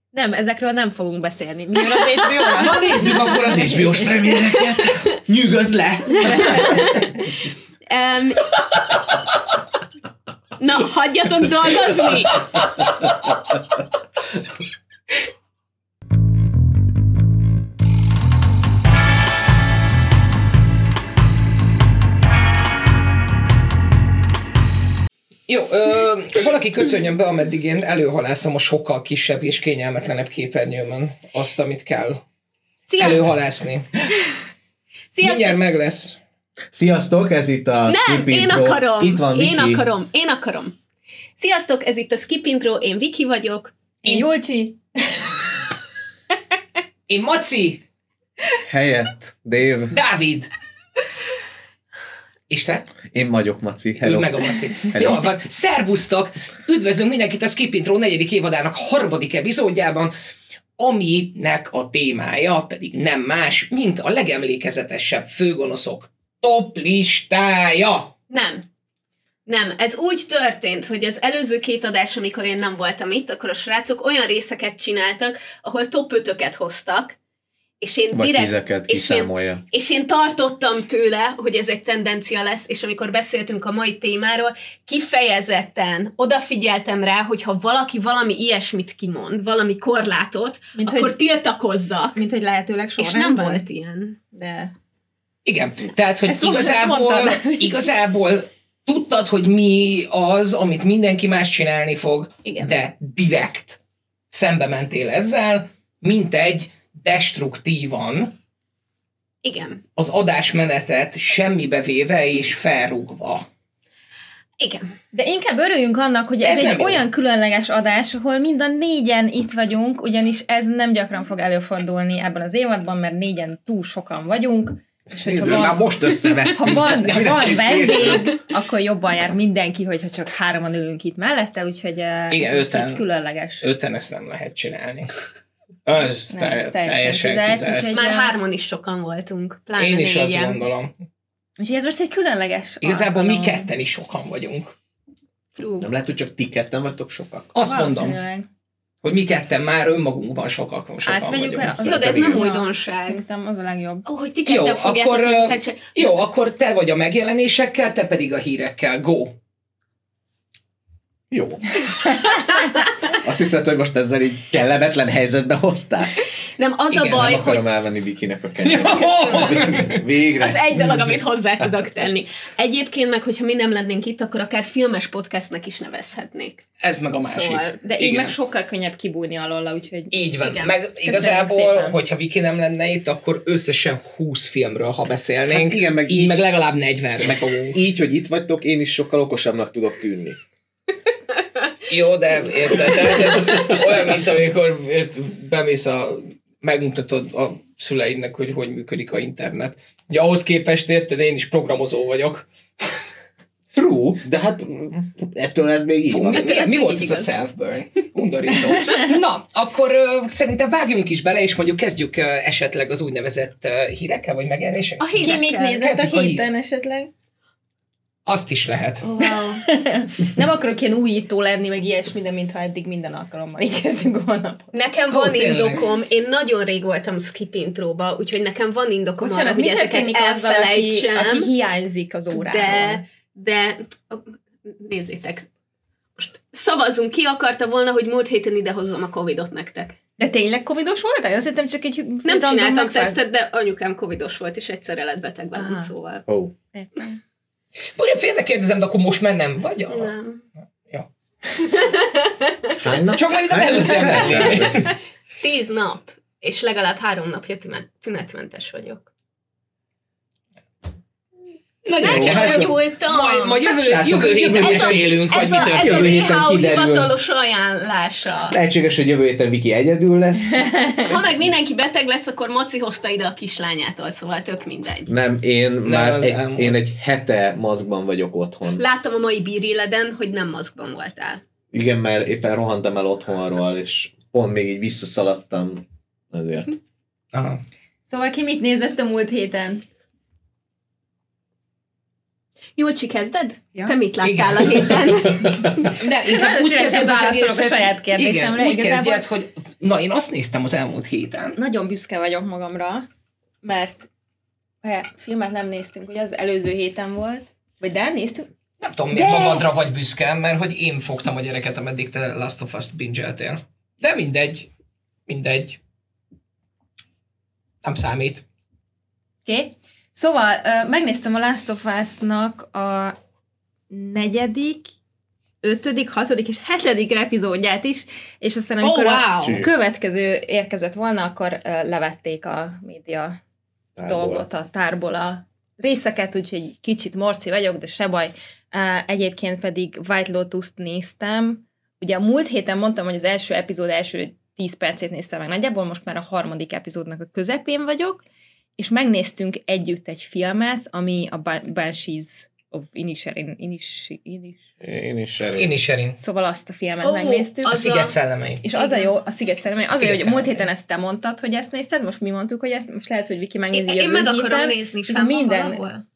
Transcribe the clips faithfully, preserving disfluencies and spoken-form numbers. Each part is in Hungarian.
Nem, ezekről nem fogunk beszélni. Mi jön az há bé ó-ra? Na nézzük akkor az há bé ó-s premiereket. Nyugodj le! Um, na, hagyjatok dolgozni! Jó, ö, valaki köszönjön be, ameddig én előhalászom a sokkal kisebb és kényelmetlenebb képernyőmön azt, amit kell Sziasztok. előhalászni. Sziasztok. Mindjárt meg lesz. Sziasztok, ez itt a Nem, Skip én Intro. akarom. Itt van Viki. Én akarom, én akarom. Sziasztok, ez itt a Skip Intro, én Viki vagyok. Én Jolcsi. Én Maci. Helyett Dave. Dávid. És te? Én vagyok Maci. Hello. Ő meg a Maci. Jó, van. Szervusztok! Üdvözlünk mindenkit a Skip Intro negyedik évadának harmadik epizódjában, aminek a témája pedig nem más, mint a legemlékezetesebb főgonoszok top listája. Nem. Nem, ez úgy történt, hogy az előző két adás, amikor én nem voltam itt, akkor a srácok olyan részeket csináltak, ahol top ötöket hoztak, és én Vagy direkt, tízeket és én, kiszámolja. és én tartottam tőle, hogy ez egy tendencia lesz, és amikor beszéltünk a mai témáról, kifejezetten odafigyeltem rá, hogyha valaki valami ilyesmit kimond, valami korlátot, mint akkor hogy, tiltakozzak. Mint hogy lehetőleg soha és nem, nem van. volt ilyen. De... Igen, tehát, hogy ezt igazából, ezt igazából tudtad, hogy mi az, amit mindenki más csinálni fog, Igen. de direkt szembe mentél ezzel, mint egy destruktívan Igen. az adásmenetet semmibe véve és felrúgva. Igen. De inkább örüljünk annak, hogy ez, Ez ez egy nem olyan jó. különleges adás, ahol mind a négyen itt vagyunk, ugyanis ez nem gyakran fog előfordulni ebben az évadban, mert négyen túl sokan vagyunk, és hogyha Nézd, már van, most összevesztünk. ha van, ha van vendég, akkor jobban jár mindenki, hogyha csak hároman ülünk itt mellette, úgyhogy eh, Igen, ez most öten- egy különleges. Öten ezt nem lehet csinálni. Ez, Nem, ez te, teljesen teljesen kizárt, kizárt. úgyhogy- Már Ja. hárman is sokan voltunk, pláne Én is azt négyen. gondolom. Úgyhogy ez most egy különleges Igazából mi alkalom. ketten is sokan vagyunk. True. Nem lehet, hogy csak ti ketten vagytok sokak. Azt mondom, Valószínűleg. hogy mi ketten már önmagunkban sokak, sokan Átvegyük vagyunk. el- Jó, de ez nem Igen. újdonság. Szerintem az a legjobb. Ó, hogy ti Jó, ketten fogjátok akkor, ezeket se... jó, akkor te vagy a megjelenésekkel, te pedig a hírekkel. Go! Jó. Azt hiszed, hogy most ezzel így kellemetlen helyzetbe hoztál? Nem, az Igen, a baj, Nem akarom hogy elvenni Vikinek a kenyeret. Végre. az egy dolog, amit hozzá tudok tenni. Egyébként meg, hogyha mi nem lennénk itt, akkor akár filmes podcastnek is nevezhetnék. Ez meg a másik. Szóval, De így Igen. meg sokkal könnyebb kibújni alóla, úgyhogy... Így van. Igen. Meg igazából, szépen. hogyha Viki nem lenne itt, akkor összesen húsz filmről, ha beszélnénk. Hát igen, meg így, így- meg legalább negyvenre fogunk. Így, hogy itt vagytok, én is sokkal okosabbnak tudok tűnni. Jó, de érted, de ez olyan, mint amikor ért, bemész a, megmutatod a szüleidnek, hogy hogy működik a internet. Ugye ahhoz képest érted, én is programozó vagyok. True, de hát ettől ez még így Fú, van. mi, Hát tényleg, ez mi még volt így ez a igaz. self-burn? Undorító. Na, akkor uh, szerintem vágjunk is bele, és mondjuk kezdjük uh, esetleg az úgynevezett uh, hírekkel, vagy megjelenések. A Ki mit hírekkel. nézett Kezdjük a a héten esetleg? Azt is lehet. Wow. Nem akarok ilyen újító lenni, meg ilyesmi, de mintha eddig minden alkalommal így kezdtünk volna. Nekem Ó, van tényleg. indokom, én nagyon rég voltam Skip Intróba, úgyhogy nekem van indokom arra, Bocsánat, hogy mi ezeket történik azzal, aki, elfelejtsem, aki hiányzik az óráról? de, de nézzétek, most szavazunk, ki akarta volna, hogy múlt héten idehozzam a Covidot nektek. De tényleg covidos voltál? Azt hittem csak egy Nem random csináltam megfáz- tesztet, de anyukám covidos volt, és egyszerre lett beteg velem, Aha. szóval. Oh. Ugye félre kérdezem, de akkor most már nem vagy? A... Nem. Ja. Hány nap? Csak majd ide belőttem lenni. Tíz nap, és legalább három napja tünet, tünetmentes vagyok. Nagyon Jó, hát- Gyógyultam! Majd, majd jövő, srácok, jövő héten jövő- mesélünk, hogy Ez mi a, ez történt. a Jövő héten vé há ó kiderül. hivatalos ajánlása. Lehetséges, hogy jövő héten Viki egyedül lesz. Ha meg mindenki beteg lesz, akkor Maci hozta ide a kislányától, szóval tök mindegy. Nem, én már az egy, elmúlt. én egy hete maszkban vagyok otthon. Láttam a mai bíréleden, hogy nem maszkban voltál. Igen, mert éppen rohantam el otthonról, és pont még így visszaszaladtam. Ezért. Aha. Szóval ki mit nézett a múlt héten? Júlcsi, kezded? Ja. Te mit láttál Igen. a héten? De inkább úgy kezdjed az válaszolok a egészet, saját kérdésemre. igen, úgy Igazából kezdjed, hogy na, én azt néztem az elmúlt héten. nagyon büszke vagyok magamra, mert he, filmet nem néztünk, ugye az előző héten volt, vagy de néztünk? Nem tudom, miért De! magadra vagy büszke, mert hogy én fogtam a gyereket, ameddig te Last of Us-t binge-eltél. De mindegy. Mindegy. Nem számít. Oké. Okay. Szóval uh, megnéztem a Last of Us-nak a negyedik, ötödik, hatodik és hetedik epizódját is, és aztán amikor Oh, a wow. következő érkezett volna, akkor uh, levették a média Tárból. dolgot a tárból a részeket, úgyhogy kicsit morci vagyok, de se baj. Uh, egyébként pedig White Lotus-t néztem. Ugye a múlt héten mondtam, hogy az első epizód első tíz percét néztem meg nagyjából, most már a harmadik epizódnak a közepén vagyok, és megnéztünk együtt egy filmet, ami a Banshees of Inisherin. Inis, Inis. Én is erről. Én is Erin. Szóval azt a filmet Ó, megnéztük. A az Sziget szellemei. És az a jó, a Sziget szellemei, az a jó, hogy Sziget múlt szellemei. héten ezt te mondtad, hogy ezt nézted, most mi mondtuk, hogy ezt, most lehet, hogy Viki megnézi Én, jövő én meg akarom héten. nézni, és fenn van minden valahol?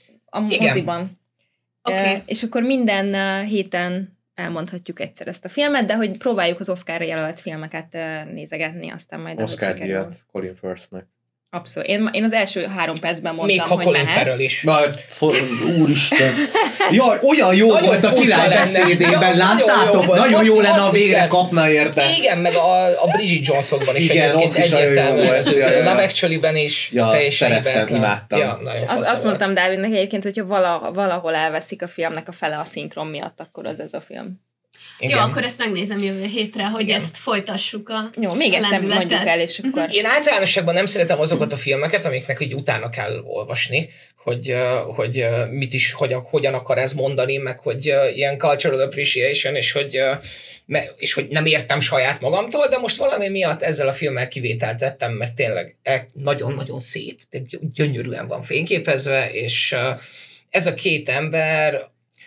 a Igen. moziban. Oké. Okay. És akkor minden uh, héten elmondhatjuk egyszer ezt a filmet, de hogy próbáljuk az Oscar jelölt filmeket uh, nézegetni, aztán majd ahogy Oscar sikerül. díjat Colin Firthnek. Abszolút. Én, én az első három percben mondtam, Még ha hogy Colin mehet. Farrell is. Na, for, úristen. Jaj, olyan jó Nagyon volt a furcsa király lenne. beszédében, Nagyon láttátok? jó volt. Nagyon Azt- jó lenne, azt a is végre lehet. kapna érte. Igen, meg a, a Bridget Jonesokban is Igen, egyébként ott is nagyon jó egyértelmű. volt. Ez Ja, ja, ja. Love Actually-ben is Ja, teljesen szerettem, hibátlan. imádtam. Ja, nagyon Az, fasz azt volt. mondtam Dávidnek egyébként, hogyha vala, valahol elveszik a filmnek a fele a szinkron miatt, akkor az ez a film. Igen. Jó, akkor ezt megnézem jövő hétre, hogy Igen. ezt folytassuk a Jó, még egyszer lendületet. mondjuk el, és akkor... Én általánosságban nem szeretem azokat a filmeket, amiknek így utána kell olvasni, hogy, uh, hogy uh, mit is, hogy, hogyan akar ez mondani, meg hogy uh, ilyen cultural appreciation, és hogy, uh, me, és hogy nem értem saját magamtól, de most valami miatt ezzel a filmmel kivételt tettem, mert tényleg e- nagyon-nagyon szép, gyönyörűen van fényképezve, és uh, ez a két ember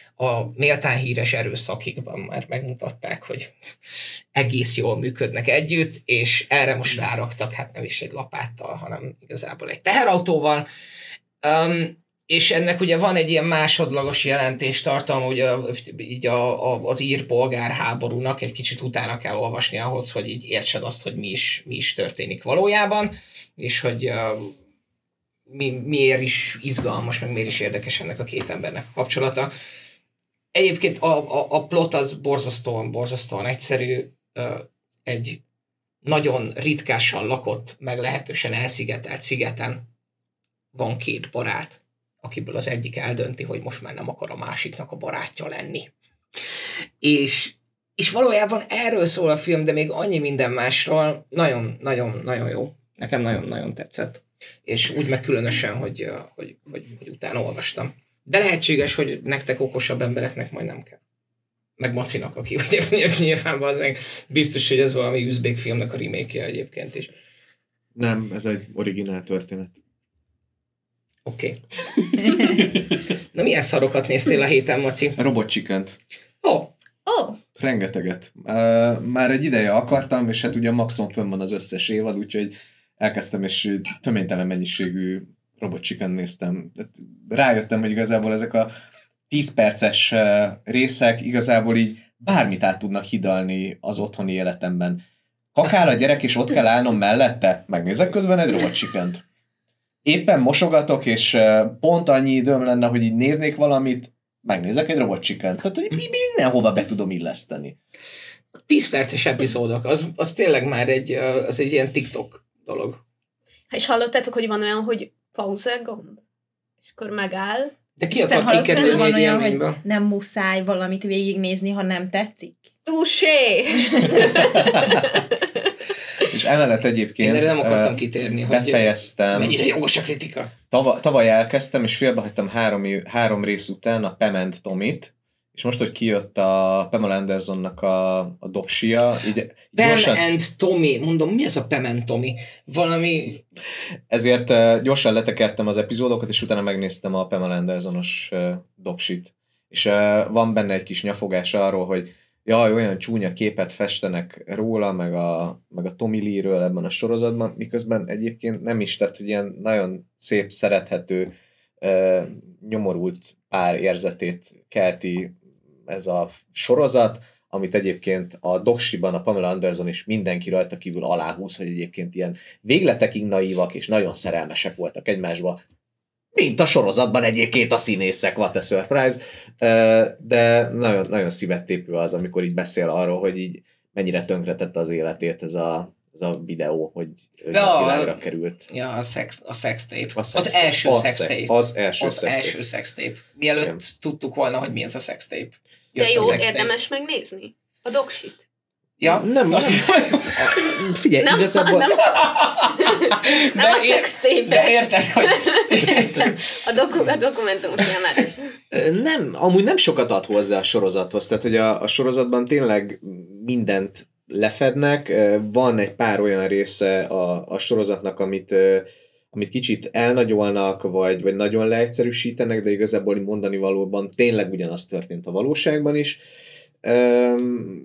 a méltán híres erőszakikban már megmutatták, hogy egész jól működnek együtt, és erre most ráraktak, hát nem is egy lapáttal, hanem igazából egy teherautóval. Um, és ennek ugye van egy ilyen másodlagos jelentéstartalma, ugye így a, a, az ír polgárháborúnak egy kicsit utána kell olvasni ahhoz, hogy így értsed azt, hogy mi is, mi is történik valójában, és hogy uh, mi, miért is izgalmas, meg miért is érdekes ennek a két embernek a kapcsolata. Egyébként a, a, a plot az borzasztóan, borzasztóan egyszerű. Egy nagyon ritkásan lakott, meglehetősen elszigetelt szigeten van két barát, akiből az egyik eldönti, hogy most már nem akar a másiknak a barátja lenni. És, és valójában erről szól a film, de még annyi minden másról. Nagyon, nagyon, nagyon jó. Nekem nagyon-nagyon tetszett. És úgy meg különösen, hogy, hogy, hogy, hogy utána olvastam. De lehetséges, hogy nektek okosabb embereknek majd nem kell. Meg Macinak, aki ugye nyilván az meg biztos, hogy ez valami üzbék filmnek a remake-je egyébként is. Nem, ez egy originál történet. Oké. Okay. Na milyen szarokat néztél a héten, Maci? A Robot Chicken-t. Ó, oh, Ó, oh, Rengeteget. Uh, már egy ideje akartam, és hát ugye a Maxon fönn van az összes évad, úgyhogy elkezdtem, és töménytelen mennyiségű Robot Chicken néztem. Rájöttem, hogy igazából ezek a tíz perces részek igazából így bármit át tudnak hidalni az otthoni életemben. Kakál a gyerek, és ott kell állnom mellette, megnézek közben egy Robot Chicken-t. Éppen mosogatok, és pont annyi időm lenne, hogy így néznék valamit, megnézek egy Robot Chicken-t. Tehát, hogy mindenhova be tudom illeszteni. tíz perces epizódok, az, az tényleg már egy, az egy ilyen TikTok dolog. és hallottátok, hogy van olyan, hogy pauze gomb? És akkor megáll. De ki És te akar hallottad, hogy kikerülni van egy olyan, hogy élményből? nem muszáj valamit végignézni, ha nem tetszik? Touché! És emellett egyébként Én erre nem akartam uh, kitérni, hogy befejeztem. mennyire jogos a kritika. Tava, tavaly elkezdtem, és félbehagytam három, év, három rész után a Pam and Tomit, és most, hogy kijött a Pamela Andersonnak a, a doksia, így Pam gyorsan, and Tommy, mondom, mi ez a Pam and Tommy? Valami... ezért uh, gyorsan letekertem az epizódokat, és utána megnéztem a Pamela Andersonos uh, doksit. És uh, van benne egy kis nyafogás arról, hogy jaj, olyan csúnya képet festenek róla, meg a, meg a Tommy Lee-ről ebben a sorozatban, miközben egyébként nem is, tehát hogy ilyen nagyon szép, szerethető ö, nyomorult pár érzetét kelti ez a sorozat, amit egyébként a doksiban a Pamela Anderson és mindenki rajta kívül aláhúz, hogy egyébként ilyen végletekig naívak és nagyon szerelmesek voltak egymásba, mint a sorozatban egyébként a színészek, what a surprise, de nagyon, nagyon szívettépő az, amikor így beszél arról, hogy így mennyire tönkretette az életét ez a, ez a videó, hogy ja, a világra került. Ja, a sex, a sex tape. A sex az első az sex tape. Az első az sex első tape. sex tape. Mielőtt Igen. tudtuk volna, hogy mi ez a sex tape. Jött de jó, sex érdemes tape. megnézni a doksit. Ja, nem, nem. Figyelj, nem, igazából... Nem, nem a sex tape. De érted, hogy... a, doku, a dokumentumfilmet. Nem, amúgy nem sokat ad hozzá a sorozathoz, tehát hogy a, a sorozatban tényleg mindent lefednek, van egy pár olyan része a, a sorozatnak, amit, amit kicsit elnagyolnak, vagy, vagy nagyon leegyszerűsítenek, de igazából mondani valóban tényleg ugyanaz történt a valóságban is. Um,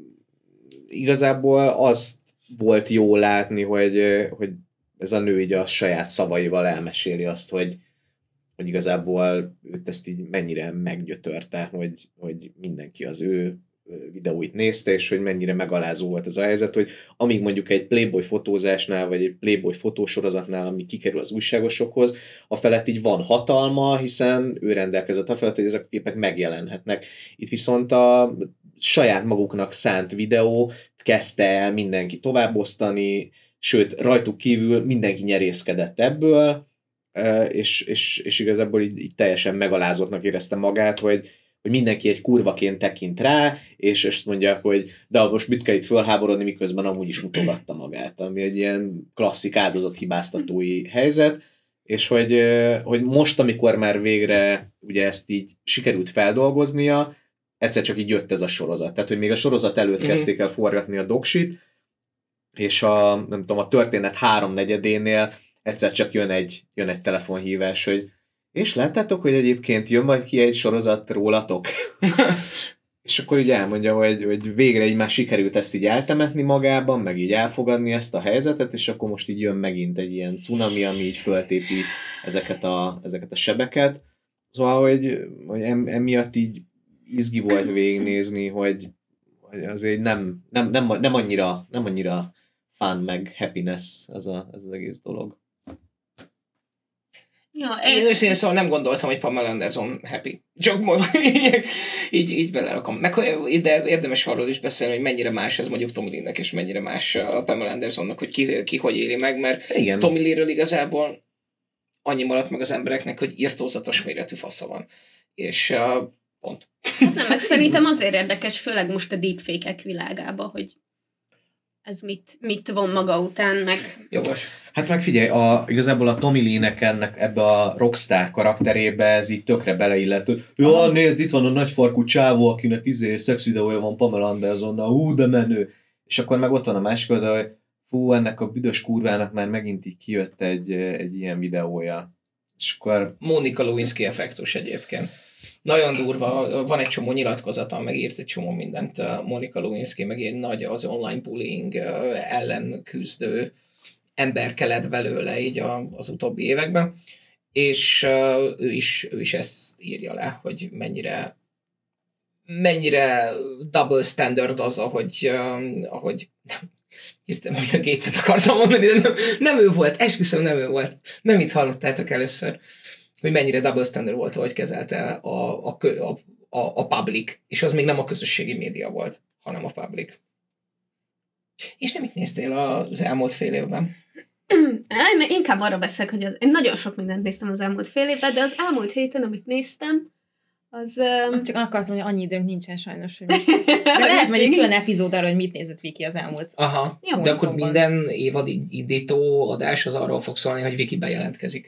igazából azt volt jó látni, hogy, hogy ez a nő így a saját szavaival elmeséli azt, hogy, hogy igazából őt ezt így mennyire meggyötörte, hogy, hogy mindenki az ő videóit nézte, és hogy mennyire megalázó volt ez a helyzet, hogy amíg mondjuk egy Playboy fotózásnál, vagy egy Playboy fotósorozatnál, ami kikerül az újságosokhoz, a felett így van hatalma, hiszen ő rendelkezett a felett, hogy ezek a képek megjelenhetnek. Itt viszont a saját maguknak szánt videó kezdte el mindenki továbbosztani, sőt, rajtuk kívül mindenki nyerészkedett ebből, és, és, és igazából így, így teljesen megalázottnak érezte magát, hogy hogy mindenki egy kurvaként tekint rá, és ezt mondják, hogy de most mit kell itt fölháborodni, miközben amúgy is mutogatta magát, ami egy ilyen klasszik áldozathibáztatói helyzet, és hogy, hogy most, amikor már végre ugye ezt így sikerült feldolgoznia, egyszer csak így jött ez a sorozat. Tehát, hogy még a sorozat előtt mm-hmm. kezdték el forgatni a doksit, és a, nem tudom, a történet háromnegyedénél egyszer csak jön egy, jön egy telefonhívás, hogy és láttátok, hogy egyébként jön majd ki egy sorozat rólatok? És akkor így elmondja, hogy, hogy végre így már sikerült ezt így eltemetni magában, meg így elfogadni ezt a helyzetet, és akkor most így jön megint egy ilyen cunami, ami így föltépi ezeket a, ezeket a sebeket. Szóval, hogy, hogy emiatt így izgi volt végignézni, hogy, hogy azért nem, nem, nem, nem, annyira, nem annyira fun meg happiness ez, a, ez az egész dolog. Ja, én őszintén szóval nem gondoltam, hogy Pamela Anderson happy. Csak mondom, így, így belerakom. Meg de érdemes arról is beszélni, hogy mennyire más ez mondjuk Tommy Lee-nek, és mennyire más a Pamela Andersonnak, hogy ki, ki hogy éli meg, mert igen. Tommy Lee-ről igazából annyi maradt meg az embereknek, hogy irtózatos méretű fasza van. És uh, pont. Nem, meg szerintem azért érdekes, főleg most a deepfake-ek világába, hogy ez mit, mit von maga után, meg... Jogos. Hát meg figyelj, a, igazából a Tommy Lee-nek ennek ebbe a rockstar karakterébe ez így tökre beleillett, hogy ja, nézd, itt van a nagyfarkú csávó, akinek izé szexvideója van Pamela Andersonnal, hú, de menő. És akkor meg ott van a másik oldal, hogy fú, ennek a büdös kurvának már megint így kijött egy, egy ilyen videója. És akkor... Monica Lewinsky effektus egyébként. Nagyon durva, van egy csomó nyilatkozata, megírt egy csomó mindent Monica Lewinsky, meg egy nagy az online bullying ellen küzdő emberke lett belőle így az utóbbi években, és ő is, ő is ezt írja le, hogy mennyire mennyire double standard az, ahogy, ahogy hirtelen mind a Gates-et akartam mondani, de nem, nem ő volt, esküszöm nem ő volt, nem itt hallottátok először, hogy mennyire double standard volt, ahogy kezelte a, a, a, a public, és az még nem a közösségi média volt, hanem a public. És nem mit néztél az elmúlt fél évben? Én inkább arra beszélek, hogy az, én nagyon sok mindent néztem az elmúlt fél évben, de az elmúlt héten, amit néztem, az... Um... Csak akartam, hogy annyi időnk nincsen sajnos, hogy most... De lehet majd egy külön epizód arra, hogy mit nézett Viki az elmúlt. Aha, jó, de akkor minden évad indító adás az arról fog szólni, hogy Viki bejelentkezik.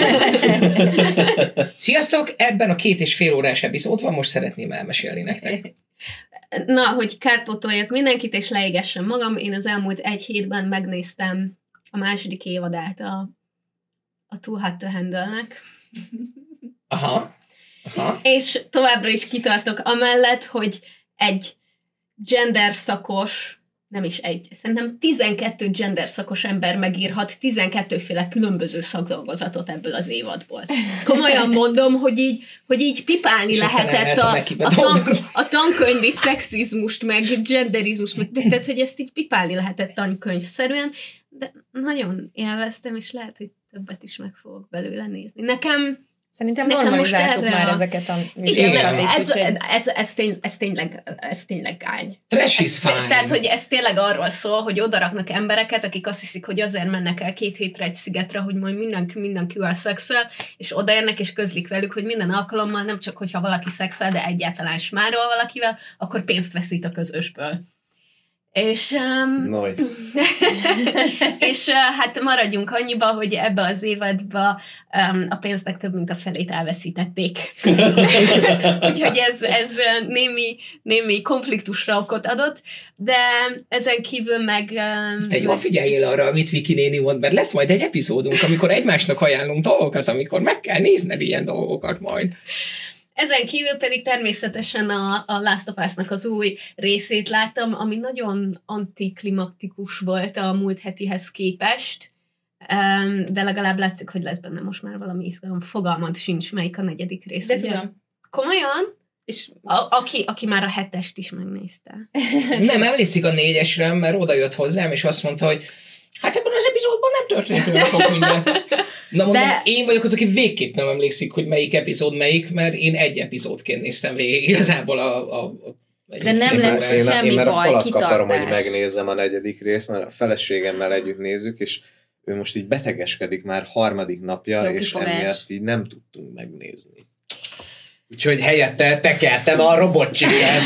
Sziasztok! Ebben a két és fél órás epizódban most szeretném elmesélni nektek. Na, hogy kárpótoljak mindenkit, és leégessem magam, én az elmúlt egy hétben megnéztem a második évadát a, a Too Hot to Handle-nek. Aha. Aha. És továbbra is kitartok amellett, hogy egy gender szakos nem is egy, szerintem tizenkét gender szakos ember megírhat tizenkettőféle különböző szakdolgozatot ebből az évadból. Komolyan mondom, hogy így, hogy így pipálni és lehetett a, a, tank, a tankönyvi szexizmust, meg genderizmust, meg, de, tehát, hogy ezt így pipálni lehetett tankönyvszerűen, de nagyon élveztem, és lehet, hogy többet is meg fogok belőle nézni. Nekem Szerintem Nekem normalizáltuk most már erre a... ezeket a Igen, műsorokat. ez, ez, ez, ez, tény, ez, tényleg, ez tényleg gány. Trash is ez, fine. Tehát, hogy ez tényleg arról szól, hogy odaraknak embereket, akik azt hiszik, hogy azért mennek el két hétre egy szigetre, hogy majd mindenki mindenkivel szexel, és odaérnek és közlik velük, hogy minden alkalommal nem csak, hogyha valaki szexel, de egyáltalán smárol valakivel, akkor pénzt veszít a közösből. És, um, nice. és uh, hát maradjunk annyiba, hogy ebbe az évadba um, a pénznek több mint a felét elveszítették. Úgyhogy ez, ez némi, némi konfliktusra okot adott, de ezen kívül meg... Um, Te jól figyeljél arra, amit Viki néni mond, mert lesz majd egy epizódunk, amikor egymásnak ajánlunk dolgokat, amikor meg kell nézned ilyen dolgokat majd. Ezen kívül pedig természetesen a, a Last of Us-nak az új részét láttam, ami nagyon antiklimaktikus volt a múlt hetihez képest, de legalább látszik, hogy lesz benne most már valami izgalom. Fogalmad sincs, melyik a negyedik rész. De ugye? tudom. Komolyan? És A, aki, aki már a hetest is megnézte. Nem emlékszik a négyesre, mert oda jött hozzám, és azt mondta, hogy hát ebben az epizódban nem történt olyan sok minden. Na mondom, de... én vagyok az, aki végképp nem emlékszik, hogy melyik epizód melyik, mert én egy epizódként néztem végig igazából a... a, a de nem lesz én, semmi én már baj, a falat kaparom, hogy kitartás. megnézzem a negyedik részt, mert a feleségemmel együtt nézzük, és ő most így betegeskedik már harmadik napja, Jó és kifogás. emiatt így nem tudtunk megnézni. Úgyhogy helyette tekertem a robotcsikát.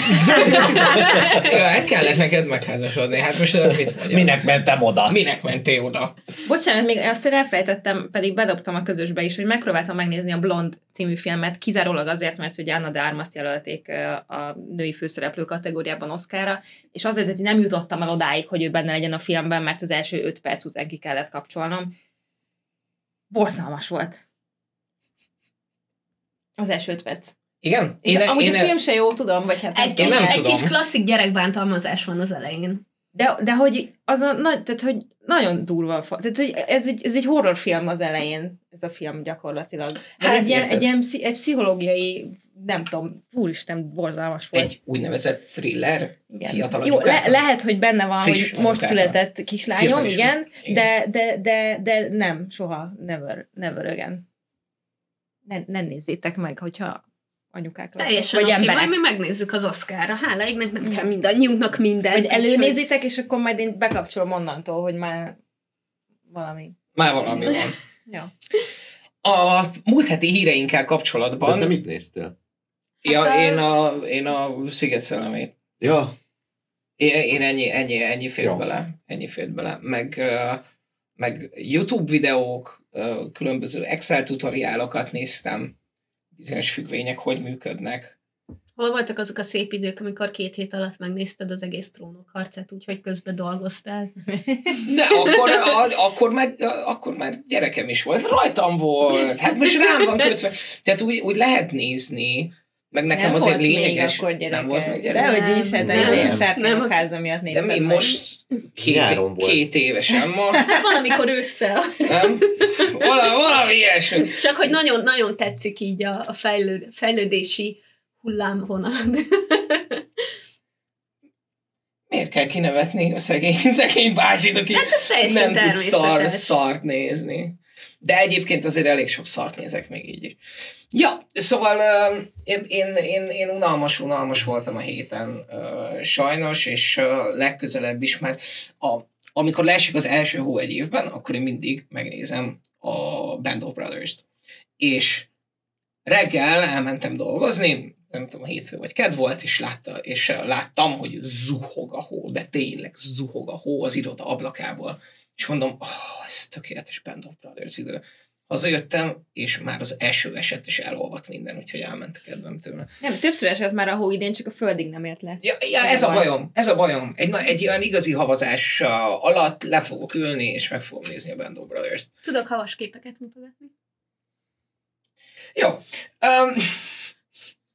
Ja, hát kellett neked megházasodni, hát most mit mondjam? Minek mentem oda? Minek mentél oda? Bocsánat, még azt elfelejtettem, pedig bedobtam a közösbe is, hogy megpróbáltam megnézni a Blond című filmet, kizárólag azért, mert ugye Anna de Armas jelölték a női főszereplő kategóriában Oscarra, és azért, hogy nem jutottam el odáig, hogy ő benne legyen a filmben, mert az első öt perc után ki kellett kapcsolnom. Borzalmas volt. Az első öt perc. Igen? Én, amúgy én a film se jó, tudom, vagy hát Egy, Én kis, nem egy tudom. kis klasszik gyerekbántalmazás van az elején. De, de hogy az a nagy, tehát hogy nagyon durva, fa- tehát hogy ez egy, ez egy horrorfilm az elején, ez a film gyakorlatilag. De Hát egy, ilyen, érted. egy ilyen pszi- egy pszichológiai, nem tudom, úristen, borzalmas volt. Egy úgynevezett thriller, Igen. fiatal Jó, anyukák. le, lehet, hogy benne van, Friss hogy most anyukákra. született kislányom, Fiatal is igen, van. Igen. de, de, de, de nem, soha, never, never again. Ne, ne nézzétek meg, hogyha anyukákra. Teljesen vagy oké, okay. emberek. Majd mi megnézzük az Oscarra. Hála égnek, nem kell mindannyiunknak mindent. Vagy úgyhogy- előnézitek, és akkor majd én bekapcsolom onnantól, hogy már valami. Már valami van. Ja. A múlt heti híreinkkel De kapcsolatban... te mit néztél? Ja, Hát a- én a, én a Sziget szellemét. Ja, Én, én ennyi, ennyi, ennyi fért Jó. bele. Ennyi fért bele. Meg, ö, meg YouTube videók, ö, különböző Excel tutoriálokat néztem. Bizonyos függvények hogy működnek. Hol voltak azok a szép idők, amikor két hét alatt megnézted az egész Trónok harcát, úgyhogy közben dolgoztál? De akkor, a, akkor, már, akkor már gyerekem is volt. Rajtam volt. Hát most rám van kötve. Tehát úgy, úgy lehet nézni, meg nekem nem azért volt lényeges. még akkor gyereke. Nem volt még De gyereke. hogy is, hát Nem, az én nem. sárkányok háza miatt De néztem mi meg. most két, Nyáron volt. két évesen ma, Hát valamikor ősszel. nem? Valami, valami ilyesmi. Csak hogy nagyon-nagyon tetszik így a, a fejlőd, fejlődési hullámvonalad. Miért kell kinevetni a szegény, szegény bácsit, aki Hát ez teljesen nem tud szar, természetes. szart nézni. De egyébként azért elég sok szart nézek még így is. Ja, szóval uh, én, én, én, én unalmas, unalmas voltam a héten uh, sajnos, és uh, legközelebb is, mert a, amikor leesik az első hó egy évben, akkor én mindig megnézem a Band of Brothers-t. És reggel elmentem dolgozni, nem tudom, a hétfő vagy kedd volt, és, látta, és láttam, hogy zuhog a hó, de tényleg zuhog a hó az iroda ablakából. És mondom, oh, ez tökéletes Band of Brothers idő. Hazajöttem, és már az eső esett, és elolvadt minden, úgyhogy elment a kedvem tőle. Nem, többször esett már a hó idén, csak a földig nem ért le. Ja, ja ez a bajom, ez a bajom. Egy, na, egy olyan igazi havazás alatt le fogok ülni, és meg fogom nézni a Band of Brothers-t. Tudok havas képeket mutogatni? Jó. Um,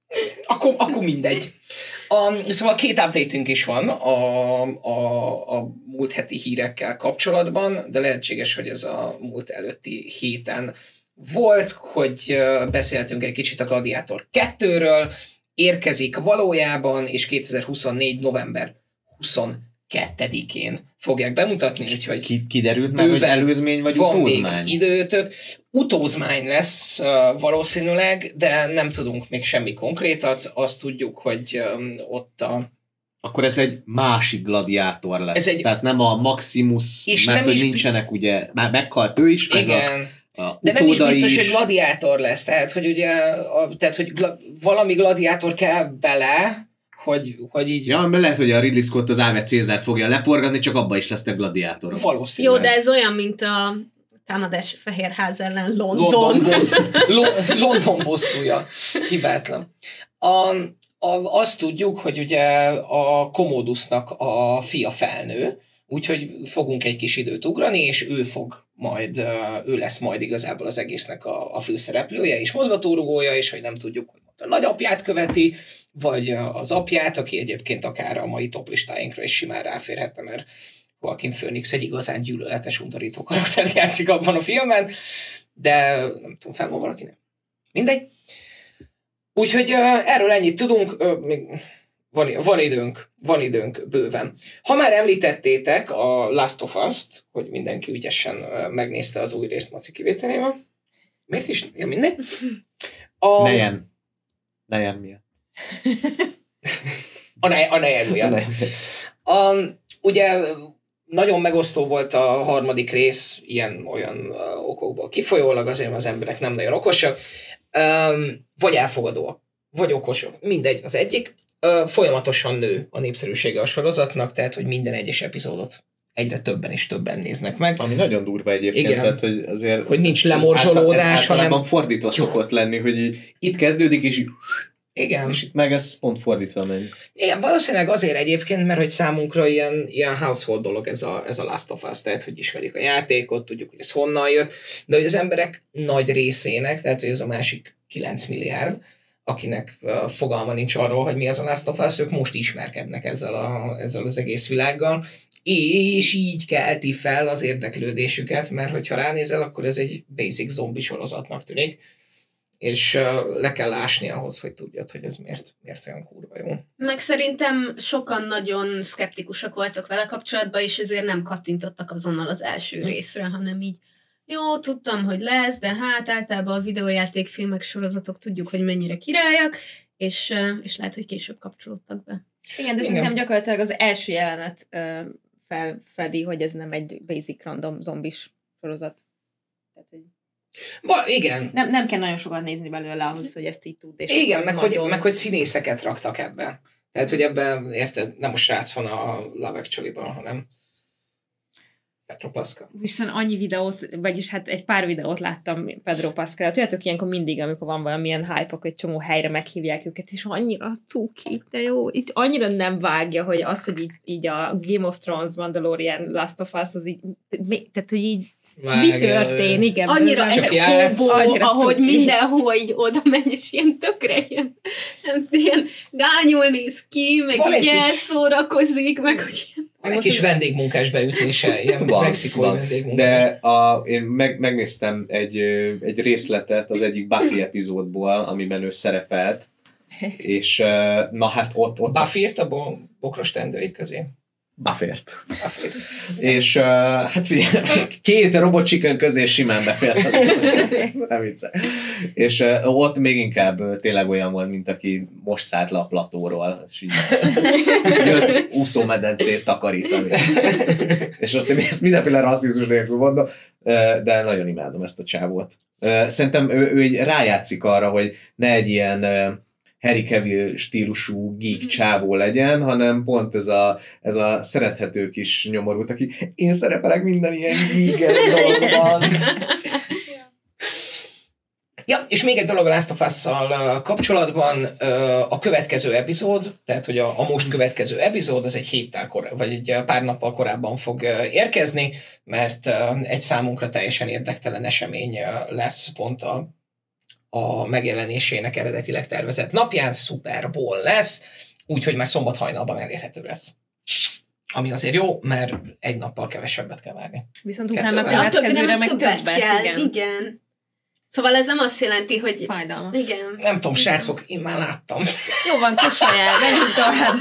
Akkor, akkor mindegy. A, szóval két update-ünk is van a, a, a múlt heti hírekkel kapcsolatban, de lehetséges, hogy ez a múlt előtti héten volt, hogy beszéltünk egy kicsit a Gladiátor kettőről, érkezik valójában, és kétezer-huszonnégy. november huszonkettedikén fogják bemutatni, úgyhogy Ki, kiderült már, hogy előzmény vagy van utózmány? még időtök. Utózmány lesz uh, valószínűleg, de nem tudunk még semmi konkrétat. Azt tudjuk, hogy um, ott a... Akkor ez egy másik gladiátor lesz. Ez egy... Tehát nem a Maximus, És mert nem hogy is... nincsenek ugye, már meghalt ő is, meg Igen. a, a De nem is biztos, is. hogy gladiátor lesz. Tehát, hogy ugye a, tehát, hogy gla, valami gladiátor kell bele, hogy, hogy így... Ja, mert lehet, hogy a Ridley Scott az Ave Cézárt fogja leforgatni, csak abban is lesznek gladiátorok. Valószínűleg. Jó, de ez olyan, mint a támadás Fehérház ellen London. London, bosszú, London bosszúja. Hibátlan. A, a, azt tudjuk, hogy ugye a Commodusnak a fia felnő, úgyhogy fogunk egy kis időt ugrani, és ő fog majd, ő lesz majd igazából az egésznek a, a főszereplője és mozgatórugója, és hogy nem tudjuk, hogy a nagyapját követi, vagy az apját, aki egyébként akár a mai toplistáinkra is simán ráférhetne, mert Joaquin Phoenix egy igazán gyűlöletes, undorító karaktert játszik abban a filmben, de nem tudom, fel van valakinek. Mindegy. Úgyhogy uh, erről ennyit tudunk, uh, még van, van időnk, van időnk bőven. Ha már említettétek a Last of Us-t, hogy mindenki ügyesen uh, megnézte az új részt Maci kivételével. Miért is? Ja, mindegy. A... Nejem. Nejem miatt. A, ne, a nejem miatt. A, ugye nagyon megosztó volt a harmadik rész, ilyen-olyan uh, okokból kifolyólag, azért az emberek nem nagyon okosak, um, vagy elfogadóak, vagy okosak, mindegy az egyik. Uh, folyamatosan nő a népszerűsége a sorozatnak, tehát, hogy minden egyes epizódot egyre többen és többen néznek meg. Ami nagyon durva egyébként, igen. Tehát, hogy azért... Hogy nincs ez, lemorzsolódás, ez általában hanem... fordítva szokott lenni, hogy így, itt kezdődik, és így... Igen. És itt meg ez pont fordítva megy. Igen, valószínűleg azért egyébként, mert hogy számunkra ilyen, ilyen household dolog ez a, ez a Last of Us, tehát hogy ismerik a játékot, tudjuk, hogy ez honnan jött, de hogy az emberek nagy részének, tehát hogy ez a másik kilenc milliárd, akinek uh, fogalma nincs arról, hogy mi az a Last of Us, ők most ismerkednek ezzel, a, ezzel az egész világgal, és így kelti fel az érdeklődésüket, mert hogyha ránézel, akkor ez egy basic zombi sorozatnak tűnik, és uh, le kell ásni ahhoz, hogy tudjad, hogy ez miért, miért olyan kurva jó. Meg szerintem sokan nagyon szkeptikusak voltak vele kapcsolatban, és ezért nem kattintottak azonnal az első részre, hanem így, jó, tudtam, hogy lesz, de hát általában a videójátékfilmek, sorozatok tudjuk, hogy mennyire királyak, és, és lehet, hogy később kapcsolódtak be. Igen, de szerintem gyakorlatilag az első jelenet uh, felfedi, hogy ez nem egy basic random zombis sorozat. Tehát, hogy Va, igen. Nem, nem kell nagyon sokat nézni belőle ahhoz, hogy ezt így tud. És igen, meg hogy, nagyon... meg hogy színészeket raktak ebbe. Tehát, hogy ebben, érted, nem a srác van a Love Actually-ban, hanem Pedro Pascal. Viszont annyi videót, vagyis hát egy pár videót láttam Pedro Pascal. Tudjátok, ilyenkor mindig, amikor van valamilyen hype, akkor egy csomó helyre meghívják őket, és annyira cuki, de jó, itt annyira nem vágja, hogy az, hogy így, így a Game of Thrones, Mandalorian, Last of Us, az így, tehát, hogy így mi történik ebben? Annyira egy hóbó, ahogy cuki. mindenhol így oda megy, és ilyen tökre ilyen, nem, ilyen gányul néz ki, meg van így kis... elszórakozik, meg hogy ilyen... Van egy kis vendégmunkás beütése, ilyen van, mexikói van. vendégmunkás. De a, én meg, megnéztem egy, egy részletet az egyik Buffy epizódból, amiben ő szerepelt, és na hát ott... ott Buffy írt a bo- bokros tendőit közé. Buffy-ért. Buffy-ért. És uh, hát figyelj, két robot chicken közé simán befért. Nem vicce. És uh, ott még inkább uh, tényleg olyan volt, mint aki most szállt le a platóról, és így jött úszómedencét takarítani. És ott én ezt mindenféle rasszizmus nélkül mondom, uh, de nagyon imádom ezt a csávót. Uh, szerintem ő, ő így rájátszik arra, hogy ne egy ilyen uh, Harry Cavill stílusú geek csávó legyen, hanem pont ez a, ez a szerethető kis nyomorult, aki én szerepelek minden ilyen geek dologban. Ja, és még egy dolog a Last of Us-szal kapcsolatban, a következő epizód, tehát hogy a, a most következő epizód, az egy héttel kor- vagy egy pár nappal korábban fog érkezni, mert egy számunkra teljesen érdektelen esemény lesz pont a a megjelenésének eredetileg tervezett napján. Super Bowl lesz, úgyhogy már szombat hajnalban elérhető lesz. Ami azért jó, mert egy nappal kevesebbet kell várni. Viszont utána a Ja, a többire következőre meg meg többet többet, kell. igen. igen. Szóval ez nem azt jelenti, hogy... Fájdalmas. Igen. Nem tudom, srácok, én már láttam. Jó van, kussoljál, menjünk tovább.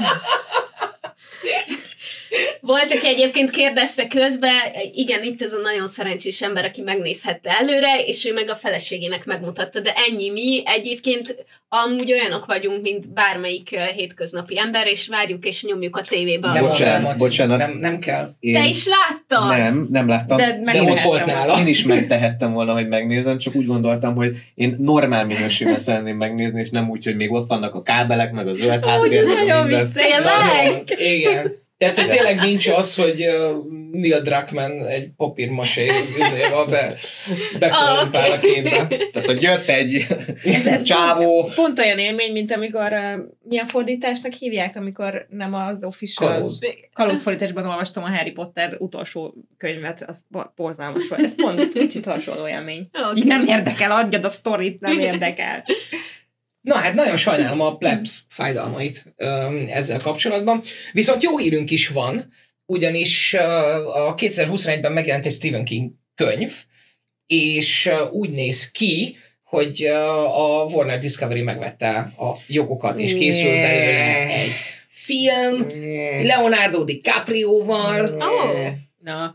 Volt, aki egyébként kérdezte közben, igen, itt ez a nagyon szerencsés ember, aki megnézhette előre, és ő meg a feleségének megmutatta, de ennyi. Mi egyébként amúgy olyanok vagyunk, mint bármelyik hétköznapi ember, és várjuk és nyomjuk a tévébe. Nem, Bocsánat, nem, bocsánat. Nem, nem kell. Én... Te is láttad? Nem, nem láttam. De, meg De ott volt nála. Én is megtehettem volna, hogy megnézem, csak úgy gondoltam, hogy én normál minőségben szeretném megnézni, és nem úgy, hogy még ott vannak a kábelek, meg a zöld háttér, meg nagyon minden. vicces. Tényleg? Igen. Tehát, hogy tényleg nincs az, hogy uh, Neil Druckmann egy papírmasé üzével be, bekorrumpál a képbe. Tehát, hogy jött egy Ez, ez csávó. pont, pont olyan élmény, mint amikor, uh, milyen fordításnak hívják, amikor nem az official... Kalóz. Kalózfordításban olvastam a Harry Potter utolsó könyvet, az borzalmas volt. Ez pont kicsit hasonló élmény. Okay. Így nem érdekel, adjad a sztorit, nem érdekel. Na hát nagyon sajnálom a plebs fájdalmait um, ezzel kapcsolatban. Viszont jó hírünk is van, ugyanis uh, a kétezer-huszonegyben megjelent egy Stephen King könyv, és uh, úgy néz ki, hogy uh, a Warner Discovery megvette a jogokat, és készül belőle egy film Leonardo DiCaprioval. Oh. Na,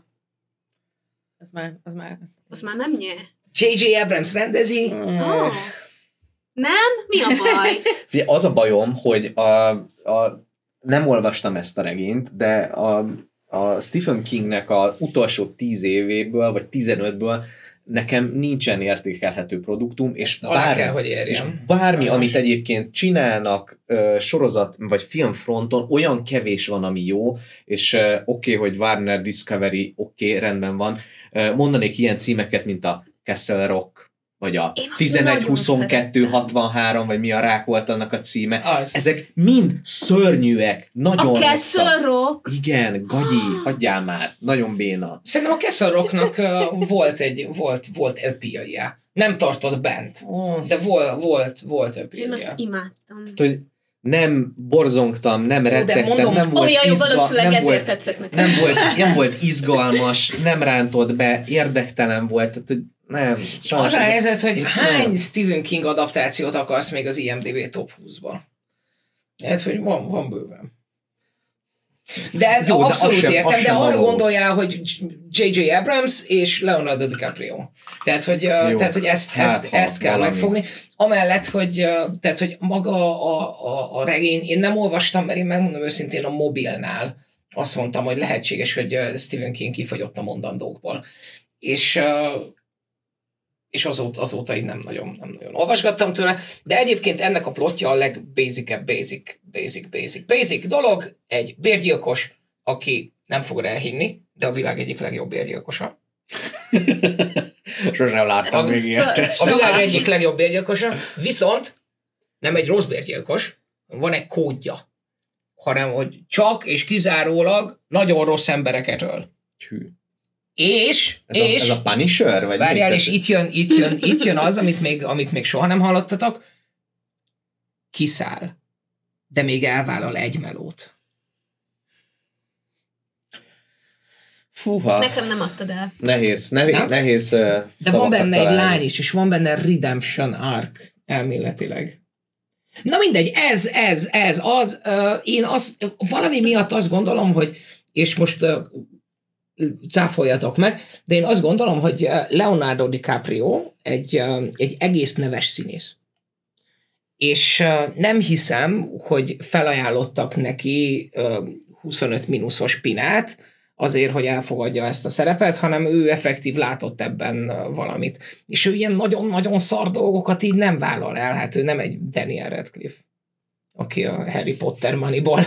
az már... Az már az... Az már nem nyer. jé jé Abrams rendezi. Oh. Nem? Mi a baj? Figyelj, az a bajom, hogy a, a, nem olvastam ezt a regényt, de a, a Stephen Kingnek az utolsó tíz évéből, vagy tizenötből nekem nincsen értékelhető produktum, és, bármi, kell, hogy és bármi, Sajnos. amit egyébként csinálnak ö, sorozat vagy filmfronton, olyan kevés van, ami jó, és oké, okay, hogy Warner Discovery, oké, okay, rendben van. Ö, mondanék ilyen címeket, mint a Castle Rock, vagy a tizenegy huszonkettő hatvanhárom, vagy mi a rák volt annak a címe. Az. Ezek mind szörnyűek, nagyon A Castle rosszak. Rock? Igen, gagyi, hagyjál már, nagyon béna. Szerintem a Castle Rocknak uh, volt egy volt, volt epíja. Nem tartott bent, de volt, volt, volt epíja. Én azt imádtam. Hogy nem borzongtam, nem de rettegtem, mondom, nem volt, Olyan jó, izga, valószínűleg nem, ezért volt, tetszett nekem. nem, volt, nem volt izgalmas, nem rántott be, érdektelen volt, tehát hogy nem. Az a helyzet, hogy nem. hány Stephen King adaptációt akarsz még az I M D B top húszba? Ez, hogy van, van bőven. De Jó, de abszolút az sem- értem, az de sem arra való. gondoljál, hogy jé jé Abrams és Leonardo DiCaprio. Tehát, hogy, uh, tehát, hogy ezt, Hát, ezt, ha ezt kell valami. megfogni. Amellett, hogy, uh, tehát, hogy maga a, a, a regény, én nem olvastam, mert én megmondom őszintén a mobilnál azt mondtam, hogy lehetséges, hogy uh, Stephen King kifogyott a mondandókból. És uh, és azóta, azóta így nem nagyon, nem nagyon olvasgattam tőle, de egyébként ennek a plotja a legbasicebb, basic, basic, basic, basic dolog, egy bérgyilkos, aki nem fog elhinni, de a világ egyik legjobb bérgyilkosa. Sosem láttam Az- még ilyet. A világ egyik legjobb bérgyilkosa, viszont nem egy rossz bérgyilkos, van egy kódja, hanem hogy csak és kizárólag nagyon rossz embereket öl. Hű. És, Ez, és a, ez a Punisher? Vagy várjál, mi? és itt jön, itt jön, itt jön az, amit még, amit még soha nem hallottatok, kiszáll, de még elvállal egy melót. Fúha. Nekem nem adtad el. Nehéz, nehéz, Nem? nehéz uh, De van benne egy lány is, és van benne redemption arc elméletileg. Na mindegy, ez, ez, ez, az, uh, én az, valami miatt azt gondolom, hogy, és most uh, cáfoljatok meg, de én azt gondolom, hogy Leonardo DiCaprio egy, uh, egy egész neves színész. És uh, nem hiszem, hogy felajánlottak neki uh, huszonöt mínuszos pinát, azért, hogy elfogadja ezt a szerepet, hanem ő effektív látott ebben valamit. És ő ilyen nagyon-nagyon szar dolgokat így nem vállal el. Hát ő nem egy Daniel Radcliffe, aki a Harry Potter Moneyból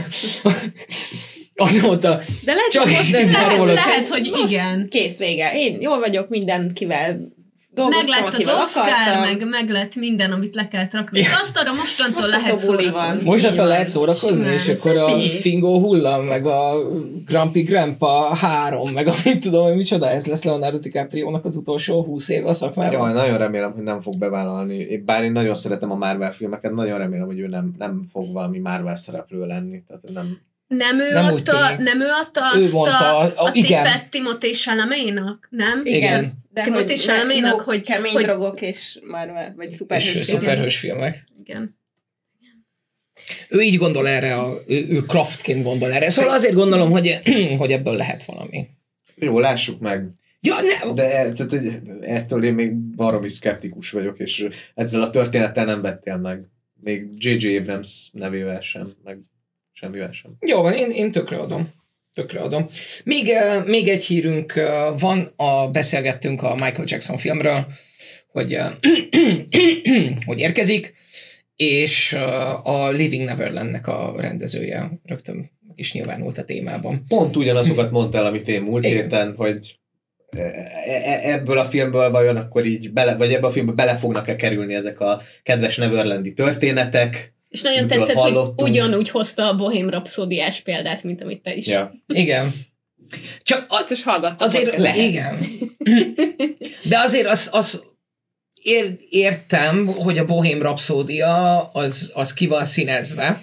azóta De lehet, csak hogy is most kizárólag. Lehet, hogy most igen. Kész vége. Én jól vagyok mindenkivel. dolgoztam, meg lett az akivel Oscar, akartam. meg, meg lett minden, amit le kellett rakni. Azt arra mostantól Mostantól lehet buli szórakozni. van. Mostantól lehet szórakozni, Nem. és akkor a Figyelj. Fingo hullám, meg a Grumpy Grandpa három, meg amit tudom, hogy micsoda, ez lesz Leonardo DiCaprio-nak az utolsó húsz év a szakmában. Jaj, nagyon remélem, hogy nem fog bevállalni. Én- Bár én nagyon szeretem a Marvel filmeket, nagyon remélem, hogy ő nem, nem fog valami Marvel szereplő lenni. Tehát nem... Nem ő, Nem úgy adta, tűnik. nem ő adta Ő azt mondta, a, a- a igen. tippet Timothée Chalamet-nak, nem? Igen. De Timothy hogy Chalamet-nak, no, hogy- kemény hogy- drogok és Marvel, vagy És szuperhős. szuperhős filmek. Igen. Ő így gondol erre, a, ő, ő Kraftként gondol erre. Szóval azért gondolom, hogy, hogy ebből lehet valami. Jó, lássuk meg. Ja, ne, De e- tehát, hogy ettől én még baromi szkeptikus vagyok, és ezzel a történettel nem vettél meg. Még J J Abrams nevével sem, meg semmivel sem. Jó van, én, én tökre adom. Tökre adom. Még, uh, még egy hírünk uh, van, a, beszélgettünk a Michael Jackson filmről, hogy, uh, hogy érkezik, és uh, a Living Neverlandnek a rendezője rögtön meg is nyilvánult a témában. Pont ugyanazokat mondtál, amit én múlt Igen. héten, hogy e- ebből a filmből vajon akkor így bele, vagy ebbe a filmbe bele fognak-e kerülni ezek a kedves Neverlandi történetek. És nagyon Amikről tetszett, hogy hallottunk. ugyanúgy hozta a Bohém Rapszódiás példát, mint amit te is. Ja. Igen. Csak Azt az, is hallgattam. azért, Lehet. igen. De azért az, az ér, értem, hogy a Bohém Rapszódia az, az ki van színezve,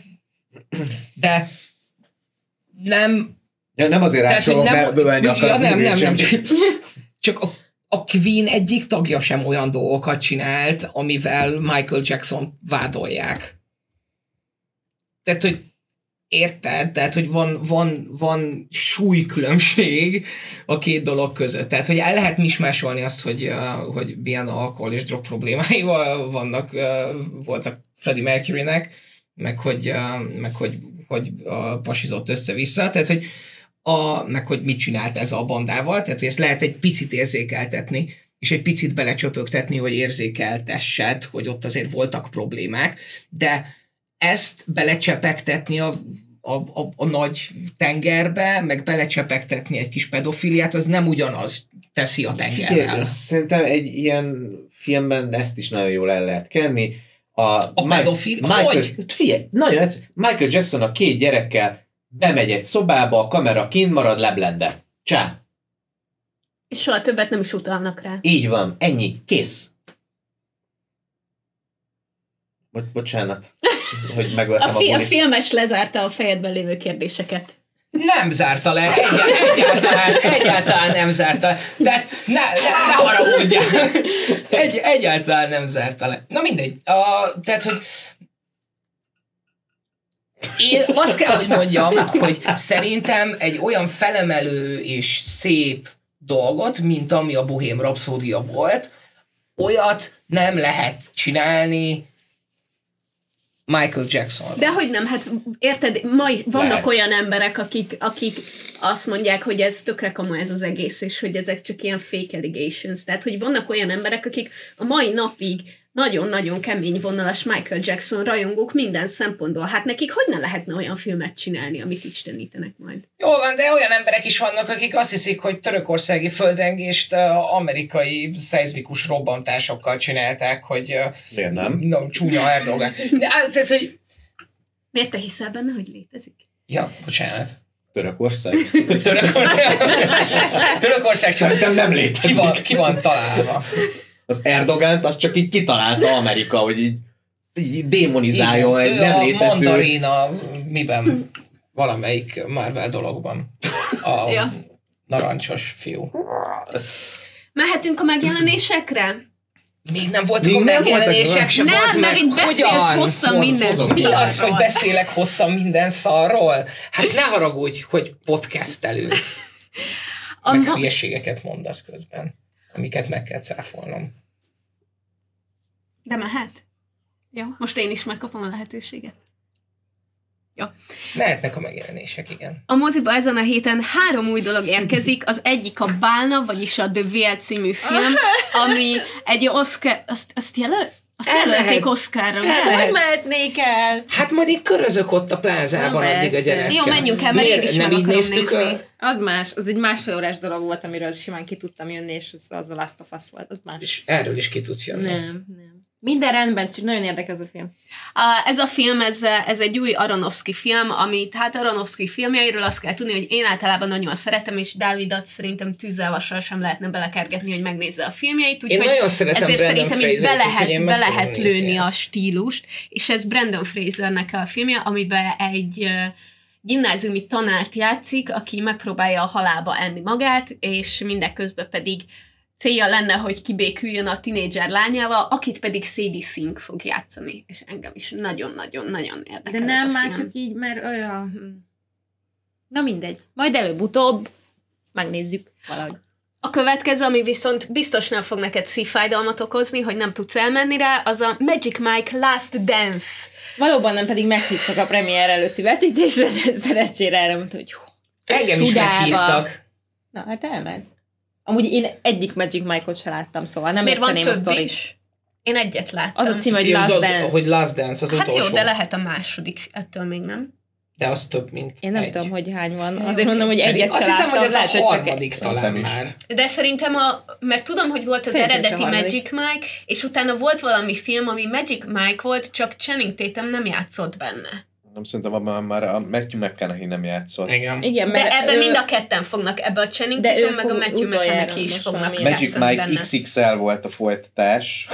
de nem Ja, nem azért Tehát, hogy rácsolom, nem, mert bővelni ja, akarom. nem, nem, nem, sem. csak a, a Queen egyik tagja sem olyan dolgokat csinált, amivel Michael Jackson vádolják. Tehát, hogy érted? Tehát, hogy van, van, van súlykülönbség a két dolog között. Tehát, hogy el lehet mismásolni azt, hogy, uh, hogy milyen alkohol és drog problémái vannak, uh, voltak Freddie Mercurynek, meg hogy, uh, meg hogy, hogy uh, pasizott össze-vissza. Tehát, hogy a, meg hogy mit csinált ez a bandával, tehát hogy ezt lehet egy picit érzékeltetni, és egy picit belecsöpögtetni, hogy érzékeltessed, hogy ott azért voltak problémák, de ezt belecsepegtetni a, a, a, a nagy tengerbe, meg belecsepegtetni egy kis pedofiliát, az nem ugyanaz teszi a tengerrel. Figyelj, szerintem egy ilyen filmben ezt is nagyon jól el lehet kenni. A, A pedofil? Michael, Hogy? Figyelj, nagyon egyszerű. Michael Jackson a két gyerekkel bemegy egy szobába, a kamera kint marad, leblende. Csá. És soha többet nem is utalnak rá. Így van. Ennyi. Kész. Bo- bocsánat, hogy A, megöltem a, fi- a bulit. filmes lezárta a fejedben lévő kérdéseket. Nem zárta le, egyáltalán, egyáltalán, egyáltalán nem zárta le. Tehát ne, ne, ne haragudjál. Egy, egyáltalán nem zárta le. Na mindegy. A, tehát, hogy én azt kell, hogy mondjam, hogy szerintem egy olyan felemelő és szép dolgot, mint ami a Bohém Rapszódia volt, olyat nem lehet csinálni Michael Jackson. De hogy nem, hát érted, mai vannak Lehet. olyan emberek, akik, akik azt mondják, hogy ez tökre komoly ez az egész, és hogy ezek csak ilyen fake allegations. Tehát, hogy vannak olyan emberek, akik a mai napig nagyon-nagyon kemény vonalas Michael Jackson rajongók minden szempontból. Hát nekik hogy ne lehetne olyan filmet csinálni, amit istenítenek majd? Jó van, de olyan emberek is vannak, akik azt hiszik, hogy törökországi földrengést uh, amerikai szeizmikus robbantásokkal csinálták, hogy uh, Miért nem? no, csúnya Erdogan. De á, tehát, hogy... Miért te hiszel benne, hogy létezik? Ja, bocsánat. Törökország? Törökország, Törökország csak Szerintem nem létezik. ki van, ki van találva. Az Erdogánt, az csak így kitalálta Amerika, hogy így, így démonizáljon egy ő nem a létező... mandarina miben? Valamelyik Marvel dologban. A Ja. narancsos fiú. Mehetünk a megjelenésekre? Még nem voltak Még a nem megjelenések voltak, sem, Nem, bazd mert meg. itt beszélsz Hogyan? hosszan Hol- minden hozom. Mi az, hogy szarról. beszélek hosszan minden szarról? Hát ne haragudj, hogy podcastelünk. A Meg ma- hülyeségeket mondasz közben, amiket meg kell cáfolnom. De mehet? Jó, most én is megkapom a lehetőséget. Jó. Mehetnek a megjelenések, igen. A moziba ezen a héten három új dolog érkezik. Az egyik a Bálna, vagyis a The Whale című film, ami egy Oscar... Azt, azt jelöl? Azt El jelölték lehet. Oscarra, El ugye? lehet. Hogy mehetnék el? Hát majd én körözök ott a plázában Na, addig a persze. gyerekkel. Jó, menjünk el, mert én Miért is nem meg így akarom néztük nézni. a... Az más, az egy másfél órás dolog volt, amiről simán ki tudtam jönni, és az, az a Last of Us volt, az más. És erről is ki tudsz jönni. Nem, nem. Minden rendben, csak nagyon érdekes ez a film. A, ez a film, ez, ez egy új Aronofsky film, amit hát Aronofsky filmjeiről azt kell tudni, hogy én általában nagyon szeretem, és Dávidot szerintem tűzzel vassal sem lehetne belekergetni, hogy megnézze a filmjeit, úgyhogy nagyon szeretem ezért Brandon szerintem így be Fraser-t, úgyhogy lehet, én be meg fogom lehet nézni lőni a ezt. stílust, és ez Brandon Frasernek a filmje, amiben egy uh, gimnáziumi tanárt játszik, aki megpróbálja a halálba enni magát, és mindeközben pedig célja lenne, hogy kibéküljön a tinédzser lányával, akit pedig Sadie Sink fog játszani. És engem is nagyon-nagyon-nagyon érdekel. De nem, ez a már film. csak így, mert olyan... Na mindegy. Majd előbb-utóbb megnézzük valahogy. A következő, ami viszont biztos nem fog neked szívfájdalmat okozni, hogy nem tudsz elmenni rá, az a Magic Mike Last Dance. Valóban nem, pedig meghívtak a premier előtti vetítésre, de szerencsére erre mondta, hogy hú, Engem is Csodába. meghívtak. Na, hát elment. Amúgy én egyik Magic Mike-ot se láttam, szóval nem Miért van érteném a több sztorit. is? Én egyet láttam. Az a cím, hogy Fiú, Last az, Dance. Hogy Last Dance, az Hát utolsó. jó, de lehet a második, ettől még nem. De az több, mint Én nem egy. tudom, hogy hány van. Jó, Azért mondom, hogy Szerint, egyet azt se hiszem, láttam. hogy ez lehet, a hogy csak harmadik egy. talán Szerintem is. már. De szerintem a, mert tudom, hogy volt az Szerintem is a eredeti harmadik. Magic Mike, és utána volt valami film, ami Magic Mike volt, csak Channing Tatum nem játszott benne. Nem szerintem abban már a Matthew McConaughey nem játszott. Igen. Igen, De mert ebben ő- mind a ketten fognak, ebbe a Channing De ő Tatum, meg a fog Matthew utoljára McConaughey is most fognak valami- Magic játszani Mike benne. iksz iksz el volt a folytatás,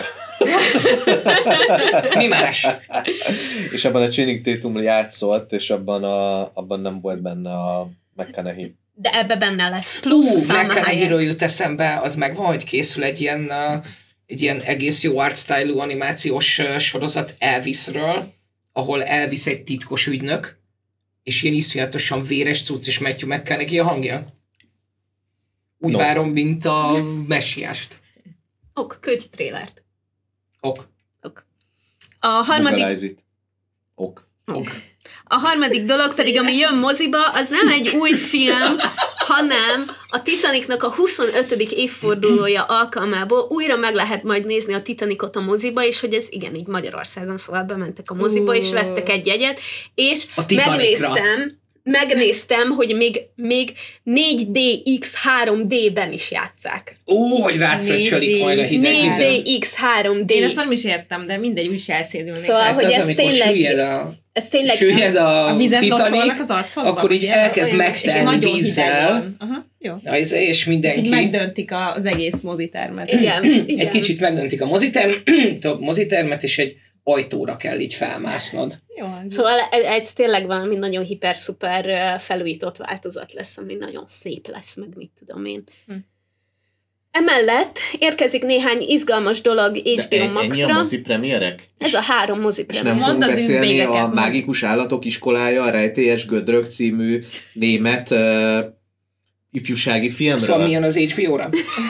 Mi más? és abban a Channing Tatum játszott, és abban, a, abban nem volt benne a McConaughey. De ebbe benne lesz. Plusz Ú, Salma Hayek. McConaughey-ről jut eszembe, az megvan, hogy készül egy ilyen, uh, egy ilyen egész jó artstyle-ú animációs uh, sorozat Elvisről, ahol Elvis egy titkos ügynök, és ilyen iszonyatosan véres cucc, és Matthew McConaughey a hangja. Úgy No. várom, mint a messiást. Ok, küldj trélert. Ok. A harmadik, Google it. Ok. Ok. a harmadik dolog pedig, ami jön moziba, az nem egy új film, hanem a Titanicnak a huszonötödik évfordulója alkalmából újra meg lehet majd nézni a Titanicot a moziba, és hogy ez igen, így Magyarországon, szóval bementek a moziba, és vesztek egy jegyet, és A Titanicra. megnéztem, megnéztem, hogy még, még négy dé iksz három dé-ben is játsszák. Ó, hogy rátfröccsölik majd a hideg négy vízön. dé iksz három dé. Én ezt nem is értem, de mindegy, úgy is elszédülnék. Szóval, Hát hogy az, ez amikor tényleg- süllyed a, Ez tényleg... süllyed a, A vizet lottolnak Titanic, az arcodba? akkor így ugye? elkezd Olyan- megtelni és nagyon hideg vízzel. van. Aha, jó. Na, és, és És így mindenki megdöntik az egész mozitermet. Igen, igen. egy kicsit megdöntik a moziterm, a mozitermet, és egy ajtóra kell így felmásznod. Jó, az- Szóval ez, ez tényleg valami nagyon hiper-szuper ö, felújított változat lesz, ami nagyon szép lesz, meg mit tudom én. Hm. Emellett érkezik néhány izgalmas dolog há bé o Max-ra. premierek? Ez a három mozi És nem premier. Mondd fogunk az beszélni üzbégeket, a mondd. Mágikus Állatok Iskolája, a Rejtélyes Gödrök című német uh, ifjúsági filmről. Szóval milyen az há bé ó-ra?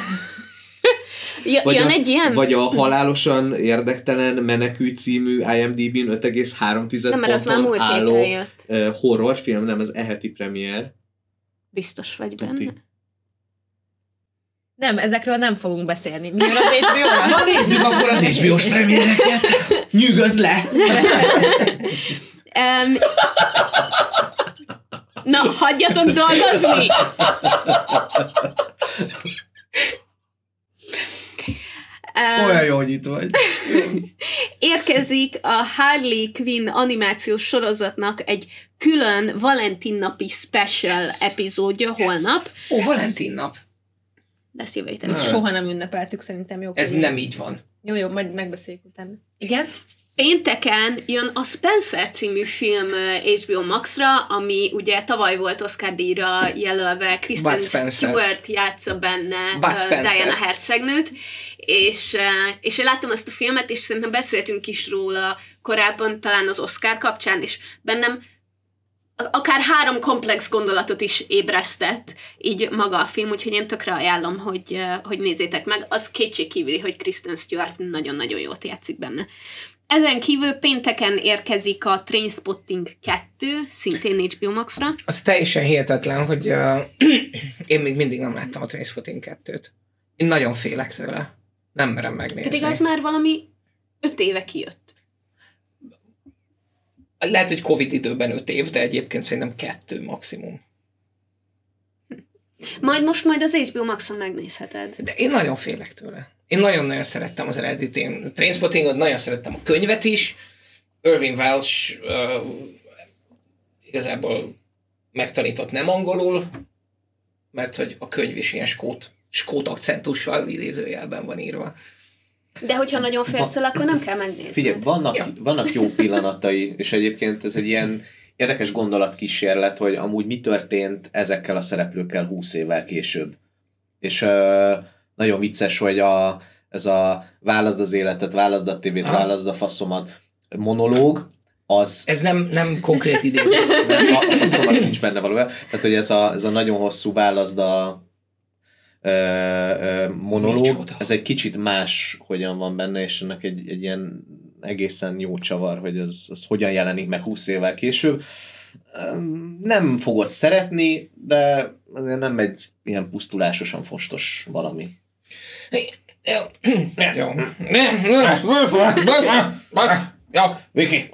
Ja, Vagy jön a, egy ilyen? vagy a Halálosan Érdektelen Menekült című I M D B-n öt egész három Nem, mert az már ponton múlt álló héten jött. uh, horrorfilm, nem, az eheti premier. Biztos vagy Tuti. benne. Nem, ezekről nem fogunk beszélni. Mi jön az há bé ó-ra? Na nézzük akkor az há bé ó-s premiereket! Nyűgözz le! Um, na, hagyjatok dolgozni! Um, jó, hogy itt vagy. érkezik a Harley Quinn animációs sorozatnak egy külön Valentin napi special Yes. epizódja holnap. Ó, Valentin nap. Lesz jövő héten. Még soha nem ünnepeltük, szerintem jó. Ez könyv. nem így van. Jó, jó, majd megbeszéljük utána. Igen? Pénteken jön a Spencer című film há bé o Max-ra, ami ugye tavaly volt Oscar-díjra jelölve, Kristen Bud Spencer. Stewart játsza benne Bud uh, Spencer. Diana hercegnőt, és, uh, és én láttam ezt a filmet, és szerintem beszéltünk is róla korábban, talán az Oscar kapcsán, és bennem akár három komplex gondolatot is ébresztett így maga a film, úgyhogy én tökre ajánlom, hogy, uh, hogy nézzétek meg. Az kétségkívüli, hogy Kristen Stewart nagyon-nagyon jót játszik benne. Ezen kívül pénteken érkezik a Trainspotting kettő, szintén há bé o Max-ra. Az teljesen hihetetlen, hogy uh, én még mindig nem láttam a Trainspotting kettőt. Én nagyon félek tőle. Nem merem megnézni. Pedig az már valami öt éve kijött. Lehet, hogy Covid időben öt év, de egyébként szerintem kettő maximum. Majd most majd az há bé o Maxon megnézheted. De én nagyon félek tőle. Én nagyon-nagyon szerettem az eredeti én Trainspottingot, nagyon szerettem a könyvet is. Irving Welsh uh, igazából megtanított nem angolul, mert hogy a könyv is ilyen skót, skót akcentussal idézőjelben van írva. De hogyha nagyon félsz el, akkor nem kell megnézni. Figyelj, vannak, ja. vannak jó pillanatai, és egyébként ez egy ilyen érdekes gondolatkísérlet, hogy amúgy mi történt ezekkel a szereplőkkel húsz évvel később. És uh, nagyon vicces, hogy a, ez a válaszd az életet, válaszd a tévét, ah. válaszd a faszomat monológ, az... Ez nem, nem konkrét idézet. Nem, a, a faszomat nincs benne valójában. Tehát, hogy ez a, ez a nagyon hosszú válaszd a ö, ö, monológ, ez egy kicsit más, hogyan van benne, és ennek egy, egy ilyen egészen jó csavar, hogy az, az hogyan jelenik meg húsz évvel később. Nem fogod szeretni, de azért nem egy ilyen pusztulásosan fostos valami. Jó. Jó. Viki,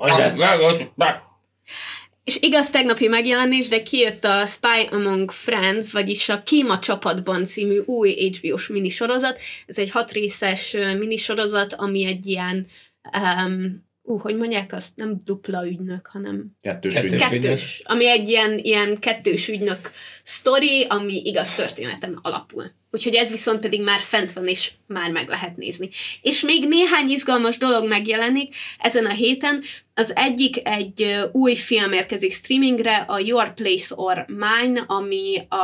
És igaz, tegnapi megjelenés, de kijött a Spy Among Friends, vagyis a Kéma csapatban című új há bé ó-s minisorozat. Ez egy hatrészes minisorozat, ami egy ilyen um, ú, hogy mondják azt, nem dupla ügynök, hanem kettős, kettős ügynök. kettős, ami egy ilyen, ilyen kettős ügynök sztori, ami igaz történeten alapul. Úgyhogy ez viszont pedig már fent van, és már meg lehet nézni. És még néhány izgalmas dolog megjelenik ezen a héten. Az egyik egy új film érkezik streamingre, a Your Place or Mine, ami a...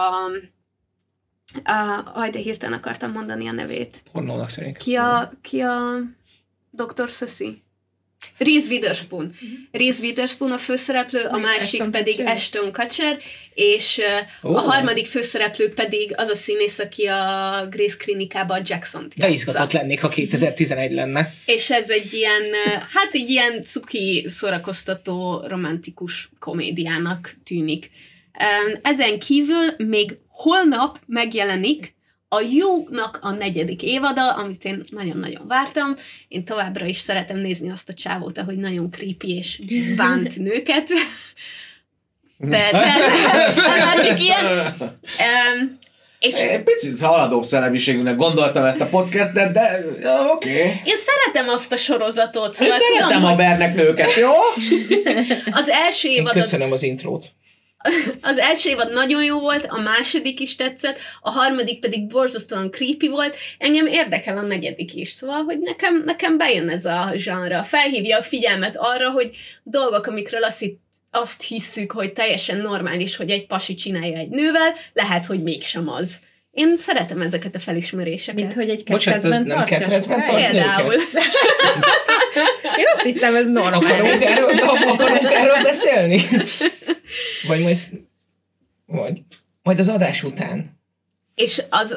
a aj, de hirtelen akartam mondani a nevét. Pornónak tűnik. Ki a... Ki a doktor Sussy? Reese Witherspoon. Uh-huh. Reese Witherspoon a főszereplő, a másik Ashton pedig Kutcher. Ashton Kutcher, és oh. a harmadik főszereplő pedig az a színész, aki a Grace Klinikában Jackson-t De izgatott lennék, ha kétezer-tizenegy lenne. És ez egy ilyen, hát egy ilyen cuki, szórakoztató, romantikus komédiának tűnik. Ezen kívül még holnap megjelenik a Jónak a negyedik évada, amit én nagyon-nagyon vártam. Én továbbra is szeretem nézni azt a csávót, ahogy nagyon creepy és bánt nőket. De, de, de csak ilyen. Um, és Egy picit haladó szellemiségűnek gondoltam ezt a podcastet, de oké. Okay. Én szeretem azt a sorozatot. Szóval én szeretem tudom, a vernek nőket, jó? Az első évad... Én köszönöm az intrót. Az első évad nagyon jó volt, a második is tetszett, a harmadik pedig borzasztóan creepy volt, engem érdekel a negyedik is, szóval, hogy nekem, nekem bejön ez a zsanra. Felhívja a figyelmet arra, hogy dolgok, amikről azt, azt hisszük, hogy teljesen normális, hogy egy pasi csinálja egy nővel, lehet, hogy mégsem az. Én szeretem ezeket a felismeréseket. Mint hogy egy ketrecben tartja. Bocsánat, ketrecben tart Például. Én azt hittem, ez normális. Akarunk erről, akarunk erről beszélni? Vagy majd, vagy majd az adás után. És az...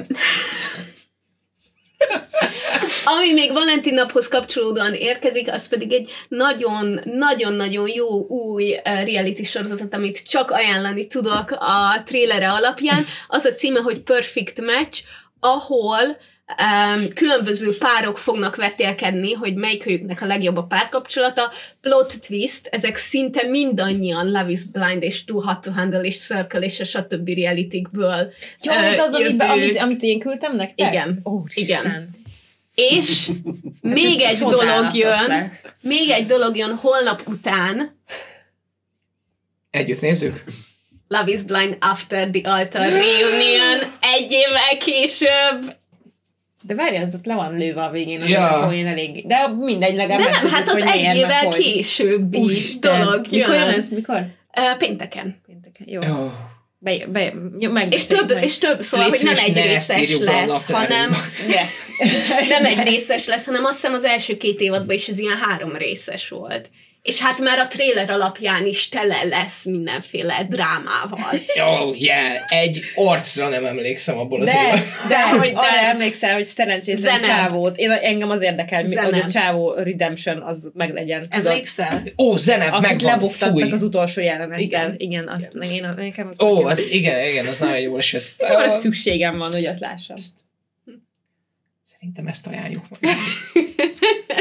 Ami még Valentin naphoz kapcsolódóan érkezik, az pedig egy nagyon-nagyon-nagyon jó új reality sorozat, amit csak ajánlani tudok a trélere alapján. Az a címe, hogy Perfect Match, ahol um, különböző párok fognak vetélkedni, hogy melyikőjüknek a legjobb a párkapcsolata. Plot twist, ezek szinte mindannyian Love is Blind és Too Hot to Handle és Circle és a stb. Realitykből Jó, ez az, amit, amit, amit én küldtem nektek? Igen. Oh, igen. És még egy dolog jön, még egy dolog jön holnap után. Együtt nézzük? Love is Blind After the Altar Reunion egy évvel később. De várj, az ott le van lőve a végén, az ja. olyan elég. De mindegy, legalább De nem, tudjuk, hát az egy évvel későbbi Úristen. dolog jön. Mikor jön ez? Mikor? Uh, pénteken. Pénteken, jó. Oh. Be, be, jó, és, több, és több, szóval, hogy nem egy részes lesz, hanem nem egy részes lesz, hanem azt hiszem az első két évadban is ez ilyen három részes volt. És hát már a trailer alapján is tele lesz mindenféle drámával. Jó, yeah. Egy arcra nem emlékszem abból az de, évben. De, de, hogy arra emlékszel, hogy szerencsétlen csávót. Én, engem az érdekel, Zeneb. Hogy a csávó redemption az meglegyen. Emlékszel? Ó, Zeneb, akit megvan. lebuktattak Fúj. Az utolsó jelenettel. Igen, igen, azt igen. Én, nekem az Ó, az, igen, igen, az nagyon jól esett. Arra uh, szükségem van, hogy azt lássam. Szerintem ezt ajánljuk meg.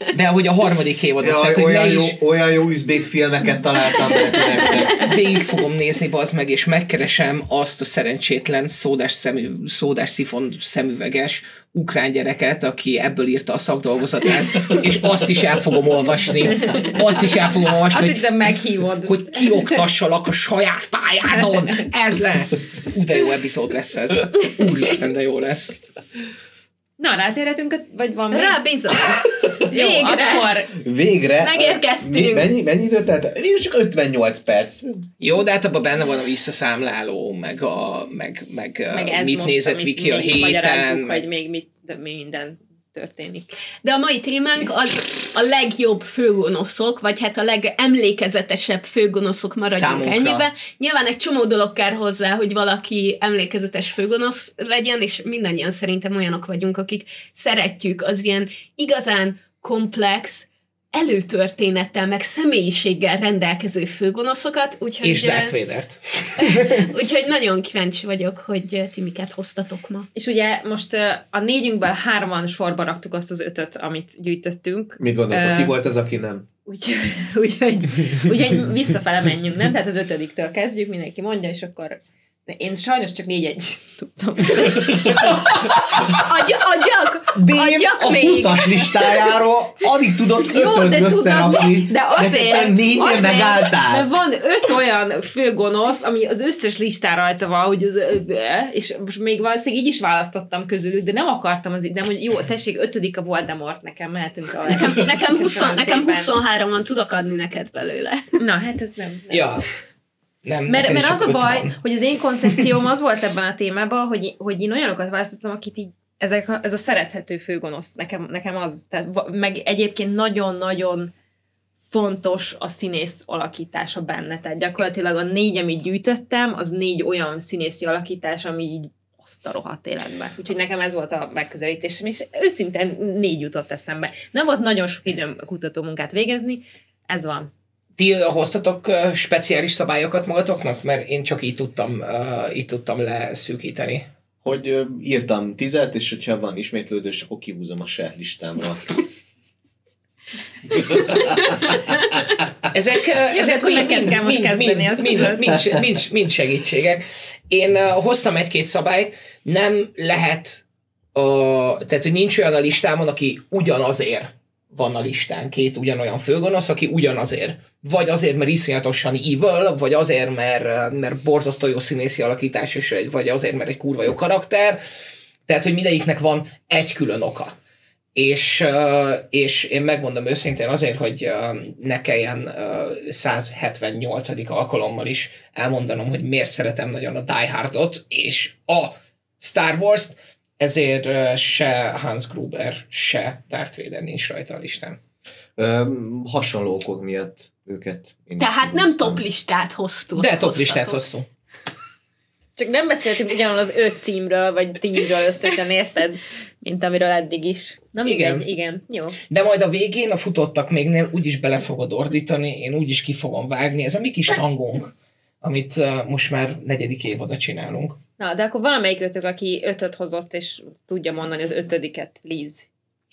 de hogy a harmadik évadot, Ja, tehát hogy olyan, ne jó, is... olyan jó üzbék filmeket találtam nektek. Végig fogom nézni, bazd meg, és megkeresem azt a szerencsétlen szódás, szemű, szódás szifon szemüveges ukrán gyereket, aki ebből írta a szakdolgozatát, és azt is el fogom olvasni. Azt is el fogom olvasni, Azt hittem meghívod. hogy kioktassalak a saját pályádon. Ez lesz. Ú, de jó epizód lesz ez. Úristen, de jó lesz. Na, rátérhetünk, vagy van még? Rá bizony. Jó, Végre. akkor Végre. Megérkeztünk. Mi, mennyi, mennyi időt telt? Végül csak ötvennyolc perc. Jó, de hát abban benne van a visszaszámláló, meg, a, meg, meg, meg meg ez mit most, nézett amit Viki a még héten. magyarázzuk, Meg... hogy még mit, de mi minden történik. De a mai témánk az a legjobb főgonoszok, vagy hát a legemlékezetesebb főgonoszok, maradjunk Számunkra. ennyibe. Nyilván egy csomó dolog kell hozzá, hogy valaki emlékezetes főgonosz legyen, és mindannyian szerintem olyanok vagyunk, akik szeretjük az ilyen igazán komplex, előtörténettel, meg személyiséggel rendelkező főgonoszokat, úgyhogy, És Darth Vadert. úgyhogy nagyon kíváncsi vagyok, hogy ti miket hoztatok ma. És ugye most uh, a négyünkből hárman sorba raktuk azt az ötöt, amit gyűjtöttünk. Mit gondoltok, Ö, ki volt az, aki nem? Úgyhogy úgy, úgy, úgy, visszafele menjünk, nem? Tehát az ötödiktől kezdjük, mindenki mondja, és akkor én sajnos csak négy-egy tudtam. Adj, adjak! Dém Adjak a még! huszas listájáról alig tudott Jó, de ötöt összerakni, tudod, de azért, te négynél azért, megálltál. mert van öt olyan főgonosz, ami az összes listán rajta van, hogy az, és most még valószínűleg így is választottam közülük, de nem akartam az, de hogy jó, tessék, ötödik a Voldemort, nekem mehetünk a... Nekem, nekem, húsz, Köszönöm nekem szépen. huszonhárom tudok adni neked belőle. Na, hát ez nem... nem. Ja. Nem, Mert, neked is mert az csak a öt baj, van. hogy az én koncepcióm az volt ebben a témában, hogy, hogy én olyanokat választottam, akit így, ezek a, ez a szerethető főgonosz, nekem, nekem az, tehát, va- meg egyébként nagyon-nagyon fontos a színész alakítása benne, tehát gyakorlatilag a négy, amit gyűjtöttem, az négy olyan színészi alakítás, ami így azt a rohadt életben. Úgyhogy nekem ez volt a megközelítésem, és őszintén négy jutott eszembe. Nem volt nagyon sok időm kutatómunkát végezni, ez van. Ti hoztatok uh, speciális szabályokat magatoknak? Mert én csak így tudtam, uh, így tudtam leszűkíteni. Hogy ö, írtam tizet, és hogyha van ismétlődés, akkor kihúzom a saját listámra. Ezek, uh, ezek akkor mind, neked mind, kell most mind, kezdeni, mind, azt mind, tudod. mind, mind, mind segítségek. Én uh, hoztam egy-két szabályt, nem lehet, uh, tehát hogy nincs olyan a listámon, aki ugyanazért van a listán, két ugyanolyan főgonosz, aki ugyanazért. Vagy azért, mert iszonyatosan evil, vagy azért, mert, mert borzasztó jó színészi alakítás, és egy, vagy azért, mert egy kurva jó karakter. Tehát, hogy mindegyiknek van egy külön oka. És, és én megmondom őszintén azért, hogy ne kelljen száz hetvennyolcadik alkalommal is elmondanom, hogy miért szeretem nagyon a Die Hardot, és a Star Wars-t, ezért se Hans Gruber, se Darth Vader nincs rajta a listán. Ö, hasonló okok miatt őket. én is Tehát nem hoztam. top listát hoztuk. De top listát hoztatok. hoztunk. Csak nem beszéltünk ugyanaz az öt címről, vagy tízről összesen, érted? Mint amiről eddig is. Na mindegy, Igen. igen. igen. Jó. De majd a végén a futottak mégnél úgyis bele fogod ordítani, én úgyis ki fogom vágni. Ez a mi kis tangónk, amit uh, most már negyedik évada csinálunk. Na, de akkor valamelyik ötök, aki ötöt hozott, és tudja mondani az ötödiket, Liz.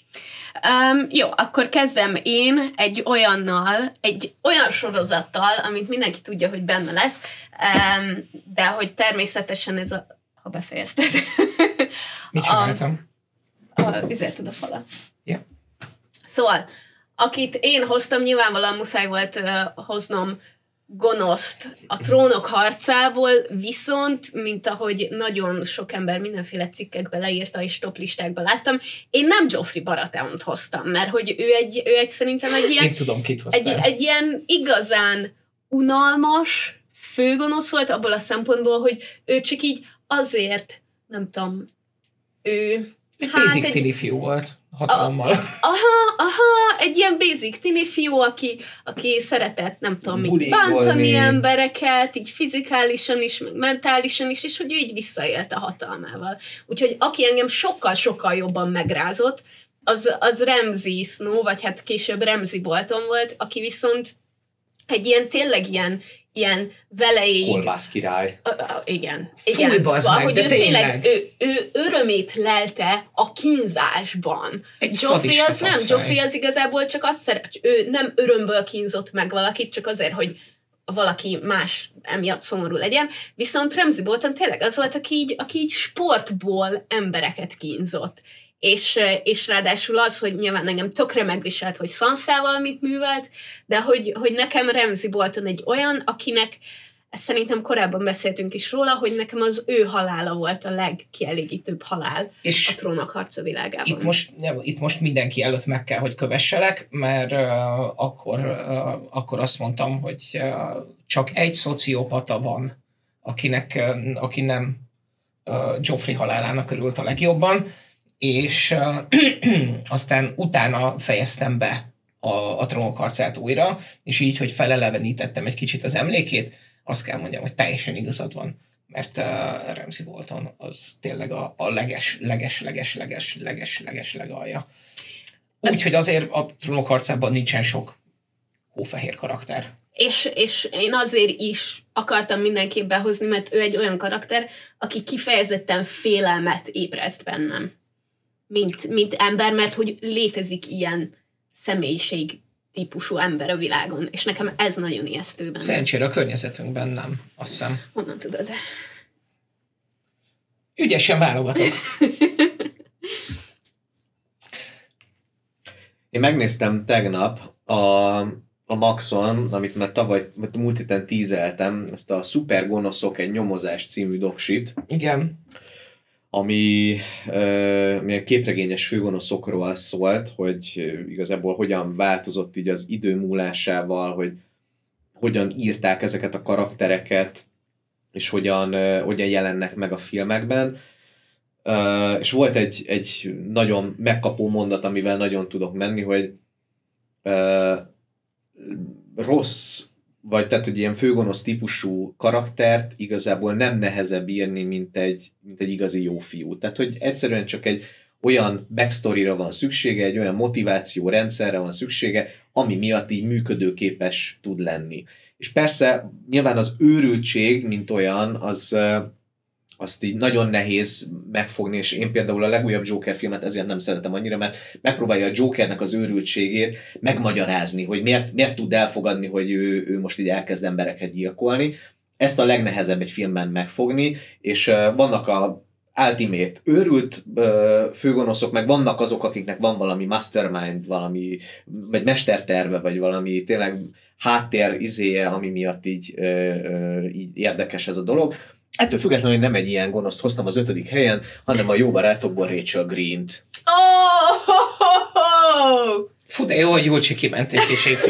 Um, jó, akkor kezdem én egy olyannal, egy olyan sorozattal, amit mindenki tudja, hogy benne lesz, um, de hogy természetesen ez a... Ha befejezted. Mit csináltam? A, a, üzelted a falat. Ja. Szóval, akit én hoztam, nyilvánvalóan muszáj volt uh, hoznom gonoszt a Trónok harcából, viszont, mint ahogy nagyon sok ember mindenféle cikkekbe leírta és toplistákba láttam, én nem Joffrey Baratheont hoztam, mert hogy ő egy, ő egy szerintem egy ilyen, Én tudom, kit egy, hoztál. egy ilyen igazán unalmas főgonosz volt abból a szempontból, hogy ő csak így azért, nem tudom, ő... Egy hát basic egy- tini fiú volt, hatalommal. Aha, aha, egy ilyen basic tini fiú, aki, aki szeretett, nem tudom, így Bullyingolni. bántani embereket, így fizikálisan is, meg mentálisan is, és hogy ő így visszaélt a hatalmával. Úgyhogy aki engem sokkal-sokkal jobban megrázott, az, az Ramsay Snow, vagy hát később Ramsay Bolton volt, aki viszont egy ilyen tényleg ilyen, ilyen veleig... Kolbász király. Uh, uh, igen. Fúj, igen. bazd Szóval, meg, hogy de ő tényleg. tényleg, ő, ő örömét lelte a kínzásban. Egy Joffrey szadista az nem, faszfej. Joffrey az igazából csak azt szeret, ő nem örömből kínzott meg valakit, csak azért, hogy valaki más emiatt szomorú legyen, viszont Ramsay Bolton tényleg az volt, aki így, aki így sportból embereket kínzott. És, és ráadásul az, hogy nyilván engem tökre megviselt, hogy Sansával mit művelt, de hogy, hogy nekem Ramsay Bolton egy olyan, akinek, ezt szerintem korábban beszéltünk is róla, hogy nekem az ő halála volt a legkielégítőbb halál És a Trónok harca világában. Itt most, itt most mindenki előtt meg kell, hogy kövesselek, mert uh, akkor, uh, akkor azt mondtam, hogy uh, csak egy szociopata van, akinek, uh, aki nem uh, Joffrey halálának örült a legjobban, és uh, aztán utána fejeztem be a, a Trónok harcát újra, és így, hogy felelevenítettem egy kicsit az emlékét, azt kell mondjam, hogy teljesen igazad van, mert uh, Ramsay Bolton az tényleg a, a leges, leges, leges, leges, leges, leges legalja. Úgyhogy azért a Trónok harcában nincsen sok hófehér karakter. És, és én azért is akartam mindenképp behozni, mert ő egy olyan karakter, aki kifejezetten félelmet ébreszt bennem. Mint, mint ember, mert hogy létezik ilyen személyiség típusú ember a világon, és nekem ez nagyon ijesztő benne. Szerencsére a környezetünkben nem, azt hiszem. Honnan tudod? Ügyesen válogatok. Én megnéztem tegnap a, a Maxon, amit már tavaly, múlt héten tízeltem, ezt a Szuper gonoszok egy nyomozás című doksit, Igen. ami uh, milyen képregényes főgonoszokról szólt, hogy uh, igazából hogyan változott így az idő múlásával, hogy hogyan írták ezeket a karaktereket, és hogyan, uh, hogyan jelennek meg a filmekben. Uh, és volt egy, egy nagyon megkapó mondat, amivel nagyon tudok menni, hogy uh, rossz, vagy tehát, hogy ilyen főgonosz típusú karaktert igazából nem nehezebb írni, mint egy, mint egy igazi jó fiú. Tehát, hogy egyszerűen csak egy olyan backstoryra van szüksége, egy olyan motiváció rendszerre van szüksége, ami miatt így működőképes tud lenni. És persze nyilván az őrültség, mint olyan, az, azt így nagyon nehéz megfogni, és én például a legújabb Joker filmet ezért nem szeretem annyira, mert megpróbálja a Jokernek az őrültségét megmagyarázni, hogy miért, miért tud elfogadni, hogy ő, ő most így elkezd embereket gyilkolni. Ezt a legnehezebb egy filmben megfogni, és uh, vannak a ultimate őrült uh, főgonoszok, meg vannak azok, akiknek van valami mastermind, valami, vagy mesterterve, vagy valami tényleg háttér izéje, ami miatt így, uh, uh, így érdekes ez a dolog. Ettől függetlenül nem egy ilyen gonoszt hoztam az ötödik helyen, hanem a jó barátokból Rachel Green-t. Oh, oh, oh, oh. Fú, de jó, hogy Julcsi kiment egy kicsit.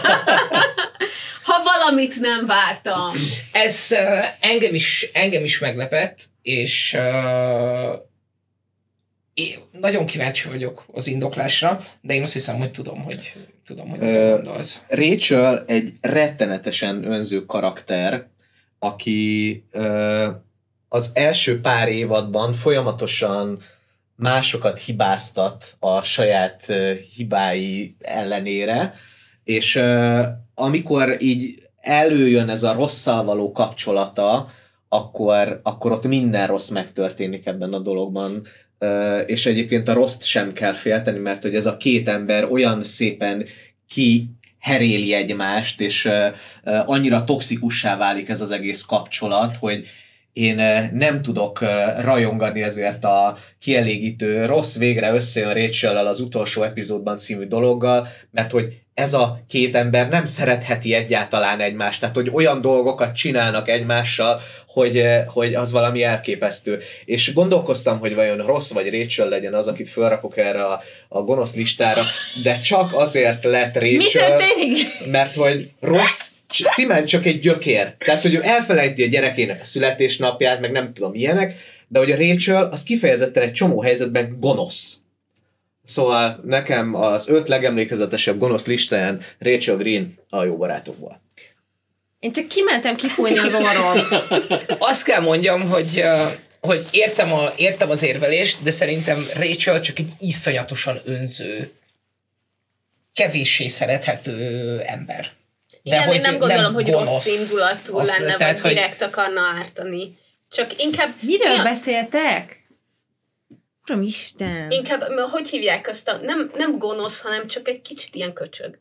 Ha valamit nem vártam. Ez uh, engem, is, engem is meglepett, és uh, én nagyon kíváncsi vagyok az indoklásra, de én azt hiszem, hogy tudom, hogy tudom, hogy uh, gondolsz. Rachel egy rettenetesen önző karakter, aki uh, az első pár évadban folyamatosan másokat hibáztat a saját uh, hibái ellenére, és uh, amikor így előjön ez a rosszal való kapcsolata, akkor, akkor ott minden rossz megtörténik ebben a dologban, uh, és egyébként a rosszt sem kell félteni, mert hogy ez a két ember olyan szépen ki heréli egymást, és uh, uh, annyira toxikussá válik ez az egész kapcsolat, hogy én uh, nem tudok uh, rajongani ezért a kielégítő rossz végre összejön Rachel-lel az utolsó epizódban című dologgal, mert hogy ez a két ember nem szeretheti egyáltalán egymást, tehát hogy olyan dolgokat csinálnak egymással, hogy, hogy az valami elképesztő. És gondolkoztam, hogy vajon Ross vagy Rachel legyen az, akit felrakok erre a, a gonosz listára, de csak azért lett Rachel, mert hogy Ross szimán csak egy gyökér. Tehát, hogy ő elfelejti a gyerekének a születésnapját, meg nem tudom ilyenek, de hogy a Rachel az kifejezetten egy csomó helyzetben gonosz. Szóval nekem az öt legemlékezetesebb gonosz listáján Rachel Green a jó barátokból. Én csak kimentem kifújni az orrom. Azt kell mondjam, hogy, hogy értem, a, értem az érvelést, de szerintem Rachel csak egy iszonyatosan önző, kevéssé szerethető ember. Igen, hogy én nem gondolom, hogy gonosz. rossz indulatú Azt- lenne, tehát, vagy hogy- direkt akarna ártani. Csak inkább... Miről mi a- beszéltek? Uram Isten! Inkább, hogy hívják azt a... Nem, nem gonosz, hanem csak egy kicsit ilyen köcsög.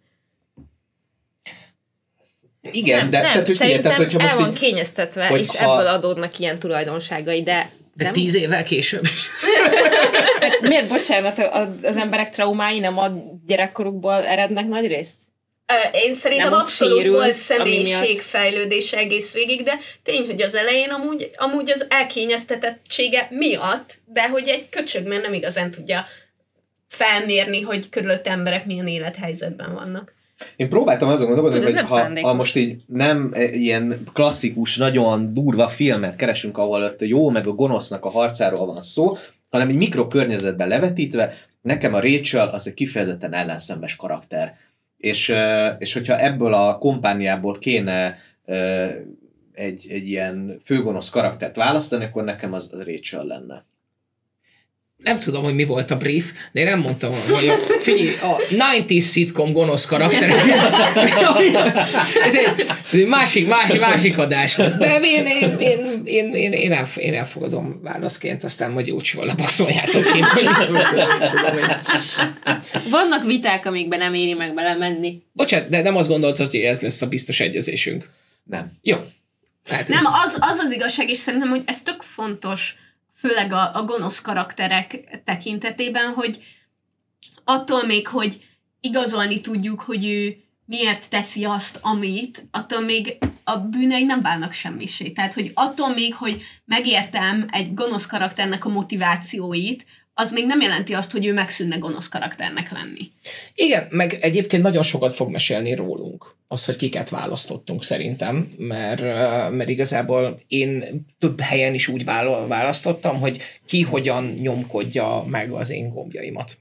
Igen, nem, de nem, tehát, hogy figyelj, szerintem tehát, hogyha el most van így, kényeztetve, hogy és ha- ebből adódnak ilyen tulajdonságai, de... De nem? tíz évvel később is. Miért, bocsánat, az emberek traumái nem a gyerekkorukból erednek nagy részt? Ö, Én szerintem Nem ott abszolút sérülsz, volt ami személyiségfejlődés egész végig, de tény, hogy az elején amúgy, amúgy az elkényeztetettsége miatt, de hogy egy köcsög, mert nem igazán tudja felmérni, hogy körülött emberek milyen élethelyzetben vannak. én próbáltam azon gondolkodni, Ez hogy nem ha, szándékos. ha most így nem e, ilyen klasszikus, nagyon durva filmet keresünk, ahol ott a jó meg a gonosznak a harcáról van szó, hanem egy mikrokörnyezetben levetítve, nekem a Rachel az egy kifejezetten ellenszembes karakter. És, e, és hogyha ebből a kompániából kéne e, egy, egy ilyen főgonosz karaktert választani, akkor nekem az, az Rachel lenne. Nem tudom, hogy mi volt a brief, de én nem mondtam, hogy a, figyelj, a kilencvenes szitcom gonosz karakterek. Ez egy, ez egy másik, másik, másik adás lesz. De én, én, én, én, én, én, elf, én elfogadom válaszként, aztán majd jócsival leboszoljátok ki, hogy nem tudom, hogy... Vannak viták, amikben nem éri meg belemenni. Bocsánat, de nem azt gondoltad, hogy ez lesz a biztos egyezésünk. Nem. Jó. Hát, Nem, az, az az igazság, és szerintem, hogy ez tök fontos, főleg a, a gonosz karakterek tekintetében, hogy attól még, hogy igazolni tudjuk, hogy ő miért teszi azt, amit, attól még a bűnei nem válnak semmisé. Tehát, hogy attól még, hogy megértem egy gonosz karakternek a motivációit, az még nem jelenti azt, hogy ő megszűnne gonosz karakternek lenni. igen, meg egyébként nagyon sokat fog mesélni rólunk. Az, hogy kiket választottunk szerintem, mert, mert igazából én több helyen is úgy választottam, hogy ki hogyan nyomkodja meg az én gombjaimat.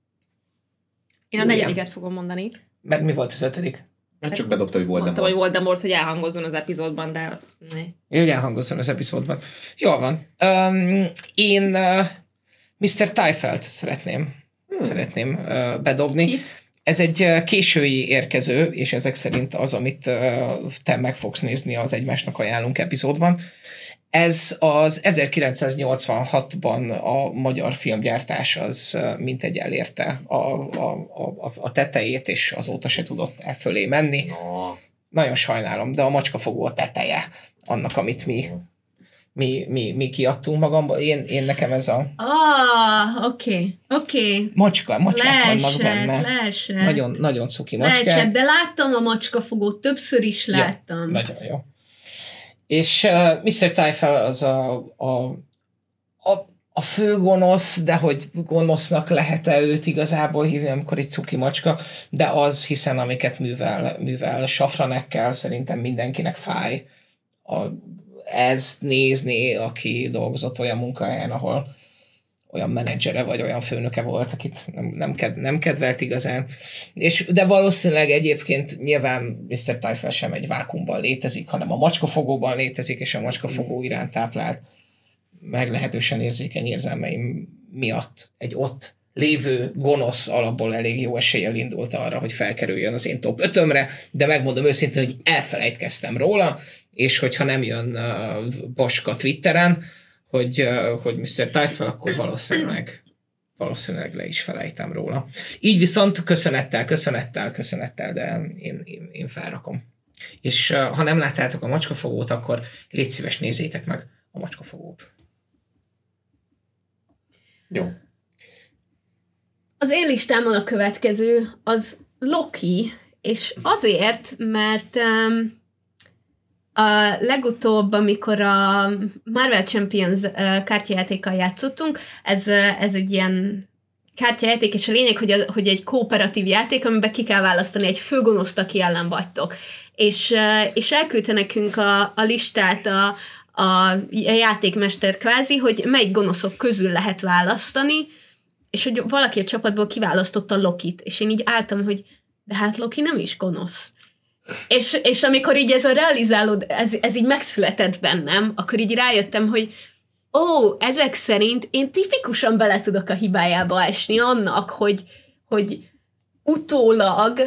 Én a negyediket fogom mondani. Mert mi volt az ötödik? Hát csak bedobta, hogy Voldemort. Mondtam, hogy Voldemort, hogy elhangozzon az epizódban, de... Ne. Hogy elhangozzon az epizódban. Jól van. Um, én uh, miszter Tyfelt szeretném, hmm. szeretném uh, bedobni. Ki? Ez egy uh, késői érkező, és ezek szerint az, amit uh, te meg fogsz nézni az Egymásnak ajánlunk epizódban. Ez az ezerkilencszáznyolcvanhatban a magyar filmgyártás az uh, mintegy elérte a, a, a, a tetejét, és azóta se tudott el fölé menni. No. Nagyon sajnálom, de a macskafogó a teteje annak, amit mi, mi, mi, mi kiadtunk magamból. Én, én nekem ez a Ah, oké, okay, oké. Okay. macska, macskák vannak Leesett, benne. leesett. Nagyon, nagyon cuki macskák. Leesett, de láttam a macskafogót, többször is láttam. Ja, nagyon jó. És uh, miszter Tyfel az a, a, a, a fő gonosz, de hogy gonosznak lehet-e őt igazából hívni, amikor egy cuki macska, de az, hiszen amiket művel, művel safranekkel, szerintem mindenkinek fáj a, ezt nézni, aki dolgozott olyan munkahelyen, ahol olyan menedzsere vagy olyan főnöke volt, akit nem, nem, ked, nem kedvelt igazán. És, de valószínűleg egyébként nyilván miszter Tyfel sem egy vákumban létezik, hanem a macskafogóban létezik, és a macskafogó iránt táplált meglehetősen érzékeny érzelmeim miatt egy ott lévő gonosz alapból elég jó eséllyel indult arra, hogy felkerüljön az én top ötömre, de megmondom őszintén, hogy elfelejtkeztem róla, és hogyha nem jön uh, Baska Twitteren, hogy, uh, hogy miszter Tyfel, akkor valószínűleg, valószínűleg le is felejtem róla. Így viszont köszönettel, köszönettel, köszönettel, de én, én, én felrakom. És uh, ha nem láttátok a macskafogót, akkor légy szíves, nézzétek meg a macskafogót. Jó. Az én listámon a következő az Loki, és azért, mert um, a legutóbb, amikor a Marvel Champions uh, kártyajátékkal játszottunk, ez, uh, ez egy ilyen kártyajáték, és a lényeg, hogy, a, hogy egy kooperatív játék, amiben ki kell választani egy főgonoszt, aki ellen vagytok. És, uh, és elküldte nekünk a, a listát a, a játékmester kvázi, hogy melyik gonoszok közül lehet választani, és hogy valaki a csapatból kiválasztotta Lokit, és én így álltam, hogy de hát Loki nem is gonosz. És, és amikor így ez a realizálód, ez, ez így megszületett bennem, akkor így rájöttem, hogy ó, ezek szerint én tipikusan bele tudok a hibájába esni annak, hogy, hogy utólag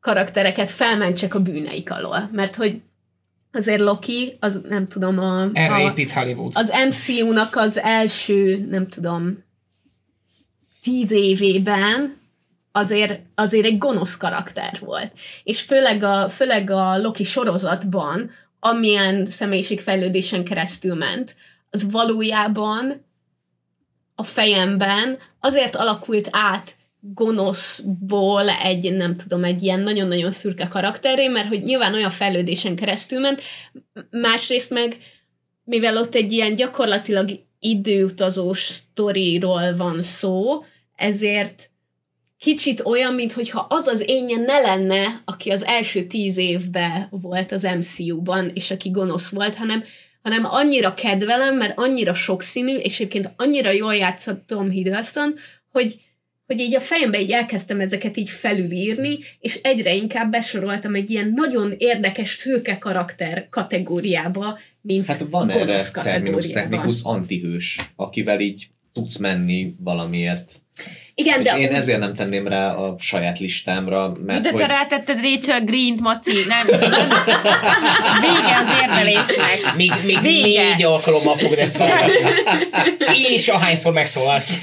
karaktereket felmentsek a bűneik alól. Mert hogy azért Loki, az nem tudom, a, Erre a, épít Hollywood. az em cé u-nak az első, nem tudom, tíz évében azért, azért egy gonosz karakter volt. És főleg a, főleg a Loki sorozatban, amilyen személyiségfejlődésen keresztül ment, az valójában a fejemben azért alakult át gonoszból egy, nem tudom, egy ilyen nagyon-nagyon szürke karakterré, mert hogy nyilván olyan fejlődésen keresztül ment, másrészt meg, mivel ott egy ilyen gyakorlatilag időutazós sztoriról van szó, ezért kicsit olyan, mintha az az énje ne lenne, aki az első tíz évben volt az em cé u-ban, és aki gonosz volt, hanem, hanem annyira kedvelem, mert annyira sokszínű, és egyébként annyira jól játszott Tom Hiddleston, hogy, hogy így a fejembe így elkezdtem ezeket így felülírni, és egyre inkább besoroltam egy ilyen nagyon érdekes szürke karakter kategóriába, mint Hát van gonosz erre kategóriába. terminus technicus antihős, akivel így tudsz menni valamiért. Igen, és de én ezért nem tenném rá a saját listámra, mert De hogy... te rátetted Rachel Green-t, Maci, nem? nem. Vége az érvelésnek. Még, még Vége. négy alkalommal fogod ezt hallgatni. És ahányszor megszólalsz.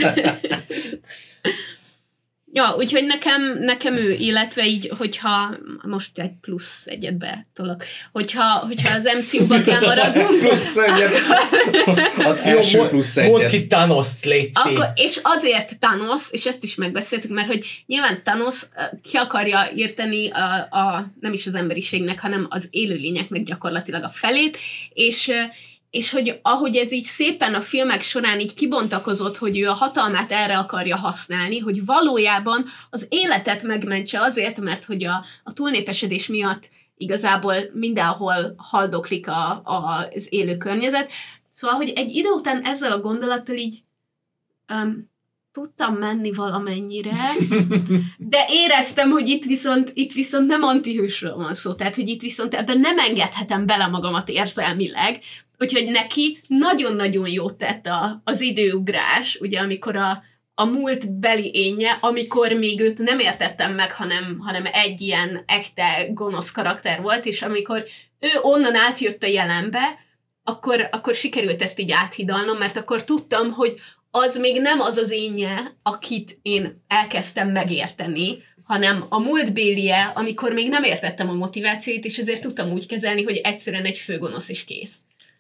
Ja, úgyhogy nekem, nekem ő, illetve így, hogyha most egy plusz egyet betolok, hogyha, hogyha az em cé u-ba kell maradnunk, plusz egyet. Az első Jó, plusz mondd egyet. ki Thanos-t, légy szíves. akkor, és azért Thanos, és ezt is megbeszéltük, mert hogy nyilván Thanos ki akarja írteni a, a, nem is az emberiségnek, hanem az élőlényeknek gyakorlatilag a felét, és és hogy ahogy ez így szépen a filmek során így kibontakozott, hogy ő a hatalmát erre akarja használni, hogy valójában az életet megmentse azért, mert hogy a, a túlnépesedés miatt igazából mindenhol haldoklik a, a, az élő környezet. Szóval, hogy egy idő után ezzel a gondolattal így um, tudtam menni valamennyire, de éreztem, hogy itt viszont, itt viszont nem antihősről van szó, tehát, hogy itt viszont ebben nem engedhetem bele magamat érzelmileg, úgyhogy neki nagyon-nagyon jót tett a, az időugrás, ugye, amikor a, a múltbeli énje, amikor még őt nem értettem meg, hanem, hanem egy ilyen echte gonosz karakter volt, és amikor ő onnan átjött a jelenbe, akkor, akkor sikerült ezt így áthidalnom, mert akkor tudtam, hogy az még nem az az énje, akit én elkezdtem megérteni, hanem a múltbélie, amikor még nem értettem a motivációit, és ezért tudtam úgy kezelni, hogy egyszerűen egy főgonosz is kész.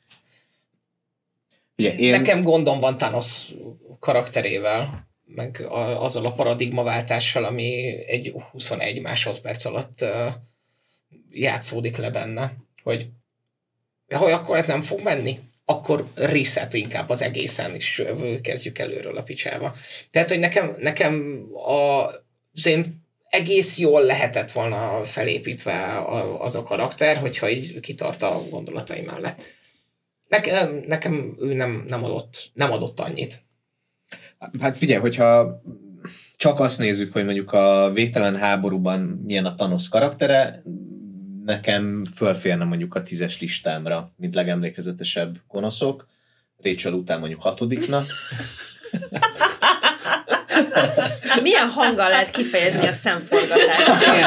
Ugye, én... Nekem gondom van Thanos karakterével, meg a, azzal a paradigmaváltással, ami egy huszonegy másodperc alatt uh, játszódik le benne, hogy ha akkor ez nem fog menni, akkor reset inkább az egészen, és kezdjük előről a picsába. Tehát, hogy nekem, nekem a, az én egész jól lehetett volna felépítve az a karakter, hogyha így kitart a gondolatai mellett. Nekem, nekem ő nem, nem, adott, nem adott annyit. Hát figyelj, hogyha csak azt nézzük, hogy mondjuk a Végtelen háborúban milyen a Thanos karaktere, nekem fölférne mondjuk a tízes listámra, mint legemlékezetesebb gonoszok, Rachel után mondjuk hatodiknak. Milyen hanggal lehet kifejezni a szemforgatást?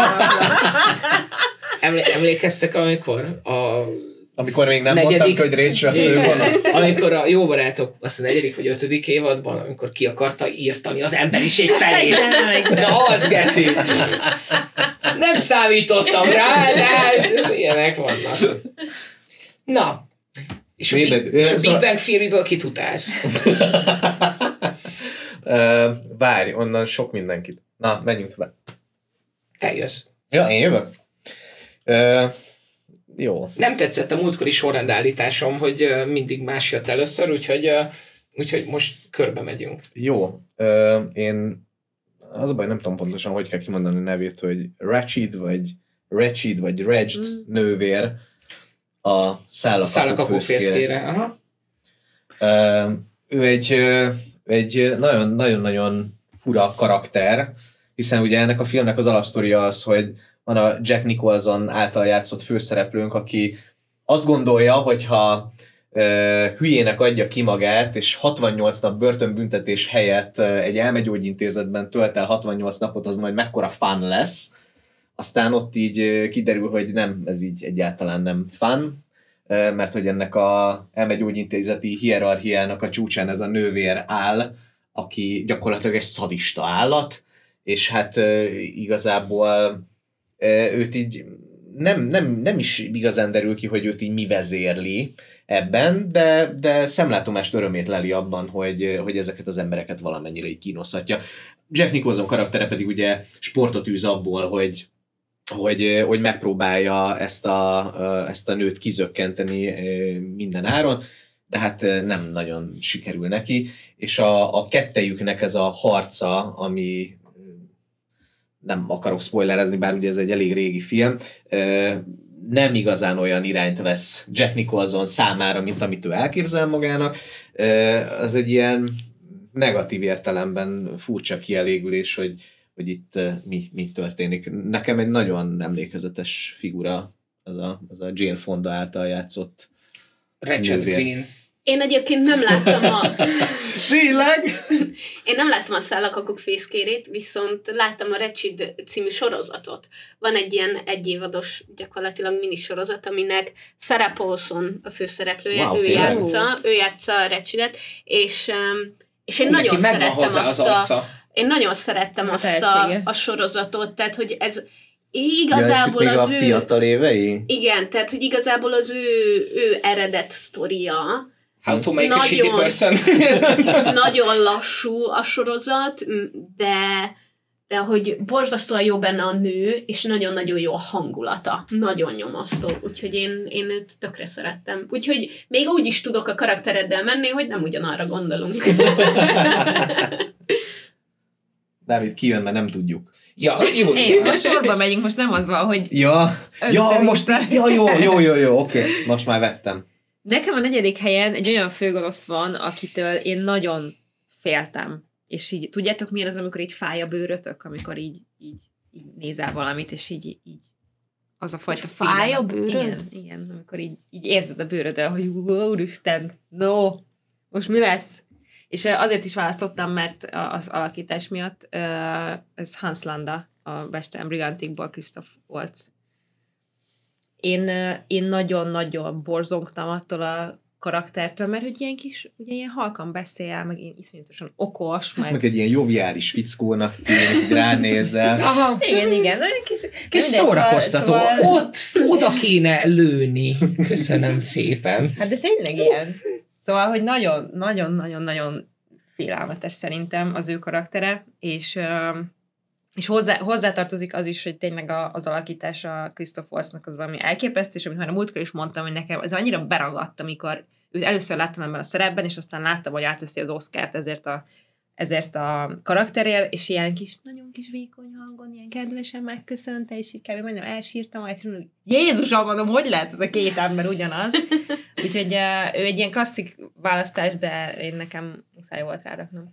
Emlé- emlékeztek, amikor a Amikor még nem negyedik, mondtam, hogy Rachel fő gonosz. amikor a Jó Barátok, azt a negyedik vagy ötödik évadban, amikor ki akarta írtani az emberiség felé. Na, az geci. Nem számítottam rá, de hát ilyenek vannak. Na, és a, Mindegy. Big, és a Szóval- Big Bang Theory-ből kit utálsz? Uh, várj, onnan sok mindenkit. Na, menjünk tovább. Te jössz. Ja, én jövök? Uh, jó. Nem tetszett a múltkori sorrendállításom, hogy uh, mindig más jött először, úgyhogy, uh, úgyhogy most körbe megyünk. Jó. Uh, én az a baj, nem tudom pontosan, hogy kell kimondani a nevét, hogy Ratched, vagy Ratched, vagy Reged mm. nővér a Szállakapó főszkére. Aha. Uh, ő egy, uh, egy nagyon, nagyon-nagyon fura karakter, hiszen ugye ennek a filmnek az alapsztoria az, hogy van a Jack Nicholson által játszott főszereplőnk, aki azt gondolja, hogyha uh, hülyének adja ki magát, és hatvannyolc nap börtönbüntetés helyett uh, egy elmegyógyintézetben tölt el hatvannyolc napot, az majd mekkora fun lesz, aztán ott így kiderül, hogy nem, ez így egyáltalán nem fun, mert hogy ennek a elmegyógyintézeti hierarchiának a csúcsán ez a nővér áll, aki gyakorlatilag egy szadista állat, és hát igazából őt így nem, nem, nem is igazán derül ki, hogy őt így mi vezérli ebben, de, de szemlátomást örömét leli abban, hogy, hogy ezeket az embereket valamennyire így kínoszhatja. Jack Nicholson karaktere pedig ugye sportot űz abból, hogy Hogy, hogy megpróbálja ezt a, ezt a nőt kizökkenteni minden áron, de hát nem nagyon sikerül neki, és a, a kettejüknek ez a harca, ami nem akarok spoilerezni, bár ugye ez egy elég régi film, nem igazán olyan irányt vesz Jack Nicholson számára, mint amit ő elképzel magának. Az egy ilyen negatív értelemben furcsa kielégülés, hogy hogy itt uh, mi, mi történik. Nekem egy nagyon emlékezetes figura az a, az a Jane Fonda által játszott Richard Green. Én egyébként nem láttam a... Tényleg? Én nem láttam a Szállakakuk fészkérét, viszont láttam a Recsid című sorozatot. Van egy ilyen egyévados, gyakorlatilag minisorozat, aminek Sarah Paulson a főszereplője, Wow, ő tényleg? játsza, ő játsza a Rechidet, és, és én Neki nagyon megvan szerettem hozzá azt az a... arca. Én nagyon szerettem A azt a, tehetsége. a sorozatot, tehát, hogy ez Ja, és itt igazából még az a ő... fiatal évei? Igen, tehát, hogy igazából az ő, ő eredet sztoria. How to make Nagyon- a shitty person. Nagyon lassú a sorozat, de, de hogy borzasztóan jó benne a nő, és nagyon-nagyon jó a hangulata. Nagyon nyomasztó, úgyhogy én, én őt tökre szerettem. Úgyhogy még úgy is tudok a karaktereddel menni, hogy nem ugyanarra gondolunk. Dávid, kijön, mert nem tudjuk. Ja, jó. Én, most sorba megyünk, most nem az van, hogy Ja, ja most ja, jó, jó, jó, jó, oké, okay. Most már vettem. nekem a negyedik helyen egy olyan főgonosz van, akitől én nagyon féltem. És így, tudjátok milyen az, amikor így fáj a bőrötök, amikor így, így, így nézel valamit, és így, így az a fajta Fáj félelem. a bőröd? Igen, igen, amikor így, így érzed a bőröddel, hogy úristen, no, most mi lesz? És azért is választottam, mert az alakítás miatt ez Hans Landa, a Western Brigantikból Christoph Waltz. Én, én nagyon-nagyon borzongtam attól a karaktertől, mert hogy ilyen kis, ugye ilyen halkan beszél, meg ilyen iszonyatosan okos, meg... Meg egy ilyen joviális fickónak tűnik, hogy ránézel. Aha, Igen, igen, nagyon kis... kis mindegy, szórakoztató. Szóval, szóval... Ott oda kéne lőni. Köszönöm szépen. Hát de tényleg ilyen. Szóval, hogy nagyon, nagyon, nagyon, nagyon félelmetes szerintem az ő karaktere, és, és hozzá, hozzátartozik az is, hogy tényleg a, az alakítása Christoph Waltznak az valami elképesztő, és amit már a múltkor is mondtam, hogy nekem ez annyira beragadt, amikor őt először láttam ebben a szerepben, és aztán láttam, hogy átveszi az Oscart ezért a, ezért a karakterért, és ilyen kis, nagyon kis vékony hangon, ilyen kedvesen megköszönte, és így kb. Majdnem elsírtam, majd hogy Jézusom, mondom, hogy lehet ez a két ember ugyanaz? Úgyhogy uh, ő egy ilyen klasszik választás, de én nekem muszáj volt ráraknom.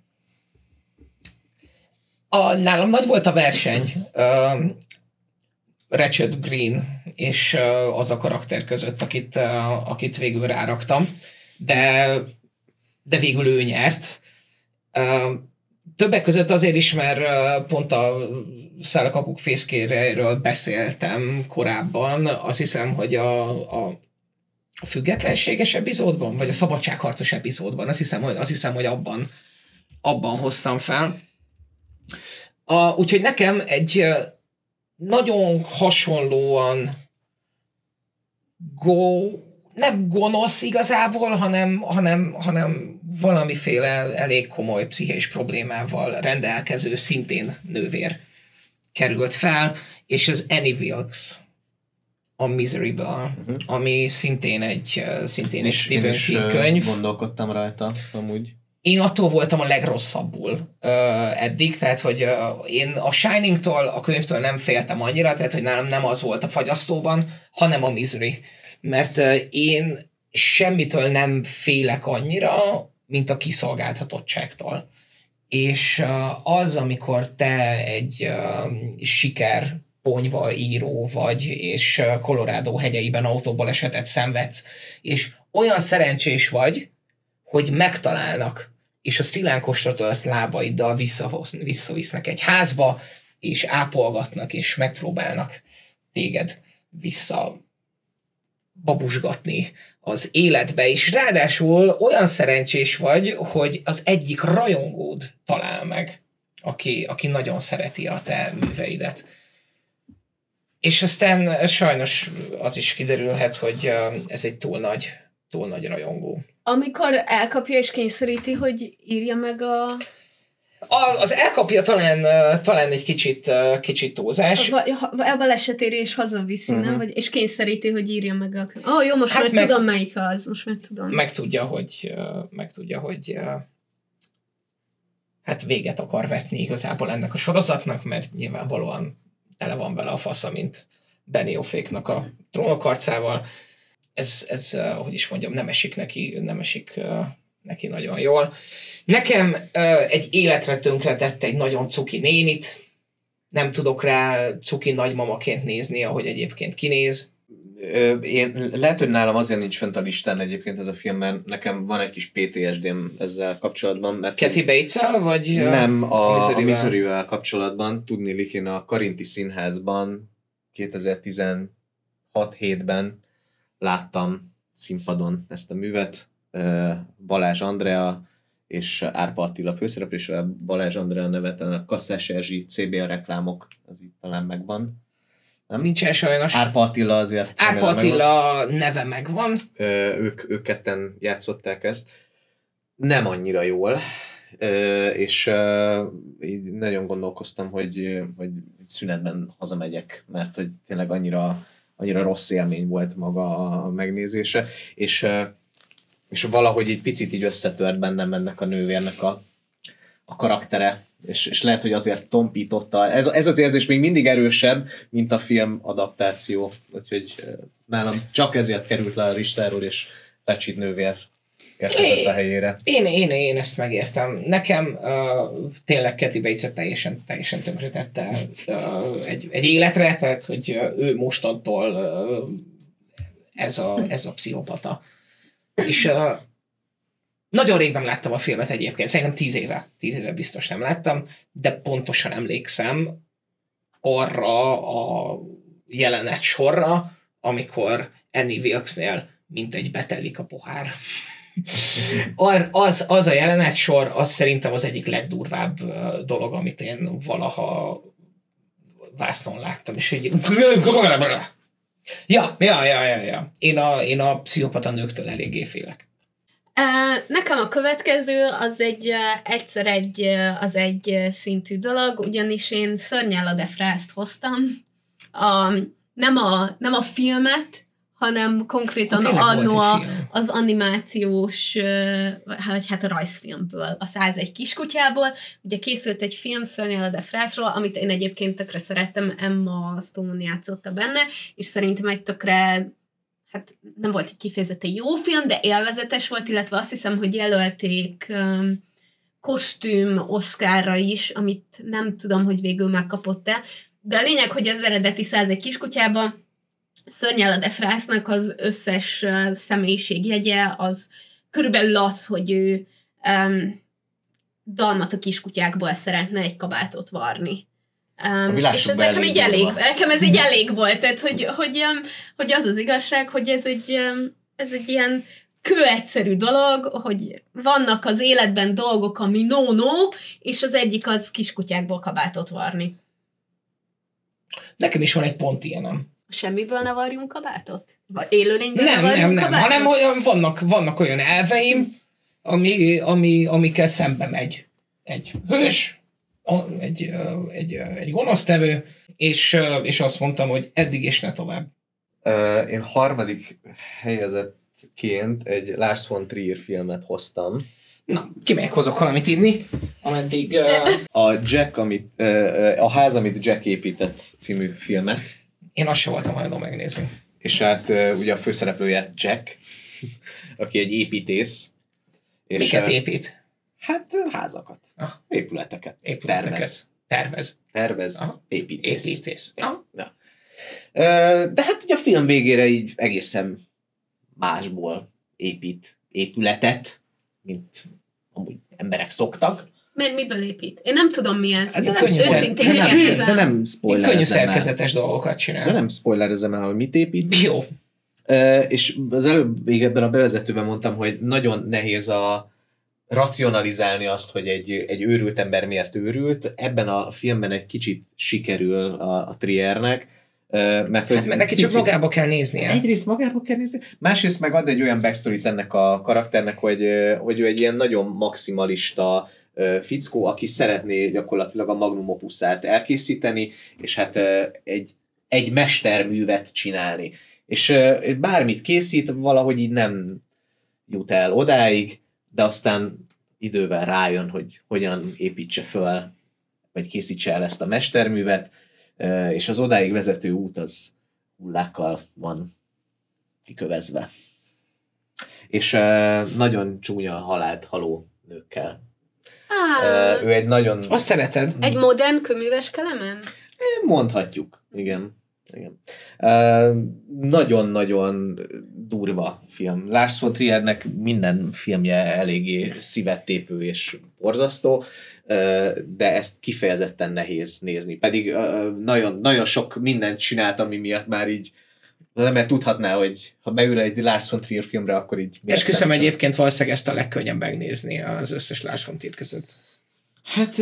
A, nálam nagy volt a verseny uh, Richard Green és uh, az a karakter között, akit, uh, akit végül ráraktam, de, de végül ő nyert. Uh, többek között azért is, mert uh, pont a Szállakakuk fészkéről beszéltem korábban, azt hiszem, hogy a, a a függetlenséges epizódban, vagy a szabadságharcos epizódban, azt hiszem, hogy, azt hiszem, hogy abban, abban hoztam fel. A, úgyhogy nekem egy nagyon hasonlóan go, nem gonosz igazából, hanem, hanem, hanem valamiféle elég komoly pszichés problémával rendelkező szintén nővér került fel, és az Annie Wilkes a Misery-ből, uh-huh. ami szintén egy, szintén egy Stephen King könyv. Gondolkodtam rajta, amúgy. Én attól voltam a legrosszabbul uh, eddig, tehát, hogy uh, én a Shining-tól, a könyvtől nem féltem annyira, tehát, hogy nálam nem az volt a fagyasztóban, hanem a Misery. Mert uh, én semmitől nem félek annyira, mint a kiszolgáltatottságtól. És uh, az, amikor te egy uh, siker ponyva író vagy, és Colorado hegyeiben autóbalesetet szenvedsz, és olyan szerencsés vagy, hogy megtalálnak, és a szilánkosra tört lábaiddal visszavisznek egy házba, és ápolgatnak, és megpróbálnak téged vissza babusgatni az életbe, és ráadásul olyan szerencsés vagy, hogy az egyik rajongód talál meg, aki, aki nagyon szereti a te műveidet. És aztán sajnos az is kiderülhet, hogy ez egy túl nagy, túl nagy rajongó. Amikor elkapja és kényszeríti, hogy írja meg a... A, az elkapja talán, talán egy kicsit, kicsit túlzás. A balesetérés hazaviszi, uh-huh. nem? Vagy, és kényszeríti, hogy írja meg a... Ó, oh, jó, most hát már meg, tudom, melyik az. Most már tudom. Meg tudja, hogy, meg tudja, hogy hát véget akar vetni igazából ennek a sorozatnak, mert nyilvánvalóan tele van vele a fasza, mint Beniofféknak a Trónokharcával. Ez, ez, hogy is mondjam, nem esik neki, nem esik neki nagyon jól. Nekem egy életre tönkretett egy nagyon cuki nénit. Nem tudok rá cuki nagymamaként nézni, ahogy egyébként kinéz. Én, lehet, hogy nálam azért nincs fent a listán egyébként ez a film, mert nekem van egy kis pé té es dém ezzel kapcsolatban. Mert Kathy Bates-el, vagy nem, a, a Missouri-vel kapcsolatban. Tudnélik, én a Karinti Színházban kétezer-tizenhat-hétben láttam színpadon ezt a művet. Balázs Andrea és Árpa Attila főszereplésével. Balázs Andrea nevet, a Kasszás Erzsi cé bé á reklámok, az itt talán megvan. Nem? Nincsen sajnos. Árpa Attila azért. Árpa Attila megvan. Neve megvan. Ö, ők, ők ketten játszották ezt. Nem annyira jól, ö, és ö, így nagyon gondolkoztam, hogy, hogy szünetben hazamegyek, mert hogy tényleg annyira, annyira rossz élmény volt maga a megnézése, és, ö, és valahogy egy picit így összetört bennem ennek a nővérnek a, a karaktere, és, és lehet, hogy azért tompította. Ez, ez az érzés még mindig erősebb, mint a film adaptáció. Úgyhogy nálam csak ezért került le a listáról, és Recsit nővér érkezett a helyére. Én, én, én ezt megértem. Nekem uh, tényleg Kathy Bates-et teljesen, teljesen tönkretette uh, egy, egy életre, tehát hogy uh, ő mostantól uh, ez, a, ez a pszichopata. És uh, nagyon rég nem láttam a filmet egyébként, szerintem tíz éve, tíz éve biztos nem láttam, de pontosan emlékszem arra a jelenet sorra, amikor Annie Wilkesnél mintegy betelik a pohár. Az, az a jelenet sor, az szerintem az egyik legdurvább dolog, amit én valaha vásznon láttam, és hogy ja, ja, ja, ja, ja. Én a, én a pszichopata nőktől eléggé félek. Uh, nekem a következő az egy uh, egyszer egy, uh, az egy uh, szintű dolog, ugyanis én Szörnyel de Frászt hoztam. A, nem, a, nem a filmet, hanem konkrétan annó a, az animációs, uh, hát, hát a rajzfilmből, a százegy kiskutyából. Ugye készült egy film Szörnyel de Frásról, amit én egyébként tökre szerettem, Emma Stone játszotta benne, és szerintem egy tökre hát nem volt egy kifejezetten jó film, de élvezetes volt, illetve azt hiszem, hogy jelölték um, kosztüm Oscarra is, amit nem tudom, hogy végül megkapott-e. De a lényeg, hogy az eredeti százegy kiskutyában Szörnyel de Frásnak az összes uh, személyiségjegye az körülbelül az, hogy ő um, dalmat a kiskutyákból szeretne egy kabátot varni. Um, és ez nekem így elég, nekem ez így elég volt, tehát hogy, hogy, um, hogy az az igazság, hogy ez egy, um, ez egy ilyen kőegyszerű dolog, hogy vannak az életben dolgok, ami no-no, és az egyik az kiskutyákból kabátot varni. Nekem is van egy pont ilyenem. Semmiből ne varjunk kabátot? Vagy élőlényből nem, ne varjunk nem, nem, kabátot? hanem olyan, vannak, vannak olyan elveim, ami, ami, amikkel szembe megy egy hős, egy, egy, egy gonosztevő, és, és azt mondtam, hogy eddig és ne tovább. Uh, én harmadik helyezettként egy Lars von Trier filmet hoztam. Na, kimegyek hozok valamit inni, ameddig... Uh... A Jack, amit, uh, a ház, amit Jack épített című filmet. Én azt sem voltam hajlandó megnézni. És hát uh, ugye a főszereplője Jack, aki egy építész. És, miket épít? Hát házakat, ah. épületeket, épületeket tervez. Tervez, tervez Aha. építész. építész. Ja. Ja. De hát ugye a film végére így egészen másból épít épületet, mint amúgy emberek szoktak. Mert miből épít? Én nem tudom, mi ez. De Nem nem, szer- őszintén de nem, kérdezem. de nem Könnyű spoilerezem el. szerkezetes dolgokat csinál. De nem spoilerezem el, hogy mit épít. Jó. Uh, és az előbb még ebben a bevezetőben mondtam, hogy nagyon nehéz a racionalizálni azt, hogy egy, egy őrült ember miért őrült. Ebben a filmben egy kicsit sikerül a, a Triernek, uh, mert, hogy Hát, mert neki csak picit- magába kell néznie. Egyrészt magába kell nézni, másrészt meg ad egy olyan backstoryt ennek a karakternek, hogy, hogy ő egy ilyen nagyon maximalista ö, fickó, aki szeretné gyakorlatilag a magnum opuszát elkészíteni, és hát ö, egy, egy mesterművet csinálni. És ö, bármit készít, valahogy így nem jut el odáig, de aztán idővel rájön, hogy hogyan építse föl, vagy készítse el ezt a mesterművet, ö, és az odáig vezető út az hullákkal van kikövezve. És uh, nagyon csúnya halált haló nőkkel. Á, Uh, ő egy nagyon... Azt szereted? egy modern köműves kelemen? Mondhatjuk, igen. igen. Uh, nagyon-nagyon durva film. Lars von Triernek minden filmje eléggé szívettépő és borzasztó, uh, de ezt kifejezetten nehéz nézni. Pedig uh, nagyon, nagyon sok mindent csinált, ami miatt már így az ember tudhatná, hogy ha beül egy Lars von Trier filmre, akkor így... Esküszöm, egyébként valószínűleg ezt a legkönnyebb megnézni az összes Lars von Trier között. Hát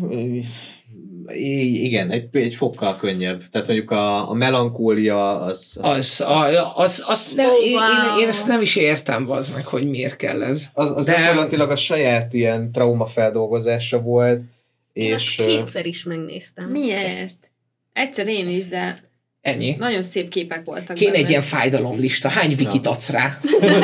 igen, egy, egy fokkal könnyebb. Tehát mondjuk a, a melankólia az... Az, az, az, az, az nem, Oh, én, wow. én, én ezt nem is értem, bazd meg, hogy miért kell ez. Az, az De- gyakorlatilag a saját ilyen traumafeldolgozása volt, Én és... ezt kétszer is megnéztem. Miért? Egyszer én is, de Ennyi. nagyon szép képek voltak Kéne benne. egy ilyen fájdalomlista. Hány wikit adsz rá?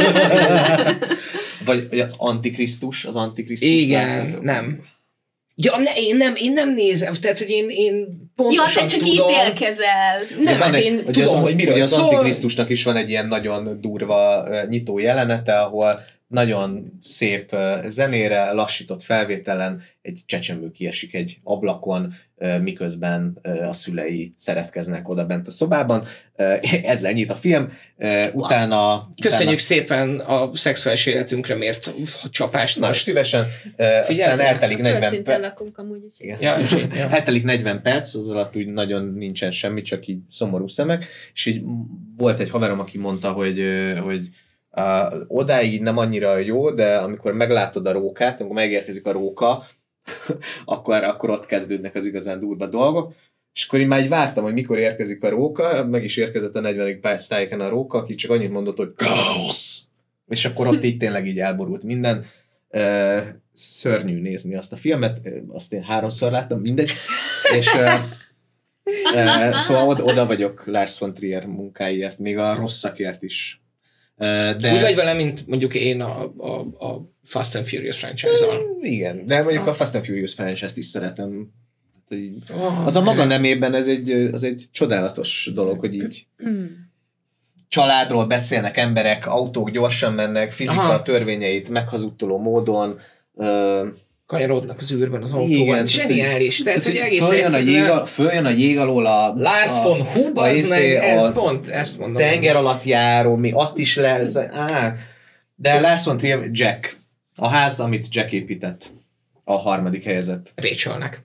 vagy, vagy az Antikrisztus, az Antikrisztus. Igen, láttad? nem. Ja, ne, én nem, én nem nézem, tehát, hogy én, én Ja, pontosan te csak tudom. ítélkezel. Nem, hát Van egy- én ugye tudom, az, hogy miről ugye az szól. Antikrisztusnak is van egy ilyen nagyon durva uh, nyitó jelenete, ahol nagyon szép uh, zenére, lassított felvételen egy csecsemő kiesik egy ablakon, uh, miközben uh, a szülei szeretkeznek oda bent a szobában. Uh, ezzel nyit a film. Uh, utána... Köszönjük utána, szépen a szexuális életünkre mért csapást Na, most. szívesen. Uh, aztán eltelik A negyven földszinten perc. lakunk amúgy is. Igen. Ja, ja. Eltelik negyven perc, az alatt úgy nagyon nincsen semmi, csak így szomorú szemek, és így volt egy haverom, aki mondta, hogy, ö, hogy uh, odáig nem annyira jó, de amikor meglátod a rókát, amikor megérkezik a róka, akkor, akkor ott kezdődnek az igazán durva dolgok, és akkor én már így vártam, hogy mikor érkezik a róka, meg is érkezett a negyvenedik perc tájéken a róka, aki csak annyit mondott, hogy káosz! És akkor ott így tényleg így elborult minden. Uh, szörnyű nézni azt a filmet, azt én háromszor láttam, mindegy, és uh, uh, szóval oda, oda vagyok Lars von Trier munkáiért, még a rosszakért is. Uh, de Úgy vagy vele, mint mondjuk én a, a, a Fast and Furious franchise-on. igen, de mondjuk a Fast and Furious franchise-t is szeretem. Így, Oh, az a maga nemében ez egy, az egy csodálatos dolog, hogy így családról beszélnek emberek, autók gyorsan mennek, fizika Aha. törvényeit meghazudtoló módon, uh, kanyarodnak az űrben az Igen, autóban. tehát, Zseniális. Tehát, hogy egész följön, a jég, egyszerűen al- följön a jég alól a, Lars a, von Hub, a az izé, meg, ez a pont, ezt mondom. tenger alatt járó, mi azt is lesz. Á, de Lars von Trier, Jack. A ház, amit Jack épített. A harmadik helyezett. Rachelnek.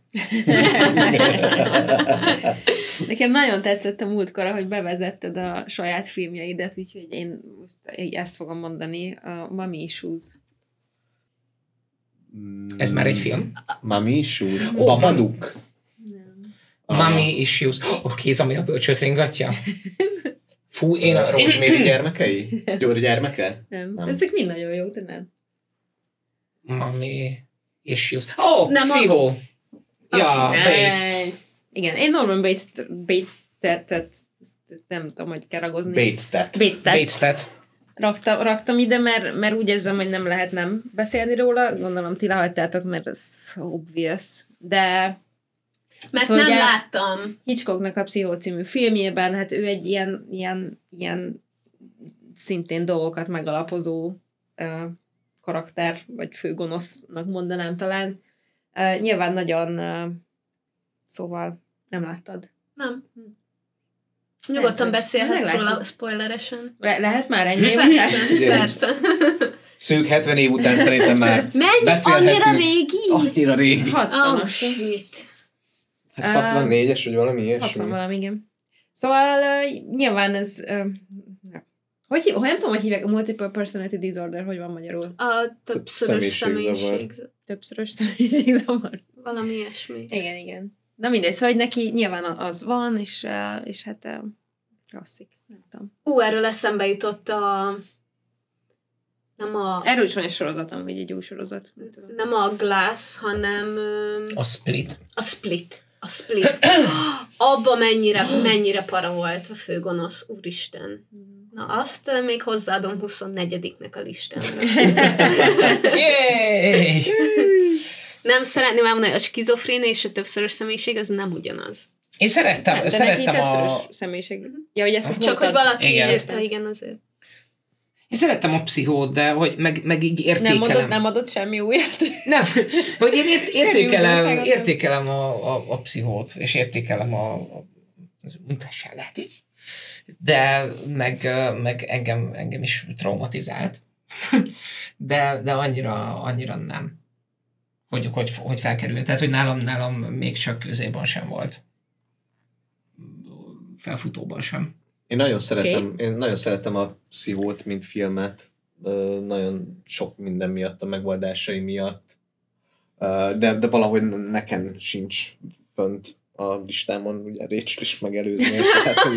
Nekem nagyon tetszett a múltkor, hogy bevezetted a saját filmjeidet, úgyhogy én most ezt fogom mondani, a Mommy Issues. Ez már egy film? Mommy Issues. Ó, Babadook. Nem. Ah. Mommy Issues. A kéz, ami a bölcsőt ringatja? Fú, én a Rosemary gyermekei? Győr gyermeke? Nem. Nem. Ezek mind nagyon jók, de nem. Mommy Issues. Ó, oh, Nem a- Pszicho. Ja, Bates. Nice. Igen, én Norman Bates, Bates tettet, nem tudom, hogy kell ragozni. Bates Tet. Bates tett. Bates tett. Raktam, raktam ide, mert, mert úgy érzem, hogy nem lehet nem beszélni róla. Gondolom, ti lehagytátok, mert ez obvious. De Mert Szóval nem ugye- láttam. Hitchcocknak a Pszichó című filmjében, hát ő egy ilyen, ilyen, ilyen szintén dolgokat megalapozó uh, karakter, vagy főgonosznak mondanám talán. Uh, nyilván nagyon, uh, szóval nem láttad. Nem. Nyugodtan Lehet, beszélhetsz meglátjuk. róla spoileresen. Le- lehet már ennyi? Persze, Igen. persze. Szűk hetven év után szerintem már Mennyi? beszélhetünk. Annyira régi? Annyira régi. hatvanas. Oh, shit. Hát hatvannégyes, vagy valami ilyesmi. hatvan valami, igen. Szóval uh, nyilván ez... Uh, hogy, hogy nem tudom, hogy hívják, a multiple personality disorder, hogy van magyarul? A többszörös személyiségzavar. személyiség. Többszörös személyiségzavar. Valami ilyesmi. Igen, igen. Na mindegy, szóval hogy neki nyilván az van, és, uh, és hát uh, klasszik, nem tudom. Ú, erről eszembe jutott a... Nem a... Erről is van egy sorozatom, vagy egy új sorozat. Nem tudom. Nem a Glass, hanem... A Split. A Split. A Split. Abba mennyire, mennyire para volt a főgonosz, úristen. Na azt még hozzáadom huszonnegyediknek a listámra. Yay! Nem szeretném elmondani, hogy a skizofrénia és a többszörös személyiség az nem ugyanaz. Én szerettem, De szerettem neki a... többszörös személyiség. Ja, hogy ezt most Csak, hogy mondtad. valaki Igen. írta, igen, azért. Én szerettem a pszichót, de hogy meg, meg így Nem, értékelem. mondott, nem adott semmi újat. Nem, hogy én ért, Semmi értékelem, újdonságot. értékelem a, a, a pszichót, és értékelem a, a, az munkásságát is. De meg, meg engem, engem is traumatizált. De, de annyira, annyira nem. Hogy, hogy, hogy felkerült. Tehát, hogy nálam, nálam még csak közében sem volt. Felfutóban sem. Én nagyon szeretem, okay. én nagyon szeretem a Pszichót, mint filmet. Ö, nagyon sok minden miatt, a megoldásai miatt. Ö, de, de valahogy nekem sincs fönt a listámon, ugye Rachel is megelőzni. Tehát, hogy...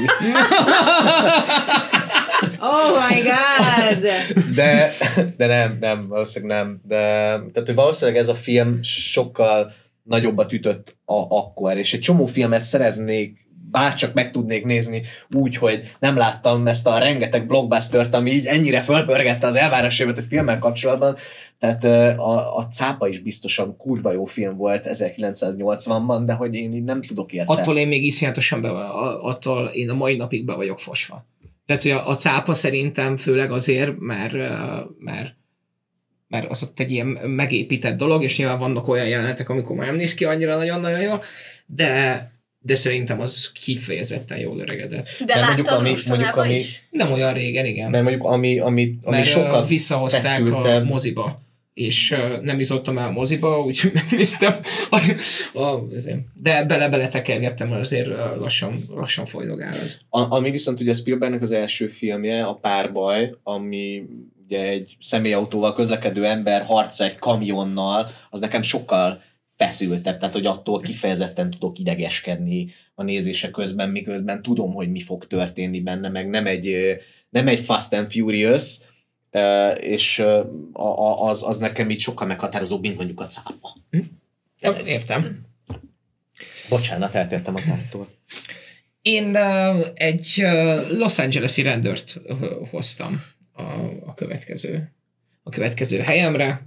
Oh my god! De, de nem, nem, valószínűleg nem. De, tehát, hogy valószínűleg ez a film sokkal nagyobbat ütött a, akkor, és egy csomó filmet szeretnék, bárcsak meg tudnék nézni úgy, hogy nem láttam ezt a rengeteg blockbustert, ami így ennyire fölpörgette az elvárásaimat a filmmel kapcsolatban. Tehát a, a Cápa is biztosan kurva jó film volt ezerkilencszáznyolcvanban, de hogy én így nem tudok érte. Attól én még iszonyatosan be, attól én a mai napig be vagyok fosva. Tehát, hogy a, a Cápa szerintem főleg azért, mert, mert, mert az ott egy ilyen megépített dolog, és nyilván vannak olyan jelenetek, amikor már nem néz ki annyira nagyon-nagyon jól, de de szerintem az kifejezetten jól öregedett. De mondjuk, láttad ami, mostanában mondjuk, ami, is? Nem olyan régen, igen. mert mondjuk ami, ami, ami Mert sokkal visszahozták feszültebb. a moziba, és uh, nem jutottam el a moziba, úgyhogy megnéztem. A, a, azért. De bele-bele tekergettem, mert azért lassan, lassan folydogál az. A, ami viszont ugye Spielbergnek az első filmje, a Párbaj, ami ugye egy személyautóval közlekedő ember harca egy kamionnal, az nekem sokkal feszültebb, tehát hogy attól kifejezetten tudok idegeskedni a nézése közben, miközben tudom, hogy mi fog történni benne, meg nem egy, nem egy Fast and Furious, és az, az nekem így sokkal meghatározóbb, mint mondjuk a Cápa. Hm? Értem. Bocsánat, eltértem a tártól. Én uh, egy uh, Los Angeles-i rendőrt uh, hoztam a, a, következő, a következő helyemre.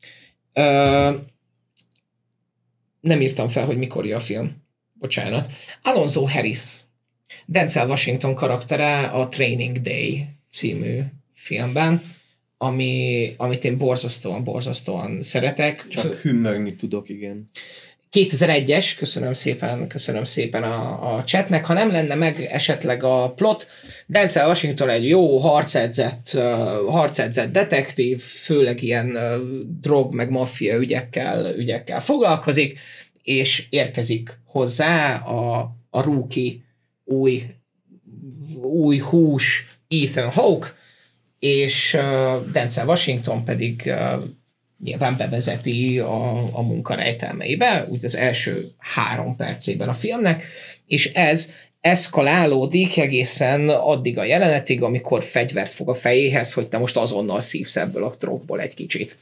Uh, nem írtam fel, hogy mikor a film. Bocsánat. Alonzo Harris. Denzel Washington karaktere a Training Day című filmben, ami, amit én borzasztóan, borzasztóan szeretek. Csak hümmögni tudok, igen. kétezer-egyes, köszönöm szépen, köszönöm szépen a, a chatnek. Ha nem lenne meg esetleg a plot, Denzel Washington egy jó harcedzett, uh, harcedzett detektív, főleg ilyen uh, drog meg maffia ügyekkel, ügyekkel foglalkozik, és érkezik hozzá a, a rookie, új, új hús Ethan Hawke, és uh, Denzel Washington pedig uh, nyilván bevezeti a, a munka rejtelmeibe, úgy az első három percében a filmnek, és ez eszkalálódik egészen addig a jelenetig, amikor fegyvert fog a fejéhez, hogy te most azonnal szívsz ebből a drogból egy kicsit.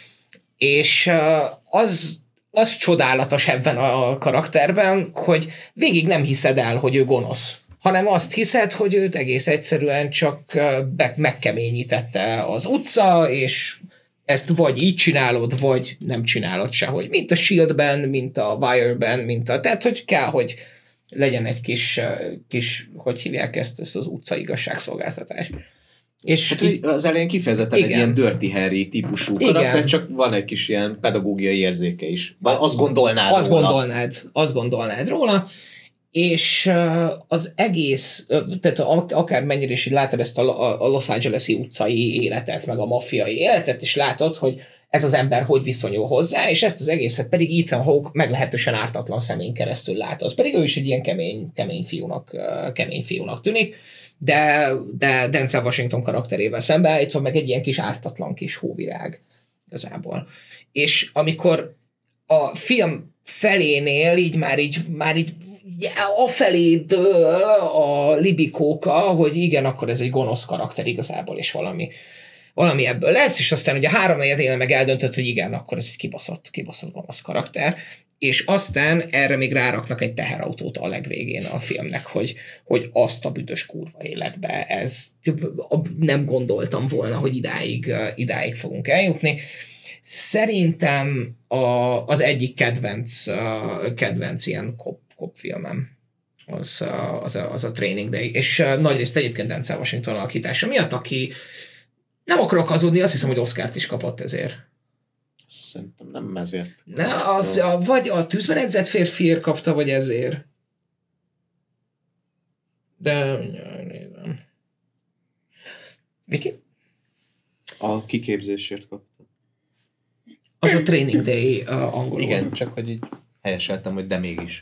És uh, az, az csodálatos ebben a karakterben, hogy végig nem hiszed el, hogy ő gonosz, hanem azt hiszed, hogy őt egész egyszerűen csak uh, megkeményítette az utca, és ezt vagy így csinálod, vagy nem csinálod sehogy. Mint a Shieldben, mint a Wire-ben, mint a... Tehát, hogy kell, hogy legyen egy kis, kis hogy hívják ezt, ezt az utcai igazságszolgáltatás. És hát, így, az elején kifejezetten igen. egy ilyen Dirty Harry típusú karakter, csak van egy kis ilyen pedagógiai érzéke is. Vagy azt gondolnád azt róla. gondolnád, azt gondolnád róla, és az egész, tehát akár mennyire is így látod ezt a Los Angeles-i utcai életet, meg a maffiai életet, és látod, hogy ez az ember hogy viszonyul hozzá, és ezt az egészet pedig Ethan Hawke meglehetősen ártatlan szemén keresztül látod. Pedig ő is egy ilyen kemény, kemény, fiúnak, kemény fiúnak tűnik, de, de Denzel Washington karakterével szembeállítva meg egy ilyen kis ártatlan kis hóvirág igazából. És amikor a film felénél így már így, már így afelé dől a libikóka, hogy igen, akkor ez egy gonosz karakter igazából, és valami, valami ebből lesz, és aztán ugye a három negyedénél meg eldöntött, hogy igen, akkor ez egy kibaszott, kibaszott gonosz karakter, és aztán erre még ráraknak egy teherautót a legvégén a filmnek, hogy, hogy azt a büdös kurva életbe, ez nem gondoltam volna, hogy idáig, idáig fogunk eljutni. Szerintem a, az egyik kedvenc, uh, kedvenc ilyen kop, kop filmem az, uh, az, a, az a Training Day, és uh, nagyrészt egyébként Denzel Washington alakítása miatt, aki nem akarok hazudni, azt hiszem, hogy Oscart is kapott ezért. Szerintem nem ezért. Ne, a, a, vagy a Tűzben edzett férfiért kapta, vagy ezért. De nézem. Viki? A kiképzésért kapta. Az a Training Day uh, angolul. Igen, csak hogy így helyeseltem, hogy de mégis.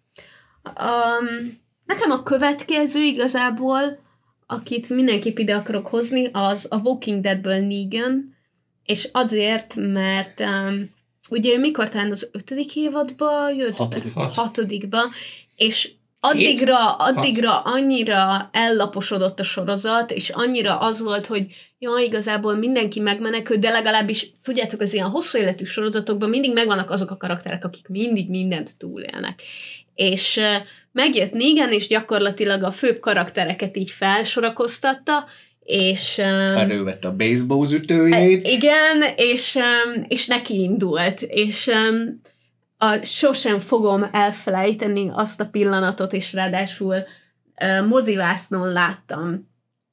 Um, nekem a következő igazából, akit mindenképp ide akarok hozni, az a Walking Deadből Negan, és azért, mert um, ugye mikor talán az ötödik évadba jött? Hatodik. A hatodikba, és addigra, addigra annyira ellaposodott a sorozat, és annyira az volt, hogy ja, igazából mindenki megmenekült, de legalábbis, tudjátok, az ilyen hosszú életű sorozatokban mindig megvannak azok a karakterek, akik mindig mindent túlélnek. És uh, megjött Negan, és gyakorlatilag a főbb karaktereket így felsorakoztatta, és... Um, Felővette a baseball ütőjét. E, igen, és, um, és neki indult, és um, a, sosem fogom elfelejteni azt a pillanatot, és ráadásul uh, mozivásznon láttam,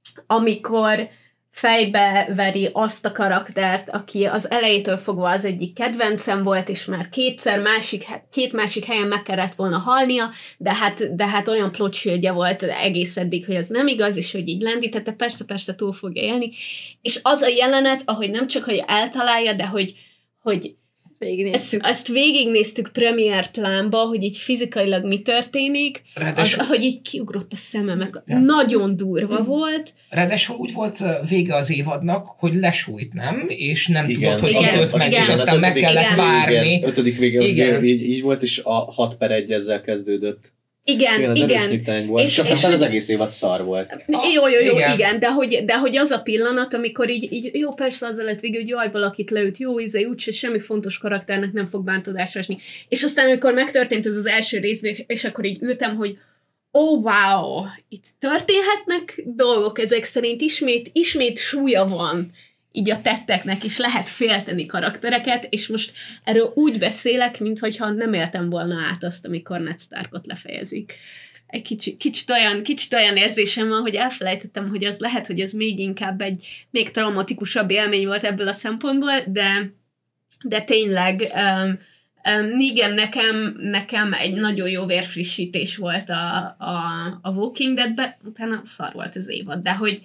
amikor fejbe veri azt a karaktert, aki az elejétől fogva az egyik kedvencem volt, és már kétszer másik, két másik helyen meg kellett volna halnia, de hát, de hát olyan plotshieldje volt egész eddig, hogy ez nem igaz, és hogy így lendítette, persze-persze túl fogja élni. És az a jelenet, ahogy nem csak, hogy eltalálja, de hogy, hogy ezt, ezt végignéztük premier plánba, hogy így fizikailag mi történik, az, ahogy így kiugrott a szemem, meg ja. Nagyon durva hmm. volt. Ráadásul úgy volt vége az évadnak, hogy lesújt, nem? És nem igen. tudod, hogy igen. ott meg, igen. és aztán meg kellett igen. várni. Igen. Ötödik vége igen. Így, így volt, és a hat per egy ezzel kezdődött. Igen, igen. igen. Volt. És, Csak és aztán az egész évad szar volt. Jó, jó, jó, igen, igen de, hogy, de hogy az a pillanat, amikor így, így jó, persze azzal lett végül, hogy jaj, valakit leüt, jó, izé, úgyse semmi fontos karakternek nem fog bántódásra esni. És aztán, amikor megtörtént ez az első rész, és akkor így ültem, hogy ó, oh, wow, itt történhetnek dolgok, ezek szerint ismét, ismét súlya van így a tetteknek, és lehet félteni karaktereket, és most erről úgy beszélek, mintha nem éltem volna át azt, amikor Ned Starkot lefejezik. Egy kicsit, kicsit, olyan, kicsit olyan érzésem van, hogy elfelejtettem, hogy az lehet, hogy ez még inkább egy még traumatikusabb élmény volt ebből a szempontból, de, de tényleg um, um, igen, nekem, nekem egy nagyon jó vérfrissítés volt a, a, a Walking Deadben, utána szar volt az évad, de hogy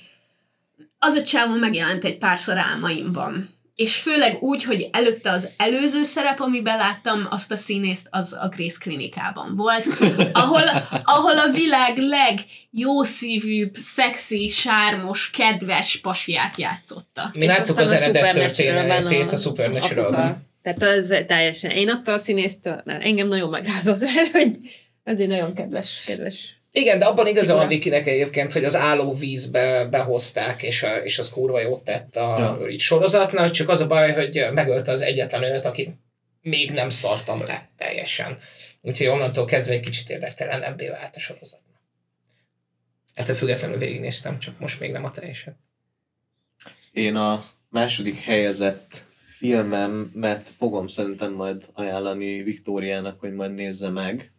az a csávó megjelent egy párszor álmaimban. És főleg úgy, hogy előtte az előző szerep, amiben láttam azt a színészt, az a Grace klinikában volt, ahol, ahol a világ legjószívűbb, szexi, sármos, kedves pasiát játszotta. Mi láttuk az eredet történetét a Supernatural-ban. Tehát az teljesen, én attól a színésztől, engem nagyon megrázott el, hogy azért nagyon kedves, kedves. Igen, de abban igaza van Vikinek egyébként, hogy az állóvízbe behozták, és, a, és az kurva jót tett a ja. sorozatnak, csak az a baj, hogy megölte az egyetlen őt, akit még nem szartam le teljesen. Úgyhogy onnantól kezdve egy kicsit érdektelenebbé vált a sorozatnak. Ettől függetlenül végignéztem, csak most még nem a teljesen. Én a második helyezett filmem, mert fogom szerintem majd ajánlani Viktóriának, hogy majd nézze meg.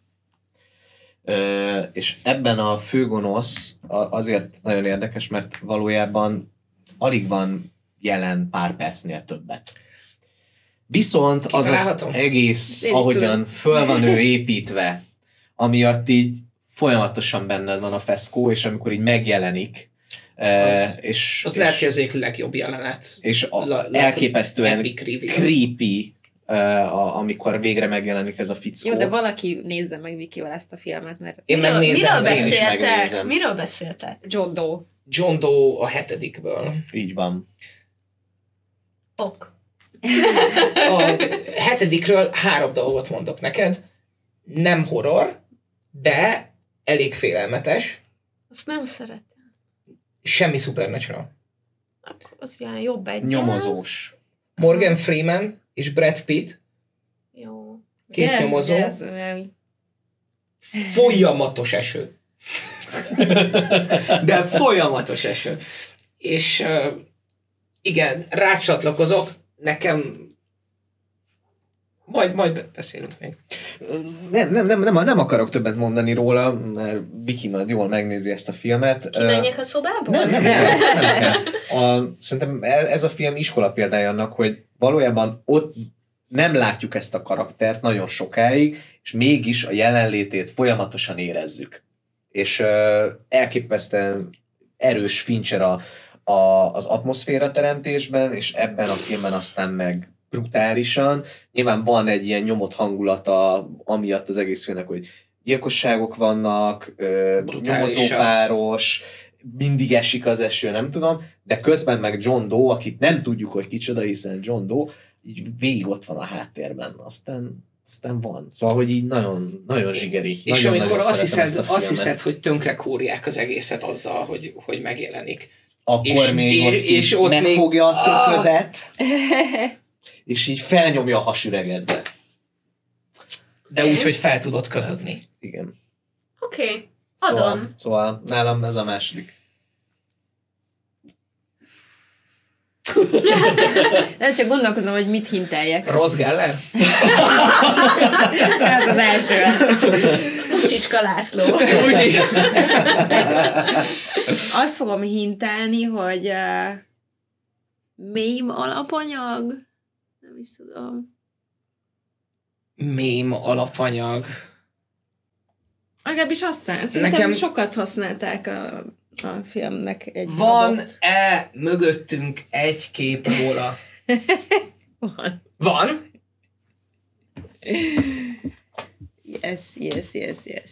Uh, és ebben a főgonosz azért nagyon érdekes, mert valójában alig van jelen pár percnél többet. Viszont az az egész, ahogyan föl van ő építve, amiatt így folyamatosan benned van a feszkó, és amikor így megjelenik, az, és, az és, lehet, hogy az egyik legjobb jelenet. És a, la, elképesztően creepy, uh, amikor végre megjelenik ez a fickó. Jó, de valaki nézze meg Vikivel ezt a filmet, mert... Én miről, megnézem, miről én is beszéltek? Miről beszéltek? John Doe. John Doe a hetedikből. Így van. Ok. A hetedikről három dolgot mondok neked. Nem horror, de elég félelmetes. Azt nem szeretem. Semmi Supernatural. Akkor az ilyen jobb egy. Nyomozós. Morgan Freeman és Brad Pitt. Jó. Két Yeah, nyomozó. yes, Folyamatos eső. De folyamatos eső. És uh, igen, rácsatlakozok, nekem majd, majd beszélünk még. Nem, nem, nem, nem, nem akarok többet mondani róla, mert Viki majd jól megnézi ezt a filmet. Kimenjek a szobából? Nem, nem, nem, nem kell. A, szerintem ez a film iskola példája annak, hogy valójában ott nem látjuk ezt a karaktert nagyon sokáig, és mégis a jelenlétét folyamatosan érezzük. És uh, elképesztően erős Fincher a, a, az atmoszféra teremtésben, és ebben a filmben aztán meg brutálisan. Nyilván van egy ilyen nyomott hangulata amiatt az egész filmnek, hogy gyilkosságok vannak, nyomozópáros, mindig esik az eső, nem tudom, de közben meg John Doe, akit nem tudjuk, hogy kicsoda, hiszen John Doe így végig ott van a háttérben, aztán, aztán van. Szóval, hogy így nagyon, nagyon zsigeri. És nagyon, amikor nagyon azt hiszed, azt hiszed, hiszed, hogy tönkre kúrják az egészet azzal, hogy, hogy megjelenik. akkor és, még és, ott, és ott megfogja még... a töködet, és így felnyomja a hasüregedbe. De úgy, hogy fel tudod köhögni. Igen. Oké, okay. Adom. Szóval, szóval nálam ez a második. Nem csak gondolkozom, hogy mit hinteljek. Rossz Geller? Ez az első. Csicska László. Úgyis. Azt fogom hintelni, hogy uh, mém alapanyag? Nem is tudom. Mém alapanyag. Legalábbis azt hiszem. Szerintem Nekem... sokat használták a, a filmnek egy Van-e mögöttünk egy kép róla? Van. Van? Yes, yes, yes, yes.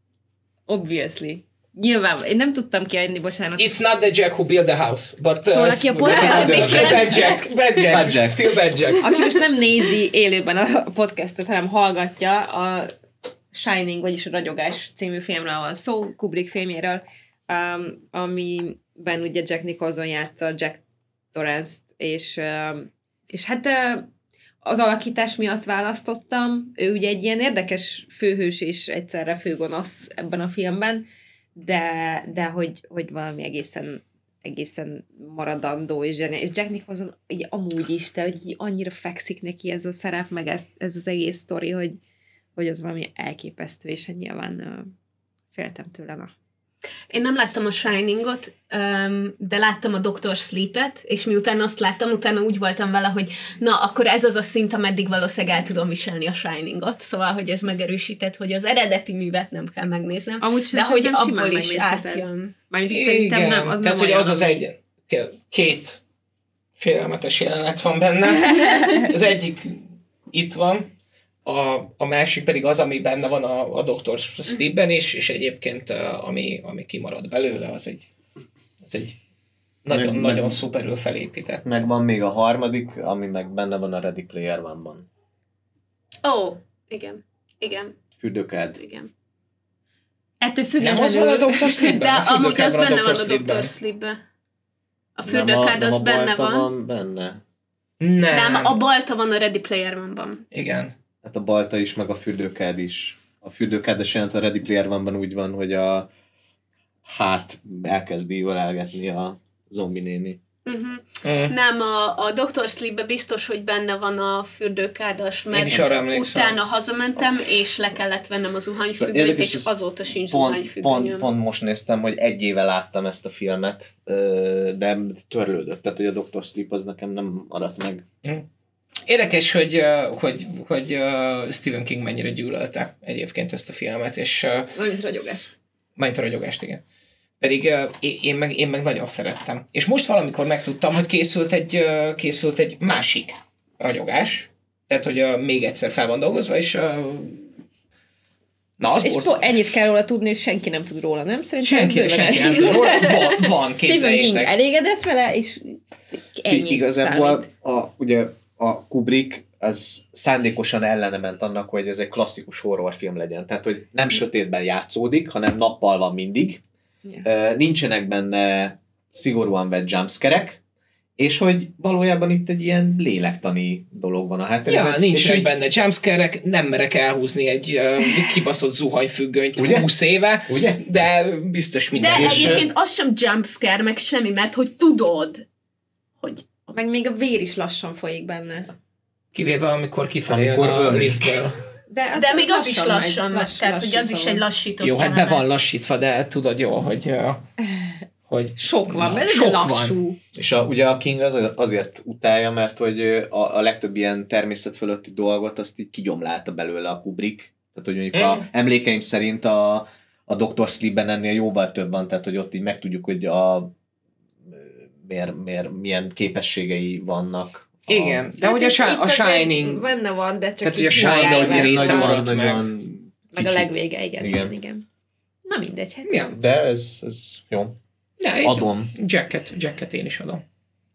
Obviously. Nyilván, én nem tudtam kiadni, bocsánat. It's not the Jack who built the house, but... Uh, Szóval aki a podcast- bad Jack, bad Jack, Bad Jack. still bad Jack. Aki most nem nézi élőben a podcastot, hanem hallgatja, a Shining, vagyis a Ragyogás című filmről van szó, Kubrick filmjéről, um, amiben ugye Jack Nicholson játsza Jack Torrance-t, és, um, és hát uh, az alakítás miatt választottam. Ő ugye egy ilyen érdekes főhős és egyszerre főgonosz ebben a filmben, de, de hogy, hogy valami egészen, egészen maradandó és zseniális. És Jack Nicholson így amúgy is, de hogy így annyira fekszik neki ez a szerep, meg ez, ez az egész sztori, hogy, hogy az valami elképesztő, és hát nyilván uh, féltem tőle. Na. Én nem láttam a Shiningot, de láttam a doktor Sleep-et, és miután azt láttam, utána úgy voltam vele, hogy na, akkor ez az a szint, ameddig valószínűleg el tudom viselni a Shiningot. Szóval, hogy ez megerősített, hogy az eredeti művet nem kell megnéznem, amúgy de hogy abból is átjön. Mármint szerintem Igen, nem, az tehát, nem hogy az az olyan. egy, két félelmetes jelenet van benne. Az egyik itt van, A, a másik pedig az, ami benne van a, a doktor Sleepben is, és egyébként uh, ami, ami kimarad belőle, az egy, az egy nagyon-nagyon meg, szuperül felépített. Meg van még a harmadik, ami meg benne van a Ready Player One-ban. Ó, oh, igen, igen. Fürdőkád. Igen. Ettől Nem az van a doktor Sleepben? De A amúgy az benne van a Sleepben. doktor Sleepben. A fürdőkád az nem a benne balta van. van benne. Nem. Nem, a balta van a Ready Player One-ban. Igen. Hát a balta is, meg a fürdőkád is. A fürdőkádes jelent a Ready Player One-ban úgy van, hogy a hát elkezdi ölelgetni a zombi néni. Uh-huh. Mm. Nem, a, a doktor Sleepben biztos, hogy benne van a fürdőkádas, mert utána hazamentem, és le kellett vennem a zuhanyfüggönyt, és azóta sincs pont, zuhanyfüggönyöm. Pont, pont most néztem, hogy egy éve láttam ezt a filmet, de törlődött, tehát hogy a doktor Sleep az nekem nem maradt meg. Mm. Érdekes, hogy, hogy, hogy Stephen King mennyire gyűlölte egyébként ezt a filmet, és... Valamint Ragyogás. Majd a ragyogást, igen. Pedig uh, én, meg, én meg nagyon szerettem. És most valamikor megtudtam, hogy készült egy, uh, készült egy másik ragyogás, tehát, hogy uh, még egyszer fel van dolgozva, és uh, na, az és po- ennyit kell róla tudni, és senki nem tud róla, nem? Szerintem senki, senki nem tud róla. Van, van Stephen King elégedett vele, és ennyi Igazából számít. a, ugye a Kubrick az szándékosan ellene ment annak, hogy ez egy klasszikus horrorfilm legyen. Tehát, hogy nem sötétben játszódik, hanem nappal van mindig. Yeah. Nincsenek benne szigorúan vett jumpscare-ek, és hogy valójában itt egy ilyen lélektani dolog van a háttérben. Ja, nincsenek egy... benne jumpscare-ek, nem merek elhúzni egy uh, kibaszott zuhanyfüggönyt Ugye? húsz éve, Ugye? de biztos minden. De és egyébként az sem jumpscare, meg semmi, mert hogy tudod, hogy... Meg még a vér is lassan folyik benne. Kivéve, amikor kifelé Amikor a ömlik. liftből. De, az, De még az lassan is lassan megy, lass- tehát hogy az is lassítva egy van. lassított Jó, hát be jelenet. van lassítva, de tudod jó, hogy, uh, hogy Sok van, Na, mert sok ez lassú. van. És a, ugye a King az azért utálja, mert hogy a, a legtöbb ilyen természet fölötti dolgot azt így kigyomlálta belőle a Kubrick. Tehát, hogy mondjuk Mm. a emlékeim szerint a, a doktor Sleepben ennél jóval több van, tehát, hogy ott így megtudjuk, hogy a miért, miért, milyen képességei vannak. A, igen, de Hát hogy a, itt- shi- itt a azért Shining, benne van, de csak Tehát, így hogy a Shining, hívják ahogy el. része nagyon, maradt meg. nagyon Meg a kicsit. legvége, igen, igen, Igen. igen. igen. Na mindegy, hát. ja, De ez, ez jó. ja, így- Adom. Jacket, jacket én is adom.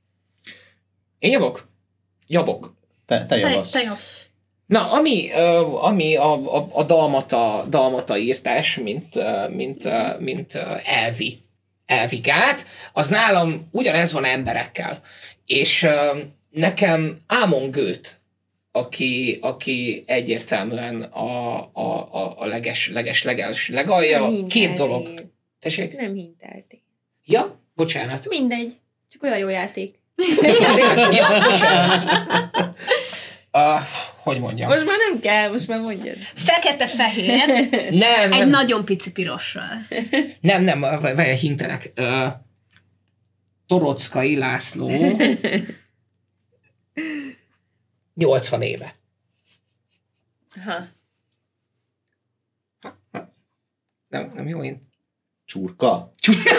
Én javok? Javok. Te, te Te, javasz. te jössz. Na, ami, uh, ami a, a, a dalmata, dalmata írtás, mint, uh, mint, uh, mint uh, elvi, elvi gát, az nálam ugyanez van emberekkel. És uh, nekem Ámon Gőt, aki, aki egyértelműen a, a, a, a leges, leges, leges, legalja, Nem két hinteltél. dolog. Tessék? Nem hinteltél. Ja, bocsánat. Mindegy. Csak olyan jó játék. ja, bocsánat. Uh, hogy mondjam? Most már nem kell, most már mondjad. Fekete-fehér, Nem, egy nem, nagyon pici pirossal. nem, nem, várj, hintelek. Uh, Torockai László nyolcvan éve. Ha. Nem, nem jó én. Csurka?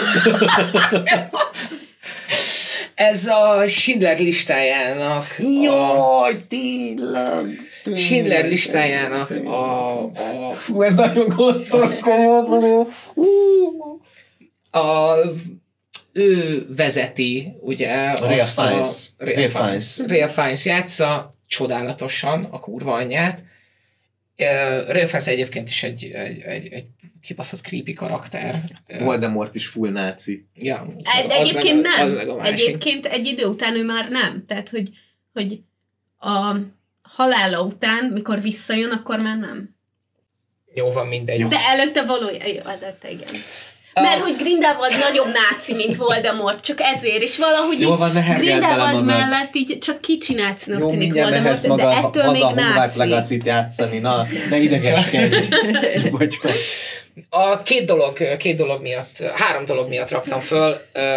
Ez a Schindler listájának a, Jaj, tényleg. Schindler listájának a, a, Fú, ez nagyon gonosz torockom volt. a ő vezeti, ugye, Ralph azt a Fiennes. Ralph Ralph Fiennes. Fiennes. Ralph Fiennes játsza csodálatosan a kurva anyját. Uh, Ralph Fiennes egyébként is egy, egy, egy, egy kibaszott creepy karakter. Uh, Voldemort is full náci. ja, az Egy, meg- az egyébként meg a- nem. Az meg a másik. Egyébként egy idő után ő már nem. Tehát, hogy, hogy a halála után, mikor visszajön, akkor már nem. Jó van, mindegy. Jó. De előtte valójában, jó, előtte igen. Mert hogy Grindelwald nagyobb náci, mint Voldemort, csak ezért, és valahogy Jó így van, ne hergeld bele Grindelwald magad. mellett így csak kicsi nácinak Jó, tűnik mindjárt mehetsz Voldemort, de maga ettől haza még Hogwarts náci. Legacy-t játszani. Na, ne idegeskedj. Vagy hogy. A két dolog, két dolog miatt, három dolog miatt raktam föl.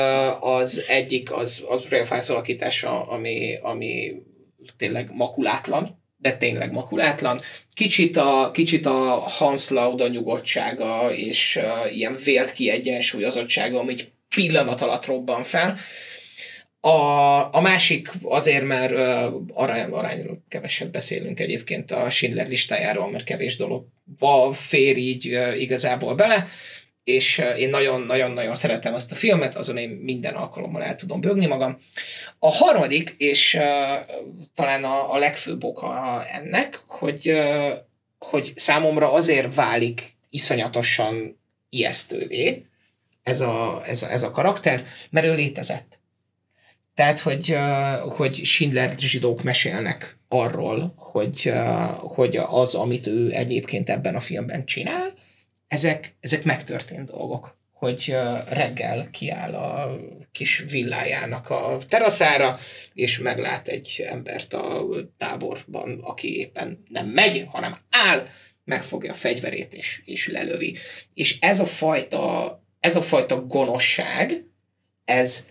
Az egyik az, az Ralph Fiennes alakítása, ami, ami tényleg makulátlan, de tényleg makulátlan. Kicsit a, kicsit a Hans Lauda nyugodtsága és uh, ilyen vélt kiegyensúlyozottsága, ami egy pillanat alatt robban fel. A, a másik azért, mert uh, arány, aránylag keveset beszélünk egyébként a Schindler listájáról, mert kevés dologba fér így uh, igazából bele, és uh, én nagyon-nagyon-nagyon szeretem ezt a filmet, azon én minden alkalommal el tudom bőgni magam. A harmadik, és uh, talán a, a legfőbb oka ennek, hogy, uh, hogy számomra azért válik iszonyatosan ijesztővé ez a, ez a, ez a karakter, mert ő létezett. Tehát, hogy, uh, hogy Schindler zsidók mesélnek arról, hogy, uh, hogy az, amit ő egyébként ebben a filmben csinál, ezek, ezek megtörtént dolgok. Hogy uh, reggel kiáll a kis villájának a teraszára, és meglát egy embert a táborban, aki éppen nem megy, hanem áll, megfogja a fegyverét, és, és lelövi. És ez a fajta, ez a fajta gonoszság, ez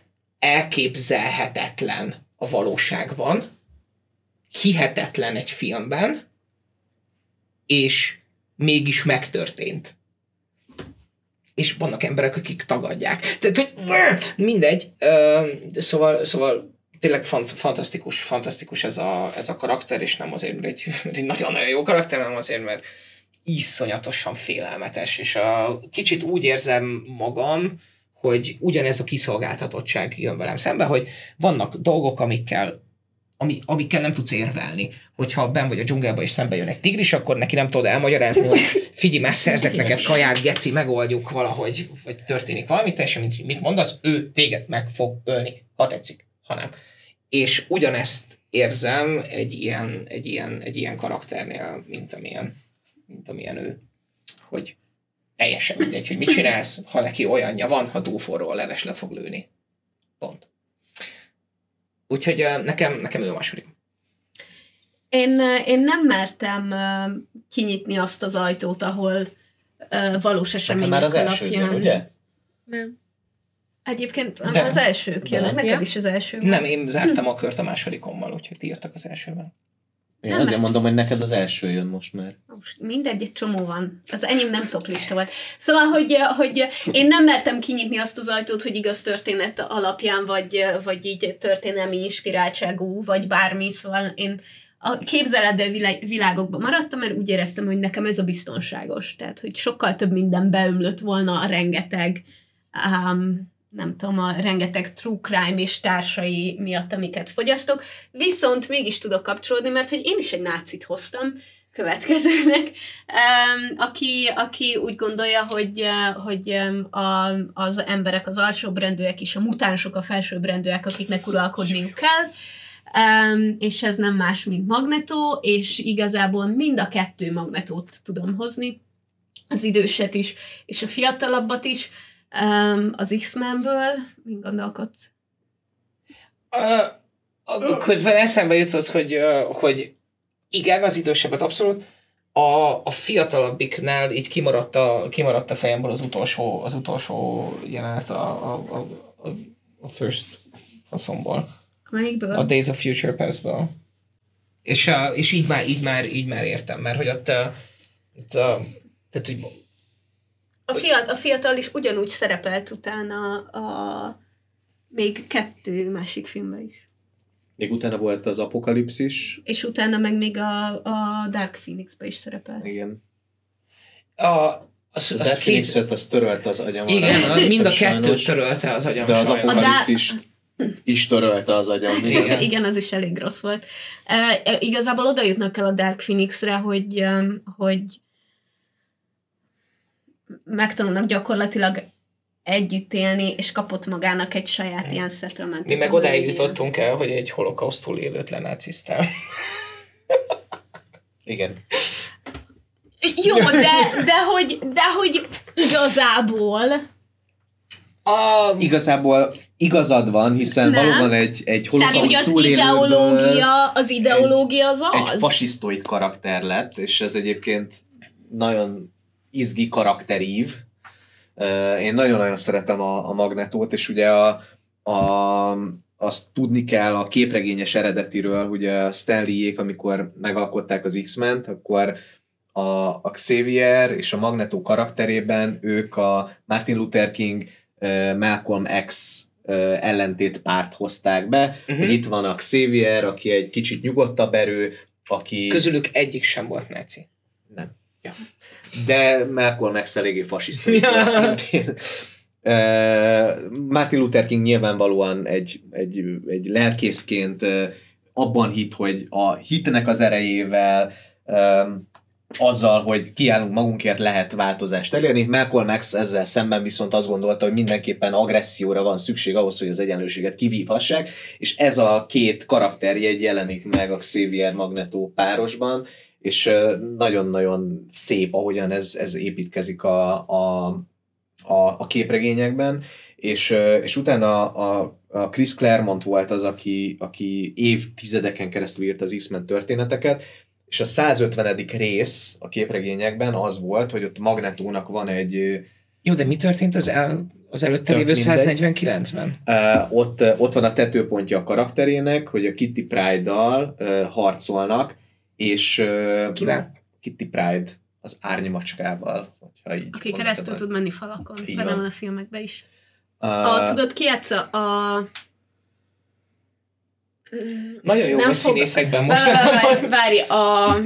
elképzelhetetlen a valóságban, hihetetlen egy filmben, és mégis megtörtént. és vannak emberek, akik tagadják. Tehát, hogy mindegy. Szóval, szóval tényleg fant- fantasztikus, fantasztikus ez a, ez a karakter, és nem azért, mert egy, egy nagyon-nagyon jó karakter, hanem azért, mert iszonyatosan félelmetes, és a, kicsit úgy érzem magam, hogy ugyanez a kiszolgáltatottság jön velem szembe, hogy vannak dolgok, amikkel, ami, amikkel nem tudsz érvelni. Hogyha benn vagy a dzsungelbe és szembe jön egy tigris, akkor neki nem tudod elmagyarázni, hogy figyelj, már szerzek neked kaját, geci, megoldjuk valahogy, vagy történik valami, teljesen mit, mit mondasz, ő téged meg fog ölni, ha tetszik, ha nem. És ugyanezt érzem egy ilyen, egy ilyen, egy ilyen karakternél, mint amilyen, mint amilyen ő, hogy teljesen mindegy, hogy mit csinálsz, ha neki olyanja van, ha túlforró a leves le fog lőni. Pont. Úgyhogy uh, nekem, nekem ő a második. Én, én nem mertem uh, kinyitni azt az ajtót, ahol uh, valós események már az alapján... első jön, ugye? Nem. Egyébként De. az elsők jönnek, neked Ja. is az első. Nem, én zártam a kört a másodikommal, úgyhogy ti jöttek az elsőben. Én Nem, azért mert- mondom, hogy neked az első jön most már. Most mindegy, egy csomó van. Az enyém nem top lista volt. Szóval, hogy, hogy én nem mertem kinyitni azt az ajtót, hogy igaz történet alapján, vagy, vagy így történelmi inspiráltságú, vagy bármi, szóval én a képzeletben vilá- világokban maradtam, mert úgy éreztem, hogy nekem ez a biztonságos. Tehát, hogy sokkal több minden beömlött volna a rengeteg um, nem tudom, a rengeteg true crime és társai miatt, amiket fogyasztok, viszont mégis tudok kapcsolódni, mert hogy én is egy nácit hoztam következőnek, um, aki, aki úgy gondolja, hogy, uh, hogy um, a, az emberek az alsóbrendűek és a mutánsok a felsőbrendűek, akiknek uralkodniuk kell, um, és ez nem más, mint Magneto, és igazából mind a kettő Magnetót tudom hozni, az időset is, és a fiatalabbat is, Um, az X-Menből, mint gondolkodsz? Uh, közben eszembe jutott, hogy, uh, hogy igen, az idősebbet abszolút, a, a fiatalabbiknál így kimaradt a, kimaradt a fejemből az utolsó, az utolsó jelenet a, a, a, a, a First faszomból. Melyikből? A Days of Future Past-ből. És, uh, és így, már, így, már, így már értem, mert hogy ott, uh, ott uh, tehát, hogy A fiatal, a fiatal is ugyanúgy szerepelt utána a még kettő másik filmben is. Még utána volt az Apokalipszis. És utána meg még a, a Dark Phoenixben is szerepelt. Igen. a, az, A az Dark két... Phoenixet az törölte az agyam. Igen, arra, a, mind a sajnos. kettőt törölte az agyam. De az sajnos. Apokalipszis is törölte az agyam. Igen. Igen, az is elég rossz volt. Uh, igazából oda jutnak el a Dark Phoenixre, hogy, um, hogy megtanulnak gyakorlatilag együtt élni, és kapott magának egy saját ilyen settlementet. Mi meg odáig jutottunk el, hogy egy holokausztól élőt lenácisztál. Igen. Jó, de, de, hogy, de hogy igazából... A... Igazából igazad van, hiszen Nem. valóban egy, egy Tehát, hogy holokauszt az túlélőből ideológia, az ideológia az egy az. fasisztoid karakter lett, és ez egyébként nagyon izgi karakterív. Uh, Én nagyon-nagyon szeretem a, a Magnetót, és ugye a, a, azt tudni kell a képregényes eredetiről, hogy a Stanleyék, amikor megalkották az X-ment, akkor a, a Xavier és a Magneto karakterében ők a Martin Luther King, uh, Malcolm X uh, ellentét párt hozták be, Uh-huh. hogy itt van a Xavier, aki egy kicsit nyugodtabb erő, aki... Közülük egyik sem volt náci. Nem. Ja. De Malcolm X eléggé fasiszta Ja. szintén. Uh, Martin Luther King nyilvánvalóan egy, egy, egy lelkészként uh, abban hitt, hogy a hitnek az erejével, um, azzal, hogy kiállunk magunkért, lehet változást elérni. Malcolm X ezzel szemben viszont azt gondolta, hogy mindenképpen agresszióra van szükség ahhoz, hogy az egyenlőséget kivívhassák, és ez a két karakterjegy jelenik meg a Xavier Magneto párosban, és nagyon-nagyon szép, ahogyan ez, ez építkezik a, a, a, a képregényekben, és, és utána a, a Chris Claremont volt az, aki, aki évtizedeken keresztül írt az X-Men történeteket, és a százötvenedik rész a képregényekben az volt, hogy ott Magnetónak van egy... Jó, de mi történt az, el, az előtte lévő mindegy. száznegyvenkilencben? Uh, ott, ott van a tetőpontja a karakterének, hogy a Kitty Pryde-dal uh, harcolnak, és... Uh, Kivel? Kitty Pryde az árnymacskával, hogyha így Aki keresztül tud menni falakon. Így Benne van. van a filmekben is. Uh, A, tudod, ki játsza? A... Nagyon jó Nem vagy fog- színészekben most. Várj, várj, várj, a...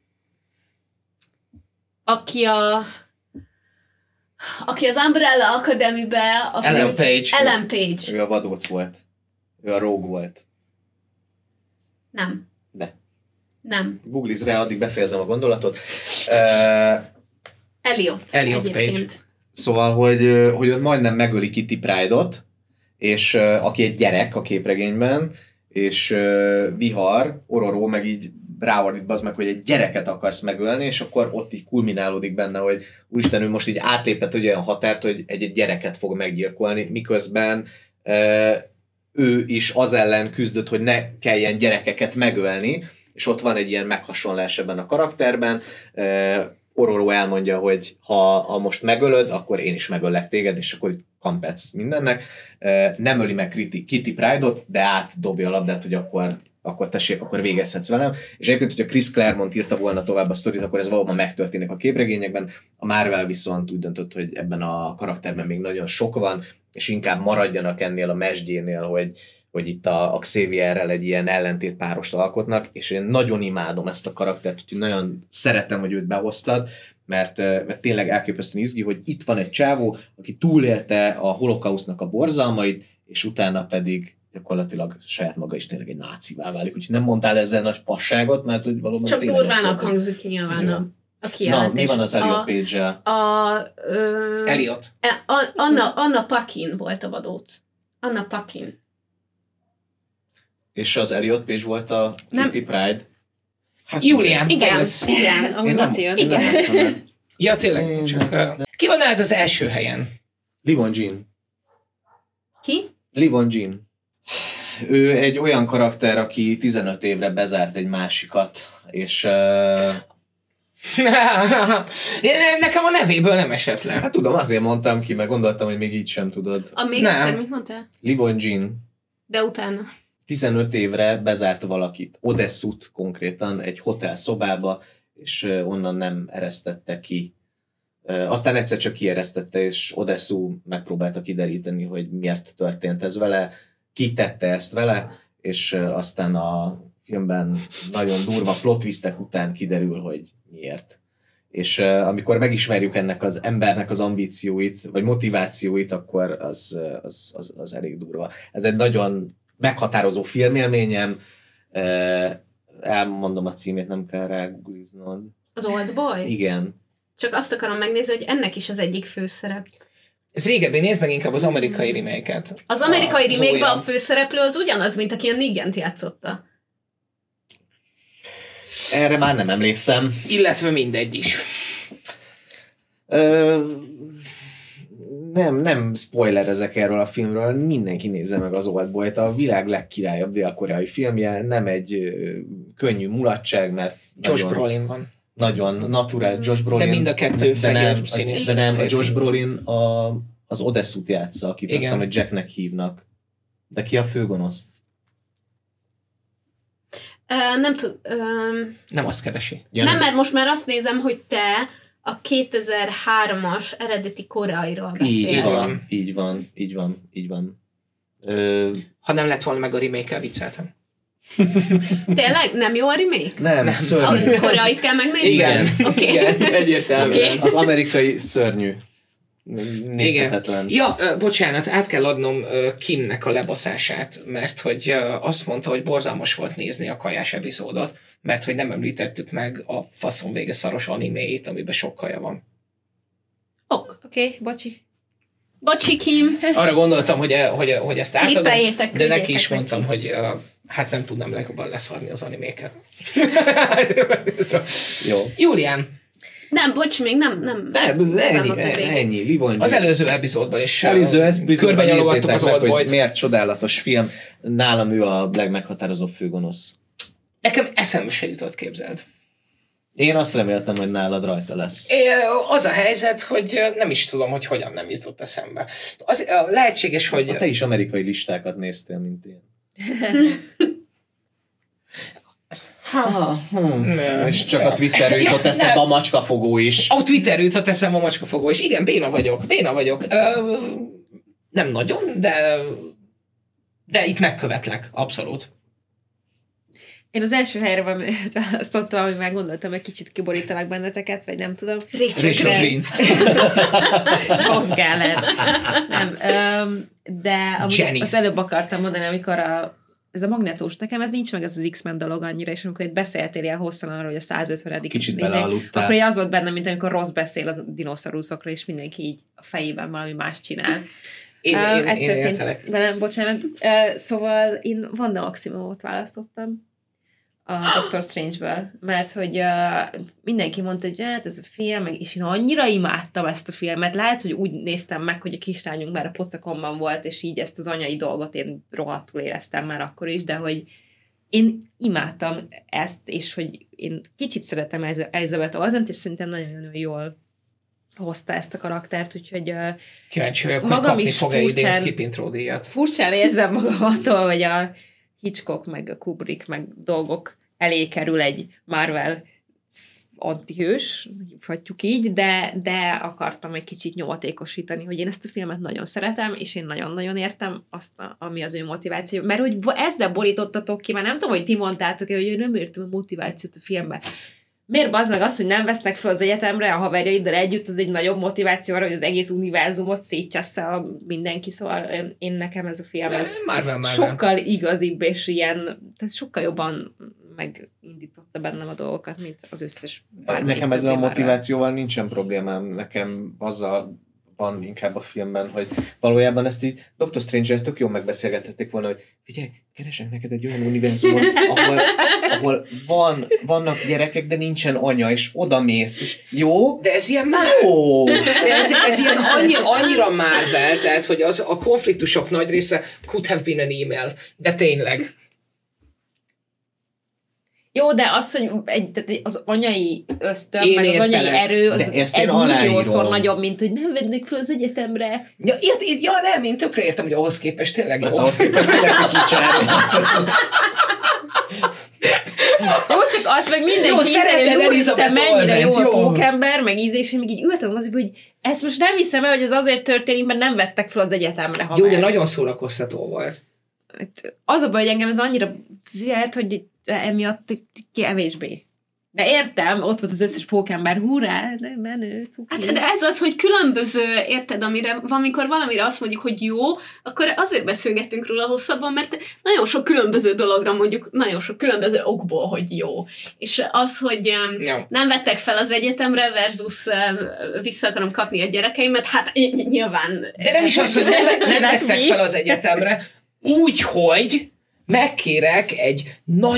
Aki a... Aki az Umbrella Academy-be... A Ellen fő- Page. Ellen Page. Ő a vadóc volt. Ő a Rogue volt. Nem. De. Nem. Googliz rá, addig befejezem a gondolatot. Uh, Elliot. Elliot egyébként. Szóval, hogy, hogy ott majdnem megöli Kitty Pryde-ot, és uh, aki egy gyerek a képregényben, és uh, Vihar, Ororo meg így ráordít bazd meg, hogy egy gyereket akarsz megölni, és akkor ott így kulminálódik benne, hogy úristen, ő most így átlépett egy olyan határt, hogy egy, egy gyereket fog meggyilkolni, miközben uh, ő is az ellen küzdött, hogy ne kelljen gyerekeket megölni, és ott van egy ilyen meghasonlás ebben a karakterben. Uh, Ororo elmondja, hogy ha, ha most megölöd, akkor én is megöllek téged, és akkor itt kampetsz mindennek. Uh, nem öli meg Kitty, Kitty Pryde-ot, de átdobja a labdát, hogy akkor, akkor tessék, akkor végezhetsz velem. És egyébként, hogyha Chris Claremont írta volna tovább a sztorit, akkor ez valóban megtörténik a képregényekben. A Marvel viszont úgy döntött, hogy ebben a karakterben még nagyon sok van, és inkább maradjanak ennél a mesdjénél, hogy hogy itt a, a Xavierrel egy ilyen ellentétpárost alkotnak, és én nagyon imádom ezt a karaktert, úgyhogy nagyon szeretem, hogy őt behoztad, mert, mert tényleg elképesztően izgi, hogy itt van egy csávó, aki túlélte a holokausznak a borzalmait, és utána pedig gyakorlatilag saját maga is tényleg egy nácivá válik. Úgyhogy nem mondtál ezzel nagy fasságot, mert hogy valóban Csak tényleg ezt durvának történt. hangzik ki nyilván a, a Na, kijelentés. mi van az Elliot A- Page-el? A... Ö, Elliot. e- a- Anna, Anna Paquin volt a vadóc. Anna Paquin. És az Elliot Page volt a Nem. Kitty Pryde? Hát, Julián, Igen, jössz. igen. Ahogy Én nem, Maci jön. én nem láttam el. Ja, tényleg. Csak, uh, ki van állt az első helyen? Livon Jean. Ki? Livon Jean. Ő egy olyan karakter, aki tizenöt évre bezárt egy másikat, és uh, Nekem a nevéből nem esett le. hát tudom, azért mondtam ki, mert gondoltam, hogy még így sem tudod. A még Nem. egyszer mit mondtál? Livon Jean De utána. tizenöt évre bezárt valakit, Odesszút konkrétan, egy hotel szobába, és uh, onnan nem eresztette ki. Uh, aztán egyszer csak kieresztette, és Odesszu megpróbálta kideríteni, hogy miért történt ez vele, ki tette ezt vele, és uh, aztán a filmben nagyon durva plot twistek után kiderül, hogy miért. És uh, amikor megismerjük ennek az embernek az ambícióit, vagy motivációit, akkor az, uh, az, az, az elég durva. Ez egy nagyon meghatározó filmélményem, uh, elmondom a címét, nem kell rá googliznod. Az Old Boy? Igen. Csak azt akarom megnézni, hogy ennek is az egyik főszerep. Ez régebbi, nézd meg inkább az amerikai remake-et. Az amerikai A- remake-ben a olyan. főszereplő az ugyanaz, mint aki a Negent játszotta. Erre már nem emlékszem. Illetve mindegy is. Ö, nem, nem spoilerezek erről a filmről, mindenki nézze meg az Old Boy-t, a világ legkirályabb dél-koreai filmje, nem egy ö, könnyű mulatság, mert Josh nagyon, Brolin van. nagyon naturál Josh Brolin. De mind a kettő de fehér nem, színész. de nem, a Férfi. Josh Brolin a, az Odesszút játsza, akit azt Igen. hiszem, hogy Jacknek hívnak. De ki a főgonosz? Uh, nem tud... Um, Nem azt keresi. Ja, nem, mert most már azt nézem, hogy te a kétezer-hármas eredeti koreairól Így beszélsz. van, így van, így van, így van. Ö, Ha nem lett volna meg a remake-kel, vicceltem. Tényleg? Nem jó a remake? nem, Nem. szörnyű. A koreait kell megnézni? Igen. Oké. Igen, egyértelműen. Oké. Az amerikai szörnyű. Nézhetetlen. Ja, ö, bocsánat, át kell adnom ö, Kimnek a lebaszását, mert hogy ö, azt mondta, hogy borzalmas volt nézni a kajás epizódot, mert hogy nem említettük meg a faszon vége szaros animéjét, amiben sok kaja van. Ok. Oké, okay, bocsi. Bocsi, Kim. Arra gondoltam, hogy, e- hogy, hogy ezt átadom, Klippeljétek, de neki küldjétek is neki. mondtam, hogy ö, hát nem tudnám legjobban leszarni az animéket. Jó. Julián, Nem, bocs, még nem. nem. Nem, Ez ennyi, a végén. ennyi. Livon az előző epizódban is ö, Előző epizódban körbenyalogattuk az meg, Old hogy Boy-t. miért csodálatos film. Nálam ő a legmeghatározóbb főgonosz. Nekem eszembe se jutott, képzeld. Én azt reméltem, hogy nálad rajta lesz. É, az a helyzet, hogy nem is tudom, hogy hogyan nem jutott eszembe. Az, lehetséges, hogy... Ha te is amerikai listákat néztél, mint én. Ha, hm. Nem. És csak a Twitterről jutott eszembe a macskafogó is. A Twitterről jutott eszembe a macskafogó, és igen, béna vagyok, béna vagyok. Ö, nem nagyon, de de itt megkövetlek, abszolút. Én az első helyre választottam, ami már gondoltam, hogy kicsit kiborítanak benneteket, vagy nem tudom. Rachel Green. Ross Geller. Nem, öm, de amúgy az előbb akartam mondani, amikor a, ez a magnetós, nekem ez nincs meg ez az X-Men dolog annyira, és amikor itt beszéltél ilyen hosszan arról, hogy a százötvenedik Kicsit nézé, belealudtál. akkor az volt bennem, mint amikor Ross beszél az dinoszauruszokról, és mindenki így a fejében valami más csinál. Én, uh, én, ez én történt értelek. velem, bocsánat. Uh, szóval én Wanda Maximomovot választottam a Doctor Strange-ből, mert hogy uh, mindenki mondta, hogy hát ez a film, meg, és én annyira imádtam ezt a filmet, lehet, hogy úgy néztem meg, hogy a kislányunk már a pocakomban volt, és így ezt az anyai dolgot én rohadtul éreztem már akkor is, de hogy én imádtam ezt, és hogy én kicsit szeretem Elizabeth Olsent, és szerintem nagyon-nagyon jól hozta ezt a karaktert, úgyhogy uh, Kíváncsi vagyok, hogy magam kapni is fog-e idén furcsán- Skip Intro díjat. furcsán érzem magam attól, hogy a Hitchcock, meg a Kubrick, meg dolgok elé kerül egy Marvel antihős, hagyjuk így, de, de akartam egy kicsit nyomatékosítani, hogy én ezt a filmet nagyon szeretem, és én nagyon-nagyon értem azt, a, ami az ő motiváció. Mert hogy ezzel borítottatok ki, már nem tudom, hogy ti mondtátok-e, hogy én nem értem a motivációt a filmben. Miért bazd meg az, hogy nem vesznek fel az egyetemre a haverjaiddal együtt, az egy nagyobb motiváció arra, hogy az egész univerzumot szétcsessze a mindenki, szóval én, én nekem ez a film, ez Marvel, Marvel. sokkal igazibb, és ilyen, tehát sokkal jobban megindította bennem a dolgokat, mint az összes bármelyik Nekem ezzel a többi motivációval nincsen problémám. Nekem azzal van inkább a filmben, hogy valójában ezt így doktor Stranger tök jól megbeszélgethették volna, hogy figyelj, keresek neked egy olyan univerzumot, ahol, ahol van, vannak gyerekek, de nincsen anya, és oda mész, és jó? De ez ilyen már... Ó! De ez, ez ilyen annyi, annyira Marvel, tehát hogy az, a konfliktusok nagy része could have been an email, de tényleg. Jó, de az, hogy egy, tehát az anyai ösztön, Én meg az anyai értelek. erő, az De ezt én egy aláírom. milliószor nagyobb, mint hogy nem vednek fel az egyetemre. Ja, ért, ja nem, én tökre értem, hogy ahhoz képest tényleg jó. Ahhoz képest tényleg kiszlicsárom. Jó, csak azt meg Jó, mindenki szereted ízeli, hogy Elizabeth úristen, mennyire Olsent, jó a jó. pókember, meg íz, és én még így ültem az, hogy ezt most nem hiszem el, hogy ez azért történik, mert nem vettek fel az egyetemre. Jó, haver. de nagyon szórakoztató volt. Az a baj, hogy engem ez annyira zihet, hogy emiatt kevésbé. De értem, ott volt az összes pókember, hurrá, de menő, cuki. Hát, de ez az, hogy különböző, érted, amire, amikor valamire azt mondjuk, hogy jó, akkor azért beszélgettünk róla hosszabban, mert nagyon sok különböző dologra mondjuk, nagyon sok különböző okból, hogy jó. És az, hogy um, Jó. nem vettek fel az egyetemre versus um, vissza akarom kapni a gyerekeimet, hát ny- nyilván... De nem is az, hogy nem, nem vettek fel az egyetemre, úgy, hogy megkérek egy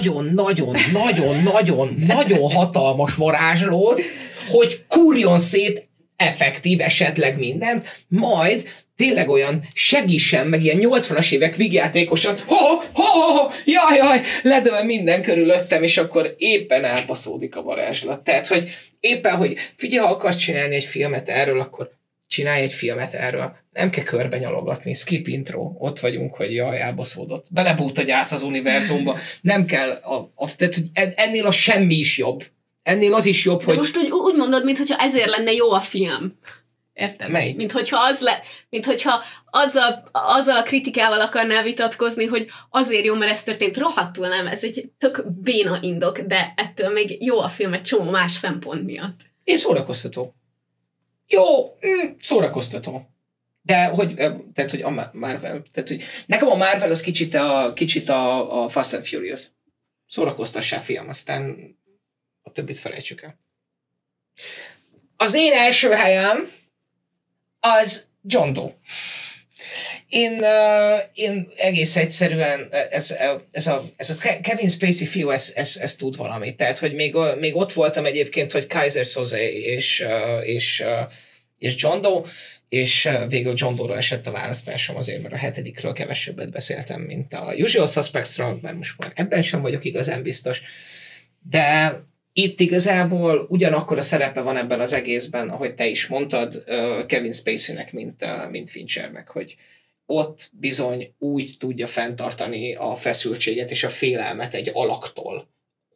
nagyon-nagyon-nagyon-nagyon-nagyon hatalmas varázslót, hogy kurjon szét effektív esetleg mindent, majd tényleg olyan segítsen, meg ilyen nyolcvanas évek vígjátékosan, ho, ho, ho, ho, jaj, jaj, ledől minden körülöttem, és akkor éppen elbaszódik a varázslat. Tehát, hogy éppen, hogy figyelj, ha akarsz csinálni egy filmet erről, akkor csinálj egy filmet erről. Nem kell körbe nyalogatni. Skip intro. Ott vagyunk, hogy jaj, elbaszódott. Belebújt a gyász az univerzumba. Nem kell, a, a, tehát, hogy ennél a semmi is jobb. Ennél az is jobb, De hogy... most úgy, úgy mondod, mintha ezért lenne jó a film. Érted? Melyik? Mint hogyha, az le, mint hogyha azzal, azzal a kritikával akarnál vitatkozni, hogy azért jó, mert ez történt, rohadtul nem. Ez egy tök béna indok, de ettől még jó a film egy csomó más szempont miatt. Én szórakoztató. Jó, mm, szórakoztató. De hogy, eh, tehát, hogy a Marvel, tehát, hogy nekem a Marvel az kicsit a, kicsit a, a Fast and Furious. Szórakoztassál film, aztán a többit felejtsük el. Az én első helyem az John Doe. Én, uh, én egész egyszerűen, ez, ez, a, ez a Kevin Spacey fiú, ez, ez, ez tud valamit. Tehát, hogy még, még ott voltam egyébként, hogy Kaiser Soze és, és, és John Doe, és végül John Doe-ra esett a választásom azért, mert a hetedikről kevesebbet beszéltem, mint a Usual Suspects-ról, mert most már ebben sem vagyok igazán biztos. De itt igazából ugyanakkor a szerepe van ebben az egészben, ahogy te is mondtad, Kevin Spacey-nek, mint, mint Finchernek, hogy ott bizony úgy tudja fenntartani a feszültséget és a félelmet egy alaktól,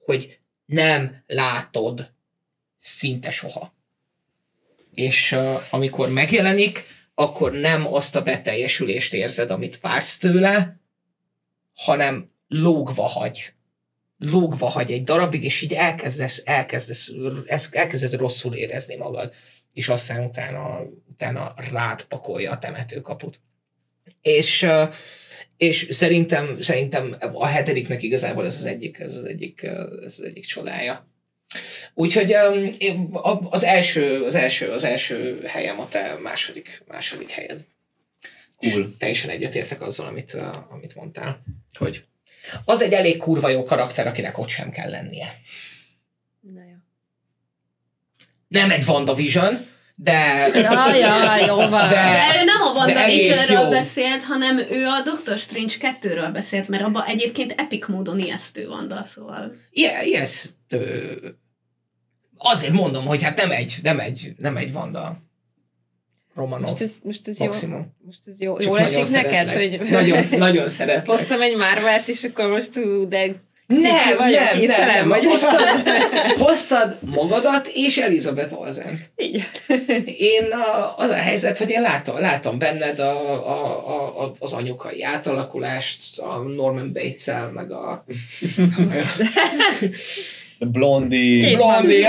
hogy nem látod szinte soha. És uh, amikor megjelenik, akkor nem azt a beteljesülést érzed, amit vársz tőle, hanem lógva hagy. Lógva hagy egy darabig, és így elkezdesz, elkezdesz, elkezdesz rosszul érezni magad. És aztán utána, utána rád pakolja a temetőkaput. És, uh, és szerintem, szerintem a hetediknek igazából ez az egyik, ez az egyik, ez az egyik csodája. Úgyhogy um, az első, az első, az első helyem a te második, második helyed. Cool. Teljesen egyetértek azzal, amit, uh, amit mondtál, hogy az egy elég kurva jó karakter, akinek ott sem kell lennie. Na jó. Nem egy WandaVision, de... Ja, ja, jó van. De, de ő nem a WandaVisionről jó. beszélt, hanem ő a Doctor Strange kettőről beszélt, mert abban egyébként epic módon ijesztő Wanda, szóval... Igen, ijesztő. Azért mondom, hogy hát nem egy, nem egy, nem egy Wanda Romanov. Most ez, most ez jó, maximum. most ez jó, Csak jól esik szeretlek. neked, hogy Nagyon, nagyon szeretlek. hoztam egy Marvelt, és akkor most ú, de Nem, vagyok, nem, nem, hirtelen nem. vagyok. Hoztad, hoztad magadat és Elizabeth Olsent. Igen. Én a, az a helyzet, hogy én látom, látom benned a, a, a, az anyukai átalakulást, a Norman Bates-el, meg a... Blondie. Blondie.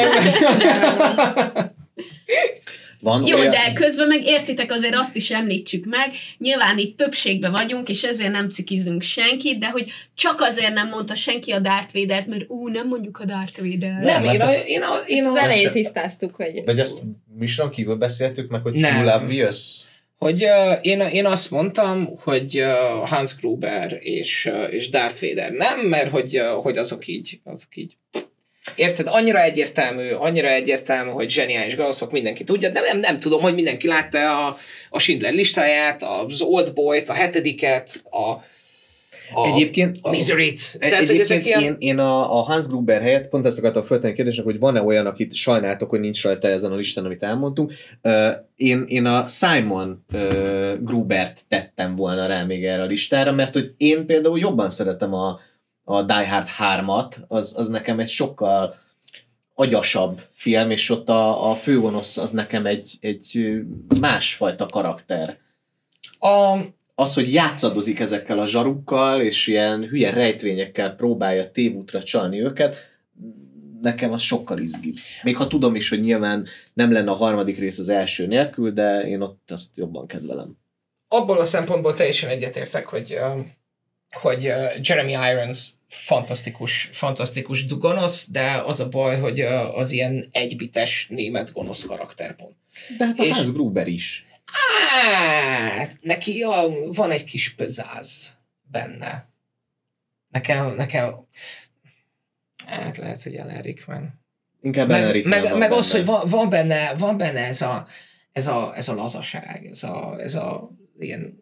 Van Jó, olyan... de közben meg értitek, azért azt is említsük meg, nyilván itt többségben vagyunk, és ezért nem cikizünk senkit, de hogy csak azért nem mondta senki a Darth Vadert, mert ú, nem mondjuk a Darth Vader. Nem, én, a, azt- én, a, én Az a... elején tisztáztuk, hogy... Vagy ezt műsoron kívül beszéltük meg, hogy Nem. Too Obvious? Hogy uh, én, én azt mondtam, hogy uh, Hans Gruber és, uh, és Darth Vader nem, mert hogy, uh, hogy azok így, azok így. Érted? Annyira egyértelmű, annyira egyértelmű, hogy zseniális galaszok, mindenki tudja, de nem, nem tudom, hogy mindenki látta a, a Schindler listáját, az Oldboyt, a hetediket, a, a Egyébként a Misery-t. Egy, Tehát, hogy ezek egyébként ilyen... én, én a, a Hans Gruber helyett pont ezt akartam föltenni kérdésnek, hogy van-e olyan, akit sajnáltok, hogy nincs rajta ezen a listán, amit elmondtunk. Uh, én, én a Simon uh, Grubert tettem volna rá még erre a listára, mert hogy én például jobban szeretem a, a Die Hard hármat, az, az nekem egy sokkal agyasabb film, és ott a, a főgonosz az nekem egy, egy másfajta karakter. A, Az, hogy játszadozik ezekkel a zsarukkal, és ilyen hülye rejtvényekkel próbálja tévútra csalni őket, nekem az sokkal izgibb. Még ha tudom is, hogy nyilván nem lenne a harmadik rész az első nélkül, de én ott azt jobban kedvelem. abból a szempontból teljesen egyetértek, hogy, uh, hogy uh, Jeremy Irons fantasztikus, fantasztikus gonosz, de az a baj, hogy uh, az ilyen egybites német gonosz karakterpont. De hát a És- Hans Gruber is. Hát, neki a, van egy kis pezáz benne. Nekem, nekem, hát lehet, hogy Alan Rickman. Inkább Meg, Alan meg, van meg benne. az, hogy van, van, benne, van benne ez a, ez a, ez a lazaság, ez a, ez a ilyen...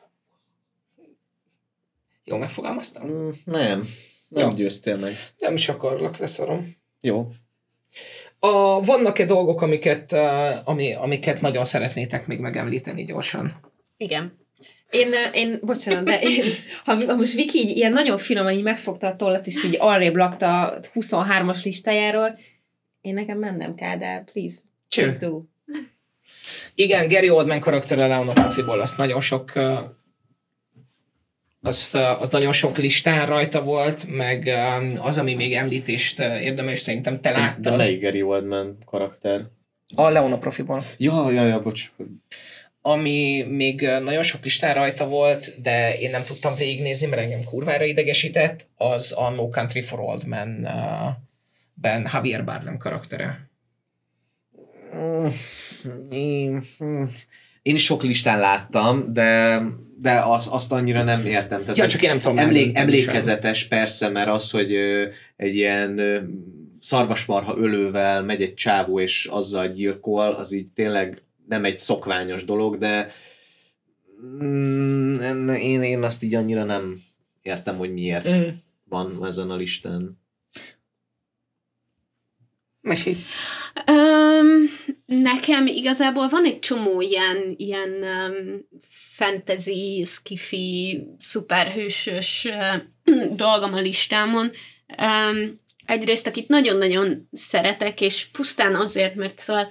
Jó megfogalmaztam? Mm, nem, nem Jó. győztél meg. Nem is akarlak, leszarom. Jó. A, vannak-e dolgok, amiket, uh, ami, amiket nagyon szeretnétek még megemlíteni gyorsan? Igen. Én, én, bocsánat, de én, ha, ha most Viki így ilyen nagyon finoman így megfogta a tollat, és így arrébb lakta a huszonhármas listájáról, én nekem mennem kell, de please, please do. Igen, Gary Oldman karaktere Leona Coffey-ból, azt nagyon sok uh, azt, uh, az nagyon sok listán rajta volt, meg um, az, ami még említést uh, érdemes, szerintem te De láttad. melyik Gary Oldman karakter? A Leona Profiból. Ja, ja, ja, bocs. Ami még uh, nagyon sok listán rajta volt, de én nem tudtam végignézni, mert engem kurvára idegesített, az a No Country for Old Men uh, ben Javier Bardem karaktere. Mm, Én, én is sok listán láttam, de, de az, azt annyira nem értem. Tehát, Ja, csak én nem tudom emlék, eldönteni sem. emlékezetes persze, mert az, hogy ö, egy ilyen ö, szarvasmarha ölővel megy egy csávó, és azzal gyilkol, az így tényleg nem egy szokványos dolog, de mm, én, én azt így annyira nem értem, hogy miért Mm. van ezen a listán. Mesélj. Um, nekem igazából van egy csomó ilyen, ilyen um, fantasy, skifi, szuperhősös uh, dolgom a listámon. Um, egyrészt, akit nagyon-nagyon szeretek, és pusztán azért, mert szóval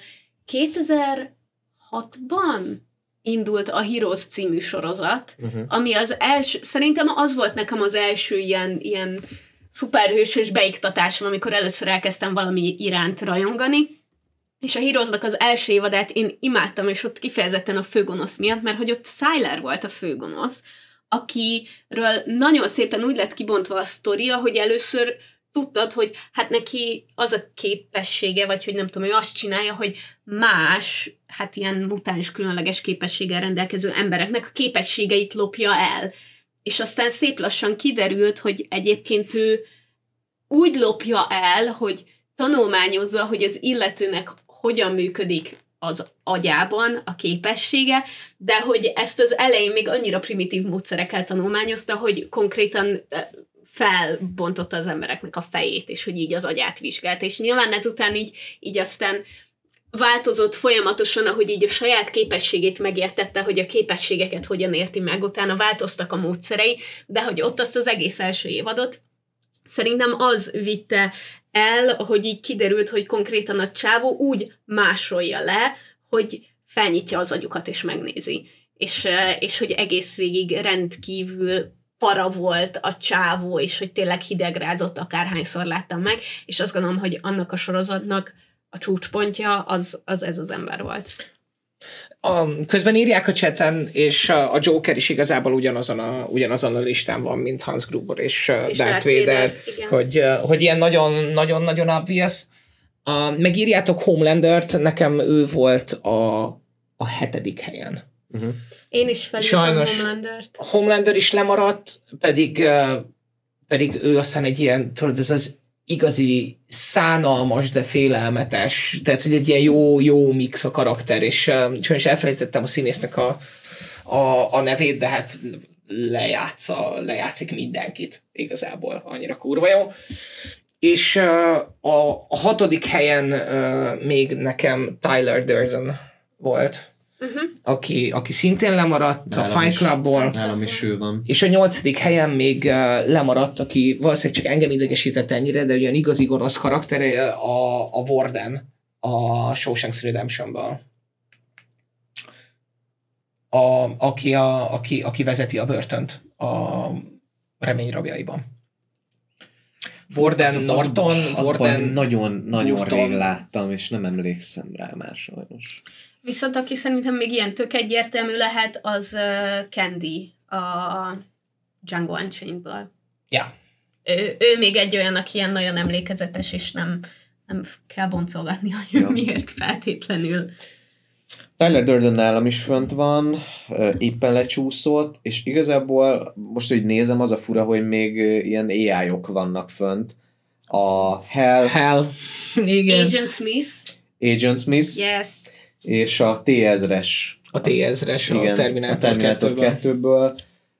kétezer-hatban indult a Heroes című sorozat, uh-huh. ami az első, szerintem az volt nekem az első ilyen, ilyen szuperhősös beiktatásom, amikor először elkezdtem valami iránt rajongani, és a Heroesnak az első évadát én imádtam, és ott kifejezetten a főgonosz miatt, mert hogy ott Sylar volt a főgonosz, akiről nagyon szépen úgy lett kibontva a sztoria, hogy először tudtad, hogy hát neki az a képessége, vagy hogy nem tudom, ő azt csinálja, hogy más, hát ilyen mutáns különleges képességgel rendelkező embereknek a képességeit lopja el. És aztán szép lassan kiderült, hogy egyébként ő úgy lopja el, hogy tanulmányozza, hogy az illetőnek hogyan működik az agyában a képessége, de hogy ezt az elején még annyira primitív módszerekkel tanulmányozta, hogy konkrétan felbontotta az embereknek a fejét, és hogy így az agyát vizsgált. És nyilván ezután így, így aztán változott folyamatosan, ahogy így a saját képességét megértette, hogy a képességeket hogyan érti meg, utána változtak a módszerei, de hogy ott azt az egész első évadot szerintem az vitte el, hogy így kiderült, hogy konkrétan a csávó úgy másolja le, hogy felnyitja az agyukat és megnézi. És, és hogy egész végig rendkívül para volt a csávó, és hogy tényleg hidegrázott, akárhányszor láttam meg, és azt gondolom, hogy annak a sorozatnak a csúcspontja az, az ez az ember volt. A, közben írják a chaten, és a, a Joker is igazából ugyanazon a, ugyanazon a listán van, mint Hans Gruber és, és Darth Vader, hogy, hogy ilyen nagyon-nagyon obvious. A, megírjátok Homelandert, nekem ő volt a, a hetedik helyen. Uh-huh. Én is felírtam Sajnos Homelandert. Homelander is lemaradt, pedig, pedig ő aztán egy ilyen, tudod, ez az igazi szánalmas, de félelmetes, tehát hogy egy ilyen jó, jó mix a karakter, és sajnos elfelejtettem a színésznek a, a, a nevét, de hát lejátsza, lejátszik mindenkit igazából, annyira kurva jó. És a, a hatodik helyen még nekem Tyler Durden volt, Uh-huh. Aki, aki szintén lemaradt nálam a Fight Clubból. Nálam is ő van. És a nyolcadik helyen még uh, lemaradt, aki valószínűleg csak engem idegesített ennyire, de olyan igazi gonosz karakter a, a Warden a Shawshank Redemptionből. A, aki, a, aki, aki vezeti a börtönt a Remény rabjaiban. Warden, Norton, az, Warden... Nagyon-nagyon rég láttam, és nem emlékszem rá már sajnos. Viszont aki szerintem még ilyen tök egyértelmű lehet, az uh, Candy a Django Unchained-ből. Ja. Ő, ő még egy olyan, aki ilyen nagyon emlékezetes, és nem, nem kell boncolgatni, hogy ja. miért feltétlenül. Tyler Durden nálam is fönt van, éppen lecsúszott, és igazából most, hogy nézem, az a fura, hogy még ilyen á í-ok vannak fönt. A Hell... Hell. Igen. Agent Smith. Agent Smith. Yes. És a T ezres. A T ezres, igen, a Terminator, a Terminator kettőből.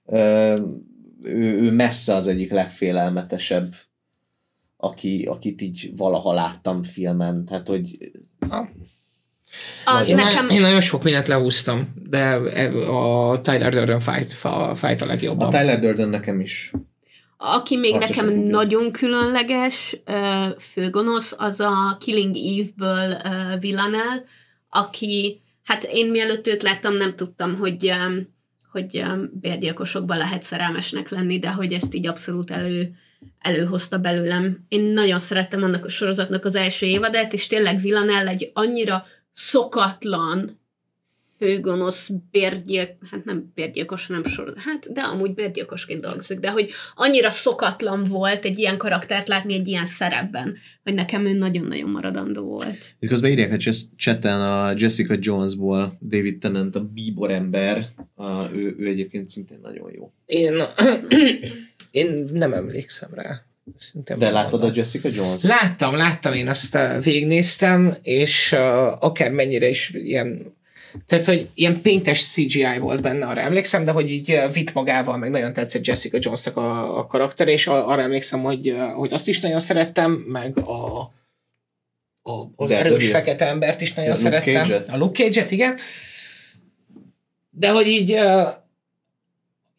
Ő, ő messze az egyik legfélelmetesebb, aki, akit így valaha láttam filmen. Tehát, hogy... A, én, nekem... én nagyon sok mindent lehúztam, de a Tyler Durden fight, fight a legjobban. A Tyler Durden nekem is. Aki még Harcosan nekem úgy. Nagyon különleges főgonosz, az a Killing Eve-ből Villanelle, aki, hát én mielőtt őt láttam, nem tudtam, hogy, hogy bérgyilkosokban lehet szerelmesnek lenni, de hogy ezt így abszolút elő, előhozta belőlem. Én nagyon szerettem annak a sorozatnak az első évadát, és tényleg Villanelle egy annyira szokatlan főgonosz bérgyilkos, hát nem bérgyilkos, hanem sorozat, hát de amúgy bérgyilkosként dolgozik, de hogy annyira szokatlan volt egy ilyen karaktert látni egy ilyen szerepben, hogy nekem ő nagyon-nagyon maradandó volt. És közben írják a chaten a Jessica Jonesból David Tennant, a bíbor ember, a, ő, ő egyébként szintén nagyon jó. Én, én nem emlékszem rá. Szintén de láttad a Jessica Jones? Láttam, láttam, én azt végignéztem, és uh, akármennyire is ilyen, tehát, hogy ilyen paintes cé gé í volt benne, arra emlékszem, de hogy így uh, vitt magával, meg nagyon tetszett Jessica Jonesnak a, a karakter, és a, arra emlékszem, hogy, uh, hogy azt is nagyon szerettem, meg a, a az erős fekete embert is nagyon a szerettem. Luke Cage-et. A Luke Cage-et, igen. De hogy így uh,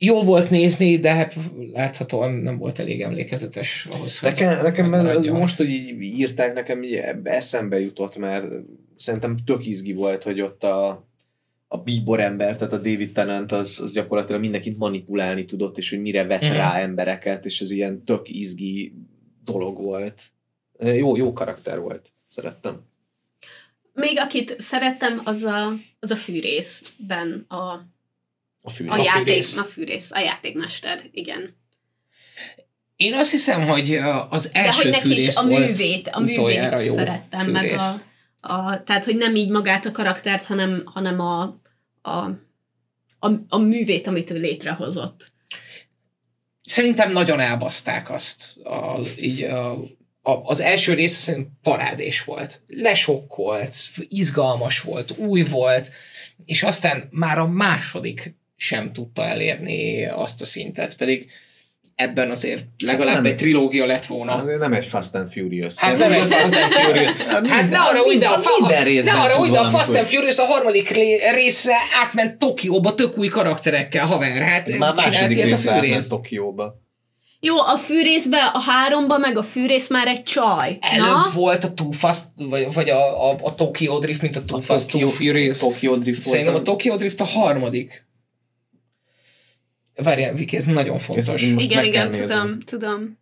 jó volt nézni, de hát láthatóan nem volt elég emlékezetes ahhoz, Nekem, nekem ez megmaradjon. most, hogy így írták, nekem így eszembe jutott, mert szerintem tök izgi volt, hogy ott a, a bíbor ember, tehát a David Tennant az, az gyakorlatilag mindenkit manipulálni tudott, és hogy mire vett Mhm. rá embereket, és ez ilyen tök izgi dolog volt. Jó, jó karakter volt. Szerettem. Még akit szerettem, az a, az a fűrészben a, A fűrész. a, A játék, fűrész. a fűrész, a játékmester, igen. Én azt hiszem, hogy az De első hogy neki is fűrész a volt művét, a utoljára művét jó szerettem, meg fűrész. a, a, tehát, hogy nem így magát a karaktert, hanem, hanem a, a, a, a művét, amit ő létrehozott. Szerintem nagyon elbaszták azt. A, így a, a, az első rész szerintem parádés volt. Lesokkolt, izgalmas volt, új volt, és aztán már a második sem tudta elérni azt a szintet, pedig ebben azért legalább Nem. egy trilógia lett volna. Az nem egy Fast and Furious. Hát nem egy Fast and Furious. Hát ne arra úgy, de a, az minden részben ne arra tud úgy, de a valamikor. Fast and Furious a harmadik ré- részre átment Tokióba tök új karakterekkel, haver. Hát Már csinált második ilyet a részben átment fűrész. Tokióba. Jó, a fűrészbe, a háromba, meg a fűrész már egy csaj. Előbb Na? volt a Too Fast, vagy, vagy a, a, a Tokyo Drift, mint a Too A Fast, Too Tokyo- Furious. Tokyo Drift Szerintem a volt. Tokyo Drift a harmadik. Várjál, Viki, ez nagyon fontos. Ez most Igen, meg kell igen, néznem. tudom, tudom.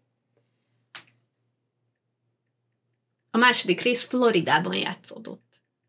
A második rész Floridában játszódott.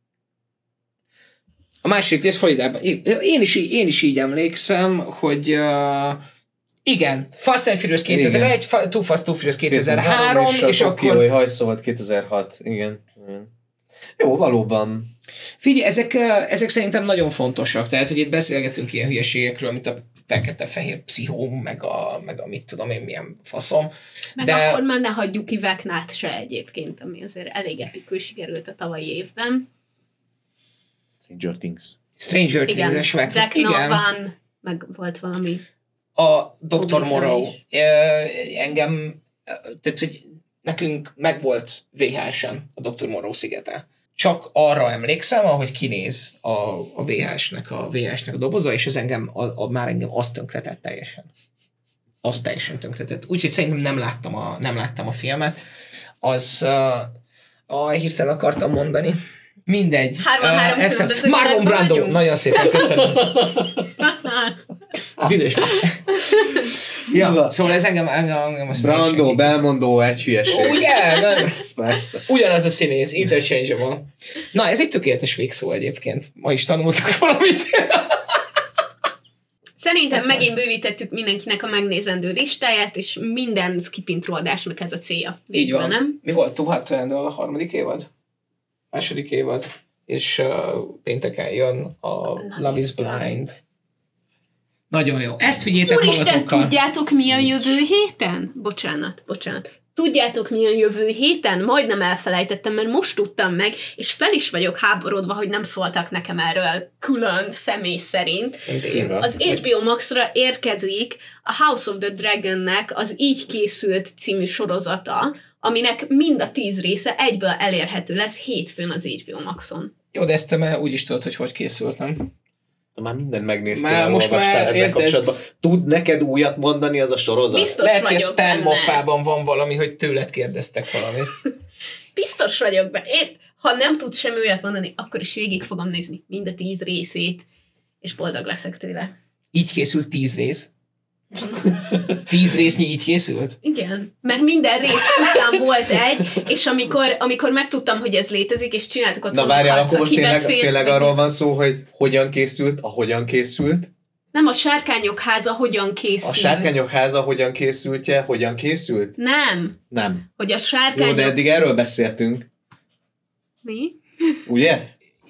A második rész Floridában. Én is, így- én is így emlékszem, hogy uh, igen, Fast and Furious kétezer-egy, Fa- Too Fast, Too Furious kétezer-három, és, és a akkor... Tokiói hajszó volt kétezer-hat. Igen. Igen. Jó, valóban. Figyelj, ezek, uh, ezek szerintem nagyon fontosak, tehát, hogy itt beszélgetünk ilyen hülyeségekről, mint a fekete-fehér pszichó, meg a, meg a mit tudom én, milyen faszom. Meg De- akkor már ne hagyjuk ki Vecnát se egyébként, ami azért elég epikül sikerült a tavalyi évben. Stranger Things. Stranger Igen, Things-es Vecna. Vecna Igen. van, meg volt valami. A doktor Publikra Morrow. is. Ö, engem, ö, tehát, hogy nekünk megvolt vé há es-en a doktor Morrow szigete. Csak arra emlékszem, ahogy kinéz a, a vé há es-nek a, vé há es-nek a doboza, és ez engem, a, a, már engem azt tönkretett teljesen. Azt teljesen tönkretett. Úgyhogy szerintem nem láttam a, nem láttam a filmet. Az, uh, a hirtelen akartam mondani. Mindegy. Hárman három Uh, eszem- különböző Marlon világban Brando. vagyunk. Nagyon szépen köszönöm. Büdös vagy. Ja, szóval ez engem, engem, engem azt Brando, teljesen Belmondó, egy hülyeség. Ugye? Nem. Persze. Ugyanaz a színész, interchangeable. Na, ez egy tökéletes végszó egyébként. Ma is tanultak valamit. Szerintem Ez megint bővítettük mindenkinek a megnézendő listáját, és minden skip intro adásnak ez a célja. Így Végül, van. nem? Mi volt? Too Hot to Handle a harmadik évad? Második évad. És uh, pénteken jön a Love is Blind. Nagyon jó. Ezt vigyétek Úristen, magatokkal. tudjátok mi a jövő héten? Bocsánat, bocsánat. Tudjátok mi a jövő héten? Majdnem elfelejtettem, mert most tudtam meg, és fel is vagyok háborodva, hogy nem szóltak nekem erről külön személy szerint. Mint én. Az há bé o Max-ra érkezik a House of the Dragon-nek az Így készült című sorozata, aminek mind a tíz része egyből elérhető lesz hétfőn az há bé o Maxon. Jó, de ezt te már úgy is tudod, hogy hogy készült, nem? Már mindent megnéztél, Már most elolvastál már ezzel érted. kapcsolatban. Tud neked újat mondani az a sorozat? Biztos Lehet, hogy a vagyok spam benne. mappában van valami, hogy tőled kérdeztek valamit. Biztos vagyok benne. Én, ha nem tudsz semmi olyat mondani, akkor is végig fogom nézni mind a tíz részét, és boldog leszek tőle. Így készült tíz rész. Tíz résznyi így készült? Igen, mert minden rész után volt egy, és amikor, amikor megtudtam, hogy ez létezik, és csináltuk ott Na valami várjál, harca, akkor most tényleg, kibeszélt, tényleg meg arról ez- van szó, hogy hogyan készült, a hogyan készült. Nem, a Sárkányok háza hogyan készült. A Sárkányok háza hogyan készültje, hogyan készült? Nem, Nem. hogy a Jó, Sárkányok... de eddig erről beszéltünk, Mi? ugye?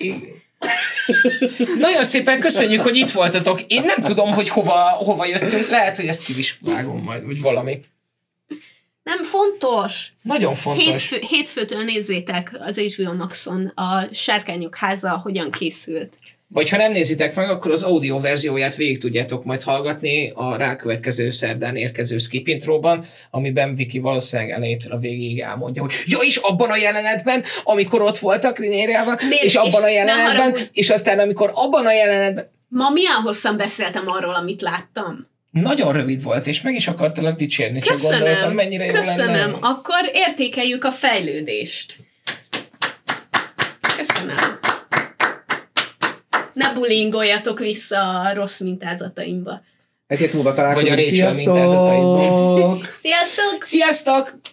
Nagyon szépen köszönjük, hogy itt voltatok. Én nem tudom, hogy hova, hova jöttünk. Lehet, hogy ezt ki is vágom majd, vagy valami. Nem fontos. Nagyon fontos. Hétfő, hétfőtől nézzétek az há bé o Maxon a Sárkányok háza hogyan készült. Vagy ha nem nézitek meg, akkor az audio verzióját végig tudjátok majd hallgatni a rákövetkező szerdán érkező skip intróban, amiben Viki valószínűleg elejétől a végéig elmondja, hogy ja, és abban a jelenetben, amikor ott voltak Rinériával, Miért? és abban És a ne jelenetben, haragudj. és aztán amikor abban a jelenetben, Ma milyen hosszan beszéltem arról, amit láttam? nagyon rövid volt, és meg is akartalak dicsérni, csak Köszönöm, gondoltam, mennyire jó köszönöm. lenne. Akkor értékeljük a fejlődést. Köszönöm. Ne bullyingoljatok vissza a rossz mintázataimba. Egy hét múlva találkozunk. Vagy a Rachel Sziasztok! mintázataiból. Sziasztok! Sziasztok!